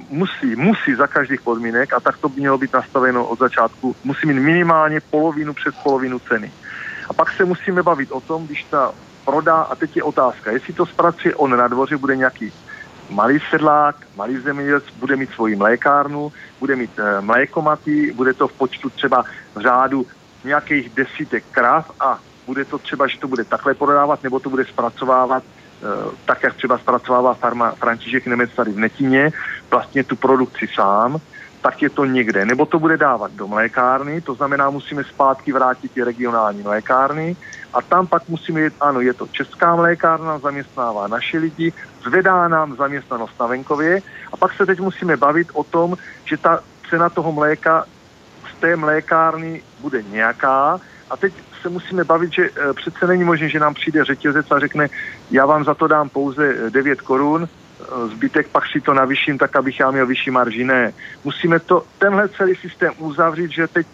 musí za každých podmínek, a tak to by mělo být nastaveno od začátku, musí mít minimálně polovinu přes polovinu ceny. A pak se musíme bavit o tom, když ta prodá, a teď je otázka, jestli to zpracuje on na dvoře, bude nějaký malý sedlák, malý zemědělec, bude mít svoji mlékárnu, bude mít mlékomaty, bude to v počtu třeba v řádu nějakých desítek krav a bude to třeba, že to bude takhle prodávat, nebo to bude zpracovávat tak, jak třeba zpracovává farma František Němec tady v Netíně, vlastně tu produkci sám, tak je to někde. Nebo to bude dávat do mlékárny, to znamená, musíme zpátky vrátit ty regionální mlékárny a tam pak musíme jít, ano, je to česká mlékárna, zaměstnává naše lidi, zvedá nám zaměstnanost na venkově a pak se teď musíme bavit o tom, že ta cena toho mléka z té mlékárny bude nějaká a teď se musíme bavit, že přece není možné, že nám přijde řetězec a řekne, já vám za to dám pouze 9 korun, zbytek pak si to navýším tak, abych já měl vyšší marži. Ne. Musíme tenhle celý systém uzavřít, že teď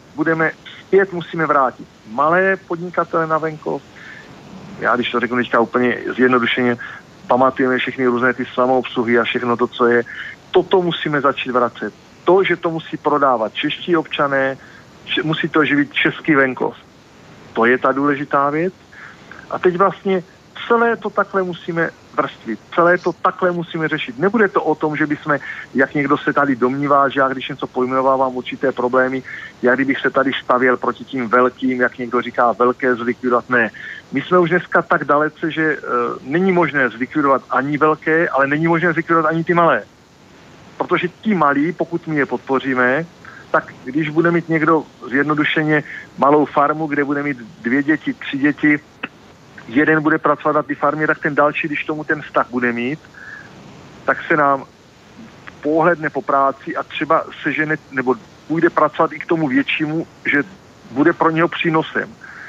musíme vrátit malé podnikatele na venkov. Já když to řeknu teďka úplně zjednodušeně, pamatujeme všechny různé ty samoobsluhy a všechno to, co je. Toto musíme začít vracet. To, že to musí prodávat čeští občané, musí to živit český venkov. To je ta důležitá věc. A teď vlastně celé to takhle musíme vrstvit. Celé to takhle musíme řešit. Nebude to o tom, že bychom, jak někdo se tady domnívá, že já když něco pojmenovávám určité problémy, já kdybych se tady stavěl proti tím velkým, jak někdo říká, velké zlikvidovat. Ne. My jsme už dneska tak dalece, že není možné zlikvidovat ani velké, ale není možné zlikvidovat ani ty malé. Protože ti malí, pokud my je podpoříme, tak když bude mít někdo zjednodušeně malou farmu, kde bude mít 2 děti, 3 děti, jeden bude pracovat na té farmě, tak ten další, když tomu ten vztah bude mít, tak se nám pohledne po práci a třeba sežene, nebo půjde pracovat i k tomu většímu, že bude pro něho přínosem.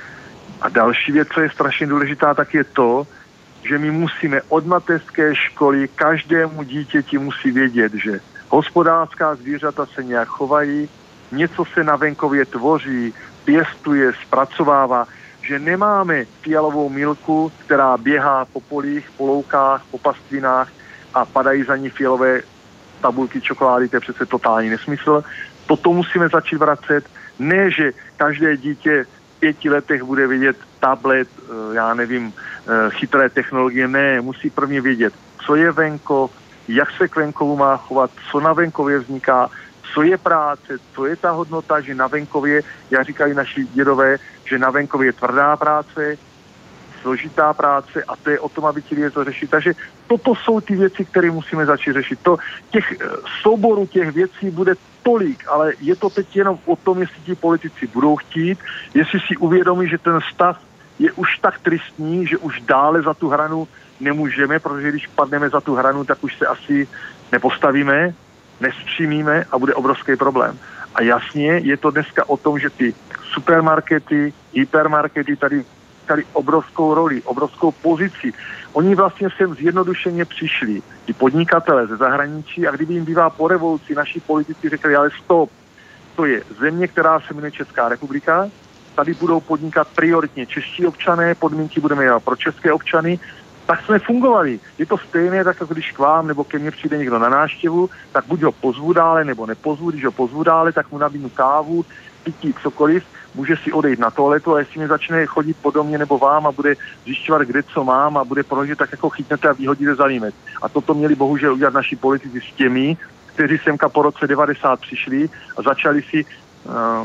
A další věc, co je strašně důležitá, tak je to, že my musíme od mateřské školy každému dítěti musí vědět, že hospodářská zvířata se nějak chovají, něco se na venkově tvoří, pěstuje, zpracovává, že nemáme fialovou milku, která běhá po polích, po loukách, po pastvinách a padají za ní fialové tabulky čokolády, to je přece totální nesmysl. Toto musíme začít vracet. Ne, že každé dítě v 5 letech bude vidět tablet, já nevím, chytré technologie. Ne, musí prvně vědět, co je venkov, jak se k venkovu má chovat, co na venkově vzniká, co je práce, co je ta hodnota, že na venkově, jak říkají naši dědové, že na venkově je tvrdá práce, složitá práce a to je o tom, aby ti lidé to řešili. Takže toto jsou ty věci, které musíme začít řešit. Těch souborů těch věcí bude tolik, ale je to teď jenom o tom, jestli ti politici budou chtít, jestli si uvědomí, že ten stav je už tak tristní, že už dále za tu hranu nemůžeme, protože když padneme za tu hranu, tak už se asi nepostavíme, nespřímíme a bude obrovský problém. A jasně, je to dneska o tom, že ty supermarkety, hypermarkety tady obrovskou roli, obrovskou pozici. Oni vlastně sem zjednodušeně přišli, ty podnikatele ze zahraničí, a kdyby jim bývá po revoluci naši politici řekli, ale stop, to je země, která se jmenuje Česká republika, tady budou podnikat prioritně čeští občané, podmínky budeme dělat pro české občany, tak jsme fungovali. Je to stejné, tak jako když k vám nebo ke mně přijde někdo na návštěvu, tak buď ho pozvu dále, nebo nepozvu. Když ho pozvu dále, tak mu nabídnu kávu, pití, cokoliv, může si odejít na toaletu a jestli mě začne chodit po domě nebo vám a bude zjišťovat, kde co mám a bude prohlížet, tak jako chytnete a vyhodíte za límec. A toto měli bohužel udělat naši politici s těmi, kteří semka po roce 90 přišli a začali si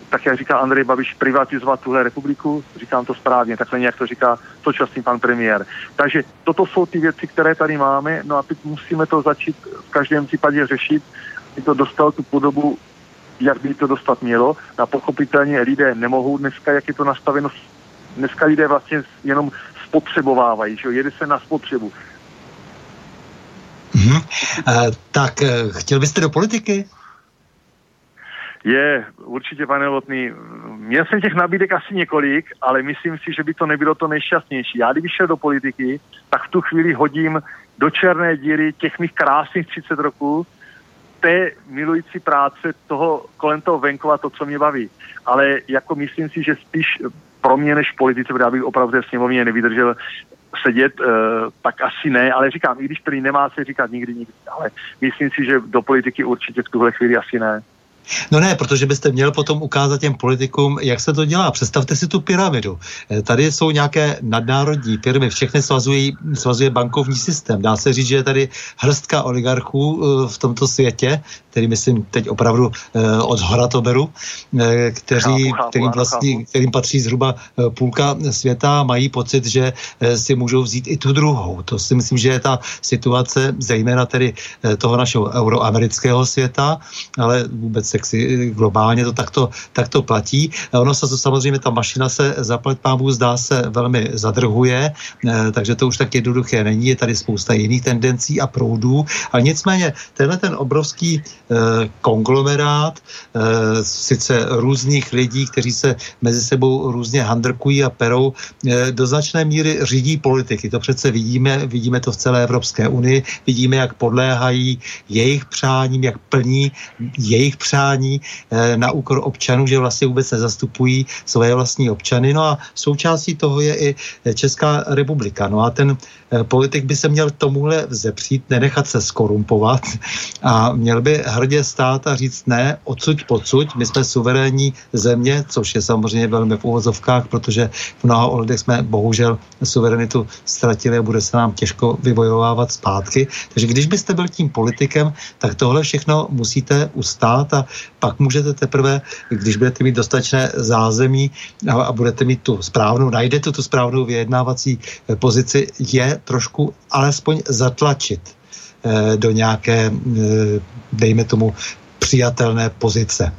tak jak říká Andrej Babiš, privatizovat tuhle republiku, říkám to správně, takhle nějak to říká současný pan premiér. Takže toto jsou ty věci, které tady máme, no a teď musíme to začít v každém případě řešit, aby to dostalo tu podobu, jak by to dostat mělo. A pochopitelně lidé nemohou dneska, jak je to nastaveno, dneska lidé vlastně jenom spotřebovávají, že jo, jede se na spotřebu. Tak chtěl byste do politiky? Je, určitě, pane Novotný. Měl jsem těch nabídek asi několik, ale myslím si, že by to nebylo to nejšťastnější. Já kdybych šel do politiky, tak v tu chvíli hodím do černé díry těch mých krásných 30 roků té milující práce toho, kolem toho venkova, to, co mě baví. Ale jako myslím si, že spíš pro mě než politice, protože já bych opravdu v sněmovně nevydržel sedět, tak asi ne, ale říkám, i když prý nemá se říkat nikdy, ale myslím si, že do politiky určitě v tuhle chvíli asi ne. No ne, protože byste měl potom ukázat těm politikům, jak se to dělá. Představte si tu pyramidu. Tady jsou nějaké nadnárodní firmy, všechny svazuje bankovní systém. Dá se říct, že je tady hrstka oligarchů v tomto světě, který myslím teď opravdu od zhora to beru, kterým patří zhruba půlka světa, mají pocit, že si můžou vzít i tu druhou. To si myslím, že je ta situace zejména tedy toho našeho euroamerického světa, ale vůbec globálně to takto platí. Ono se samozřejmě, ta mašina se zaplať pámu zdá se velmi zadrhuje, takže to už tak jednoduché není, je tady spousta jiných tendencí a proudů, ale nicméně tenhle ten obrovský konglomerát sice různých lidí, kteří se mezi sebou různě handrkují a perou, do značné míry řídí politiky. To přece vidíme to v celé Evropské unii, vidíme, jak podléhají jejich přáním, jak plní jejich přání na úkor občanů, že vlastně vůbec nezastupují své vlastní občany. No a součástí toho je i Česká republika. No a ten politik by se měl tomuhle vzepřít, nenechat se skorumpovat a měl by hrdě stát a říct ne, odsud pocud, my jsme suverénní země, což je samozřejmě velmi v uvozovkách, protože v mnoha ohledech jsme bohužel suverenitu ztratili a bude se nám těžko vybojovávat zpátky. Takže když byste byl tím politikem, tak tohle všechno musíte ustát a pak můžete teprve, když budete mít dostatečné zázemí a budete mít tu správnou, najdete tu správnou vyjednávací pozici, je trošku alespoň zatlačit do nějaké, dejme tomu, přijatelné pozice.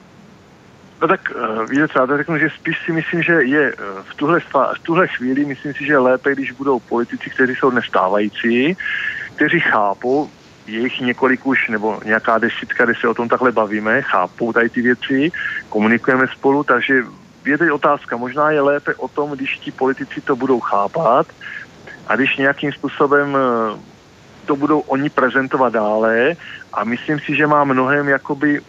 No tak víte, já to řeknu, že spíš si myslím, že je v tuhle chvíli, myslím si, že je lépe, když budou politici, kteří jsou dnes stávající, kteří chápou, je jich několik už, nebo nějaká desítka, kde se o tom takhle bavíme, chápou tady ty věci, komunikujeme spolu, takže je teď otázka, možná je lépe o tom, když ti politici to budou chápat a když nějakým způsobem to budou oni prezentovat dále a myslím si, že má mnohem jakoby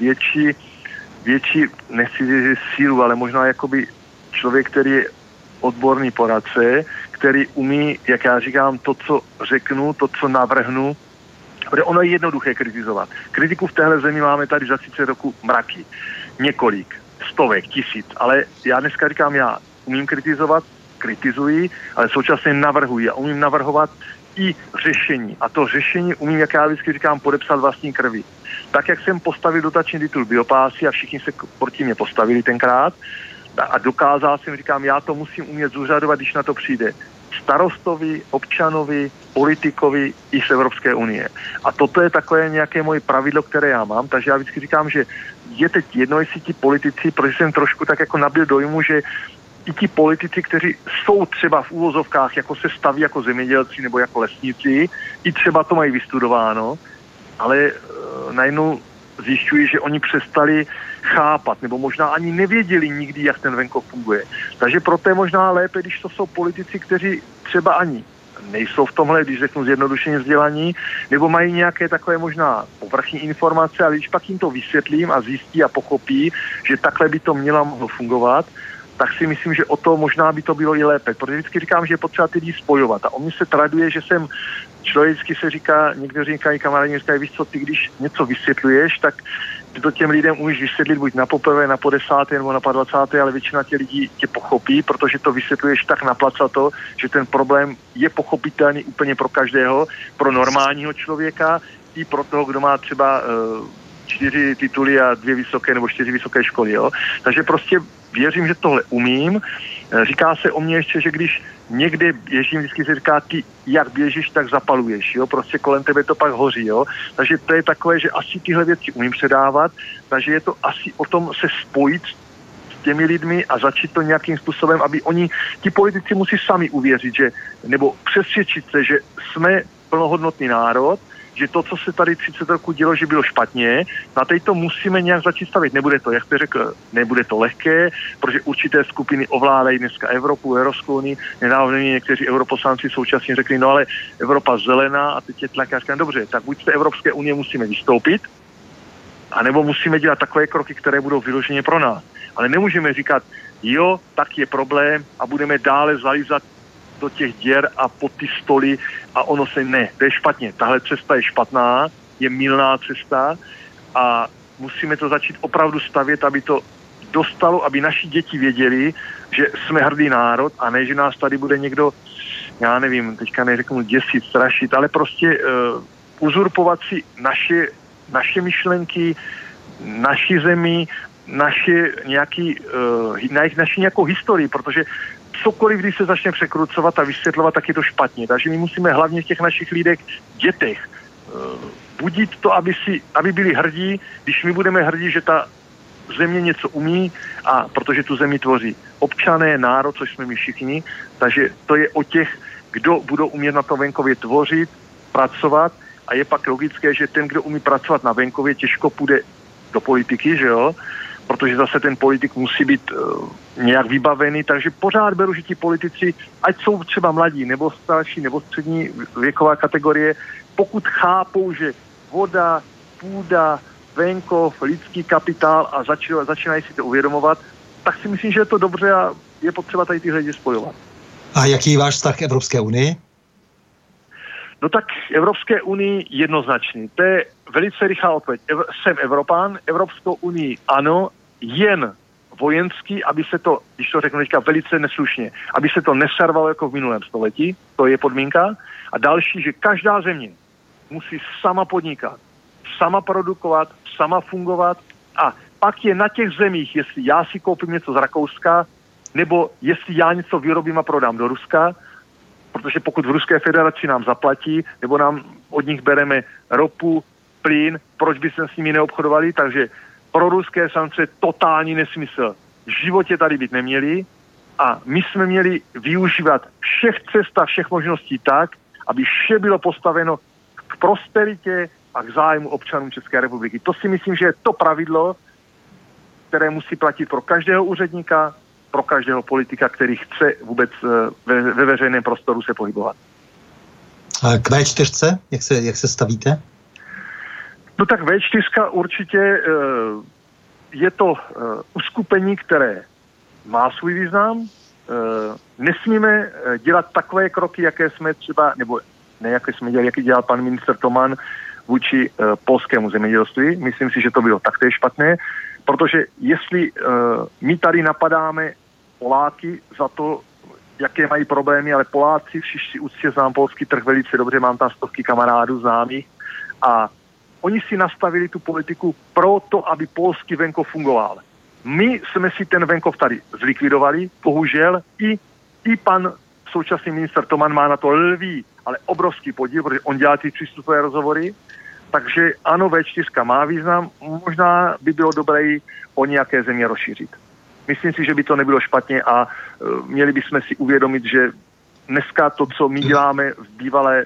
větší, nechci říct sílu, ale možná jakoby člověk, který je odborný poradce, který umí, jak já říkám, to, co řeknu, to, co navrhnu, protože ono je jednoduché kritizovat. Kritiku v téhle zemi máme tady za 30 roku mraky. Několik, stovek, tisíc, ale já dneska říkám, já umím kritizovat, kritizuji, ale současně navrhuji a umím navrhovat i řešení. A to řešení umím, jak já vždycky říkám, podepsat vlastní krvi. Tak, jak jsem postavil dotační titul biopásy a všichni se proti mě postavili tenkrát a dokázal jsem, říkám, já to musím umět zúřadovat, když na to přijde starostovi, občanovi, politikovi i z Evropské unie. A toto je takové nějaké moje pravidlo, které já mám, takže já vždycky říkám, že je teď jedno, jestli ti politici, protože jsem trošku tak jako nabil dojmu, že i ti politici, kteří jsou třeba v úvozovkách, jako se staví jako zemědělci nebo jako lesníci, i třeba to mají vystudováno, ale najednou zjišťují, že oni přestali chápat, nebo možná ani nevěděli nikdy, jak ten venkov funguje. Takže proto je možná lépe, když to jsou politici, kteří třeba ani nejsou v tomhle, když řeknu zjednodušeně vzdělaní, nebo mají nějaké takové možná povrchní informace, ale když pak jim to vysvětlím a zjistí a pochopí, že takhle by to mohlo fungovat, tak si myslím, že o to možná by to bylo i lépe. Protože vždycky říkám, že je potřeba ty lidi spojovat. A o mě se traduje, že jsem člověčky se říká, někdo říkají, kamarádi říkají, víš co, ty když něco vysvětluješ, tak ty to těm lidem umíš vysvětlit buď na poprvé, na 50. nebo na 20. ale většina těch lidí tě pochopí, protože to vysvětluješ tak naplacato, že ten problém je pochopitelný úplně pro každého, pro normálního člověka i pro toho, kdo má třeba 4 tituly a 2 vysoké nebo 4 vysoké školy, jo. Takže prostě věřím, že tohle umím. Říká se o mně ještě, že když někde běžím, vždycky se říká, ty jak běžíš, tak zapaluješ, jo. Prostě kolem tebe to pak hoří, jo. Takže to je takové, že asi tyhle věci umím předávat, takže je to asi o tom se spojit s těmi lidmi a začít to nějakým způsobem, aby oni, ti politici musí sami uvěřit, že, nebo přesvědčit se, že jsme plnohodnotný národ, že to, co se tady 30 roků dělo, že bylo špatně, na teď to musíme nějak začít stavit. Nebude to, jak jste řekl, nebude to lehké, protože určité skupiny ovládají dneska Evropu, Evropskou unii. Nedávno někteří europoslanci současně řekli, no ale Evropa zelená a teď je tlak. Já říkám, dobře, tak buď z té Evropské unie musíme vystoupit, anebo musíme dělat takové kroky, které budou vyloženě pro nás. Ale nemůžeme říkat, jo, tak je problém a budeme dále zalízat do těch děr a pod ty stoly a ono se ne, to je špatně. Tahle cesta je špatná, je mylná cesta a musíme to začít opravdu stavět, aby to dostalo, aby naši děti věděli, že jsme hrdý národ a ne, že nás tady bude někdo, já nevím, teďka neřeknu děsit, strašit, ale prostě uzurpovat si naše myšlenky, naši zemi, naši nějakou historii, protože cokoliv, když se začne překrucovat a vysvětlovat, tak je to špatně. Takže my musíme hlavně v těch našich lidech, dětech, budit to, aby byli hrdí, když my budeme hrdí, že ta země něco umí a protože tu zemi tvoří občané, národ, což jsme my všichni, takže to je o těch, kdo budou umět na tom venkově tvořit, pracovat a je pak logické, že ten, kdo umí pracovat na venkově, těžko půjde do politiky, že jo? Protože zase ten politik musí být nějak vybavený, takže pořád beru, že ti politici, ať jsou třeba mladí, nebo starší, nebo střední věková kategorie, pokud chápou, že voda, půda, venkov, lidský kapitál a začínají si to uvědomovat, tak si myslím, že je to dobře a je potřeba tady tyhle lidi spojovat. A jaký je váš vztah k Evropské unii? No tak Evropské unii jednoznačný. To je velice rychlá odpověď. Jsem Evropán, Evropskou unii ano, jen vojenský, aby se to, když to řeknu teďka velice neslušně, aby se to nesarvalo jako v minulém století, to je podmínka. A další, že každá země musí sama podnikat, sama produkovat, sama fungovat a pak je na těch zemích, jestli já si koupím něco z Rakouska, nebo jestli já něco vyrobím a prodám do Ruska, protože pokud v Ruské federaci nám zaplatí, nebo nám od nich bereme ropu, plyn, proč by se s nimi neobchodovali, takže pro ruské sankce totální nesmysl. V životě tady být neměli a my jsme měli využívat všech cest a všech možností tak, aby vše bylo postaveno k prosperitě a k zájmu občanů České republiky. To si myslím, že je to pravidlo, které musí platit pro každého úředníka, pro každého politika, který chce vůbec ve veřejném prostoru se pohybovat. A k V4, jak se stavíte? No tak V4 určitě je to uskupení, které má svůj význam. Nesmíme dělat takové kroky, jaké jsme třeba, nebo ne, jaké jsme dělali, jaký dělal pan ministr Toman vůči polskému zemědělství. Myslím si, že to bylo taktéž špatné, protože jestli my tady napadáme Poláky za to, jaké mají problémy, ale Poláci, všichni určitě znám polský trh velice dobře, mám tam stovky kamarádů známých a oni si nastavili tu politiku proto, aby polský venkov fungoval. My jsme si ten venkov tady zlikvidovali, bohužel i pan současný minister Toman má na to lví, ale obrovský podíl, protože on dělá ty přístupové rozhovory, takže ano, V4 má význam, možná by bylo dobré o nějaké země rozšířit. Myslím si, že by to nebylo špatně a měli bychom si uvědomit, že dneska to, co my děláme v bývalé,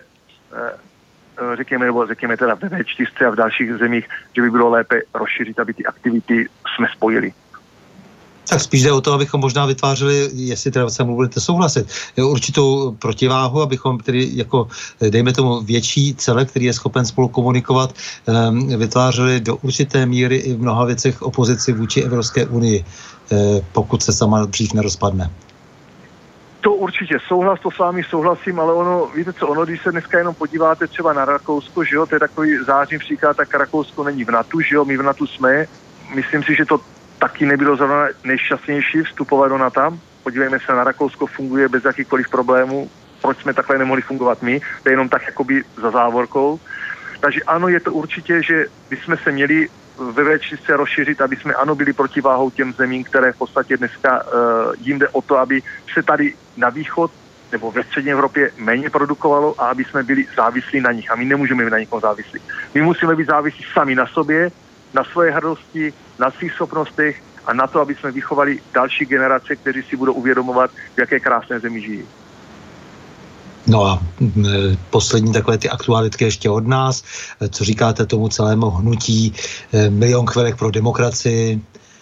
řekněme teda ve V4 a v dalších zemích, že by bylo lépe rozšířit, aby ty aktivity jsme spojili. Tak spíš jde o to, abychom možná vytvářeli, jestli teda se mu budete souhlasit, určitou protiváhu, abychom tedy jako, dejme tomu, větší celek, který je schopen spolu komunikovat, vytvářeli do určité míry i v mnoha věcech opozici vůči Evropské unii, pokud se sama dřív nerozpadne. To určitě souhlas, to s vámi souhlasím, ale ono, víte co, ono, když se dneska jenom podíváte třeba na Rakousko, že jo, to je takový zářný příklad, tak Rakousko není v NATO, že jo, my v NATO jsme, myslím si, že to taky nebylo zrovna nejšťastnější vstupovat do NATO. Podívejme se na Rakousko, funguje bez jakýchkoliv problémů. Proč jsme takhle nemohli fungovat my? To je jenom tak jakoby za závorkou. Takže ano, je to určitě, že bychom se měli ve V4 rozšířit, aby jsme ano byli protiváhou těm zemím, které v podstatě dneska jim jde o to, aby se tady na východ nebo ve střední Evropě méně produkovalo a aby jsme byli závislí na nich. A my nemůžeme být na nikom závislí. My musíme být závislí sami na sobě, na svoje hrdosti, na svých schopnostech a na to, aby jsme vychovali další generace, kteří si budou uvědomovat, v jaké krásné zemi žijí. No a poslední takové ty aktualitky ještě od nás. Co říkáte tomu celému hnutí Milion chvilek pro demokracii?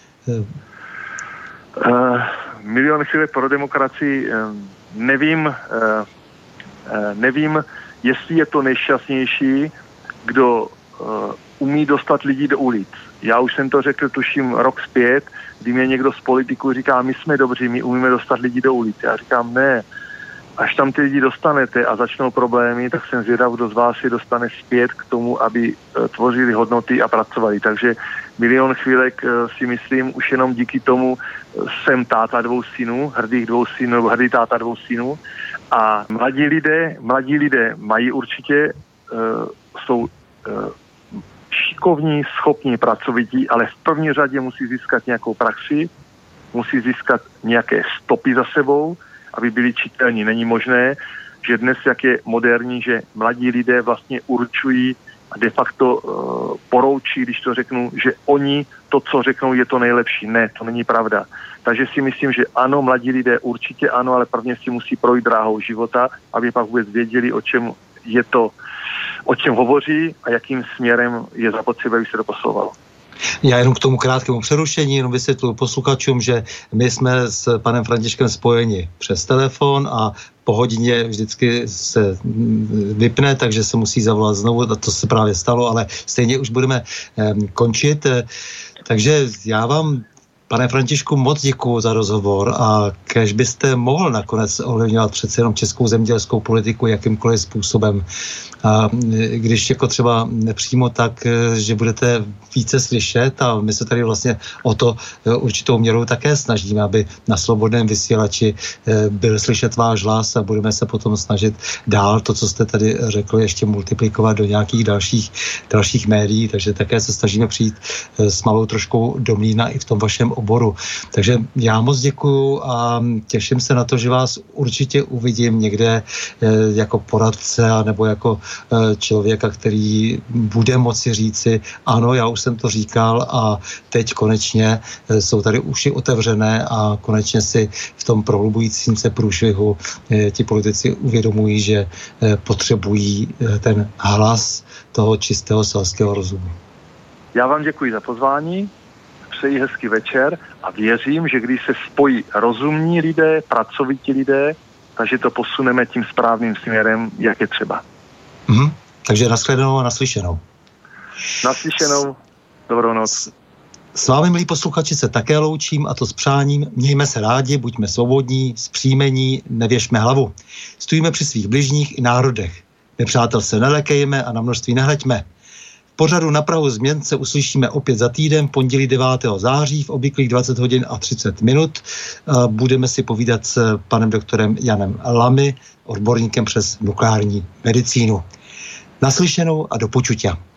Milion chvilek pro demokracii, nevím, jestli je to nejšťastnější, kdo umí dostat lidi do ulic. Já už jsem to řekl, tuším, rok zpět, kdy mě někdo z politiků říká, my jsme dobří, my umíme dostat lidi do ulic. Já říkám, ne, až tam ty lidi dostanete a začnou problémy, tak jsem zvědav, kdo z vás je dostane zpět k tomu, aby tvořili hodnoty a pracovali. Takže Milion chvílek si myslím, už jenom díky tomu jsem táta 2 synů, hrdý táta 2 synů. A mladí lidé mají určitě, jsou šikovní, schopní, pracovití, ale v první řadě musí získat nějakou praxi, musí získat nějaké stopy za sebou, aby byli čitelní. Není možné, že dnes, jak je moderní, že mladí lidé vlastně určují a de facto poroučí, když to řeknu, že oni to, co řeknou, je to nejlepší. Ne, to není pravda. Takže si myslím, že ano, mladí lidé určitě ano, ale prvně si musí projít dráhou života, aby pak vůbec věděli, o čem je to, o čem hovoří a jakým směrem je zapotřebí, aby se to posouvalo. Já jenom k tomu krátkému přerušení jenom vysvětluji posluchačům, že my jsme s panem Františkem spojeni přes telefon a po hodině vždycky se vypne, takže se musí zavolat znovu, a to se právě stalo, ale stejně už budeme končit. Takže já vám, pane Františku, moc děkuju za rozhovor a kéž byste mohl nakonec ovlivňovat přece jenom českou zemědělskou politiku jakýmkoliv způsobem. A když jako třeba nepřímo tak, že budete více slyšet a my se tady vlastně o to určitou měrou také snažíme, aby na Slobodném vysílači byl slyšet váš hlas a budeme se potom snažit dál to, co jste tady řekl, ještě multiplikovat do nějakých dalších médií, takže také se snažíme přijít s malou troškou do mlýna i v tom vašem oboru. Takže já moc děkuju a těším se na to, že vás určitě uvidím někde jako poradce nebo jako člověka, který bude moci říci, ano, já už jsem to říkal a teď konečně jsou tady uši otevřené a konečně si v tom prohlubujícím se průšvihu ti politici uvědomují, že potřebují ten hlas toho čistého selského rozumu. Já vám děkuji za pozvání, přeji hezký večer a věřím, že když se spojí rozumní lidé, pracovití lidé, takže to posuneme tím správným směrem, jak je třeba. Takže nashledanou a naslyšenou. Naslyšenou, dobrou noc. S vámi, milí posluchači, se také loučím a to s přáním. Mějme se rádi, buďme svobodní, zpříjmení, nevěšme hlavu. Stojíme při svých bližních i národech. Nepřátel se nelekejme a na množství nehleďme. V pořadu Na prahu změn se uslyšíme opět za týden, pondělí 9. září v obvyklých 20 hodin a 30 minut. Budeme si povídat s panem doktorem Janem Lamy, odborníkem přes nukleární medicínu. Naslyšenou a do počutia.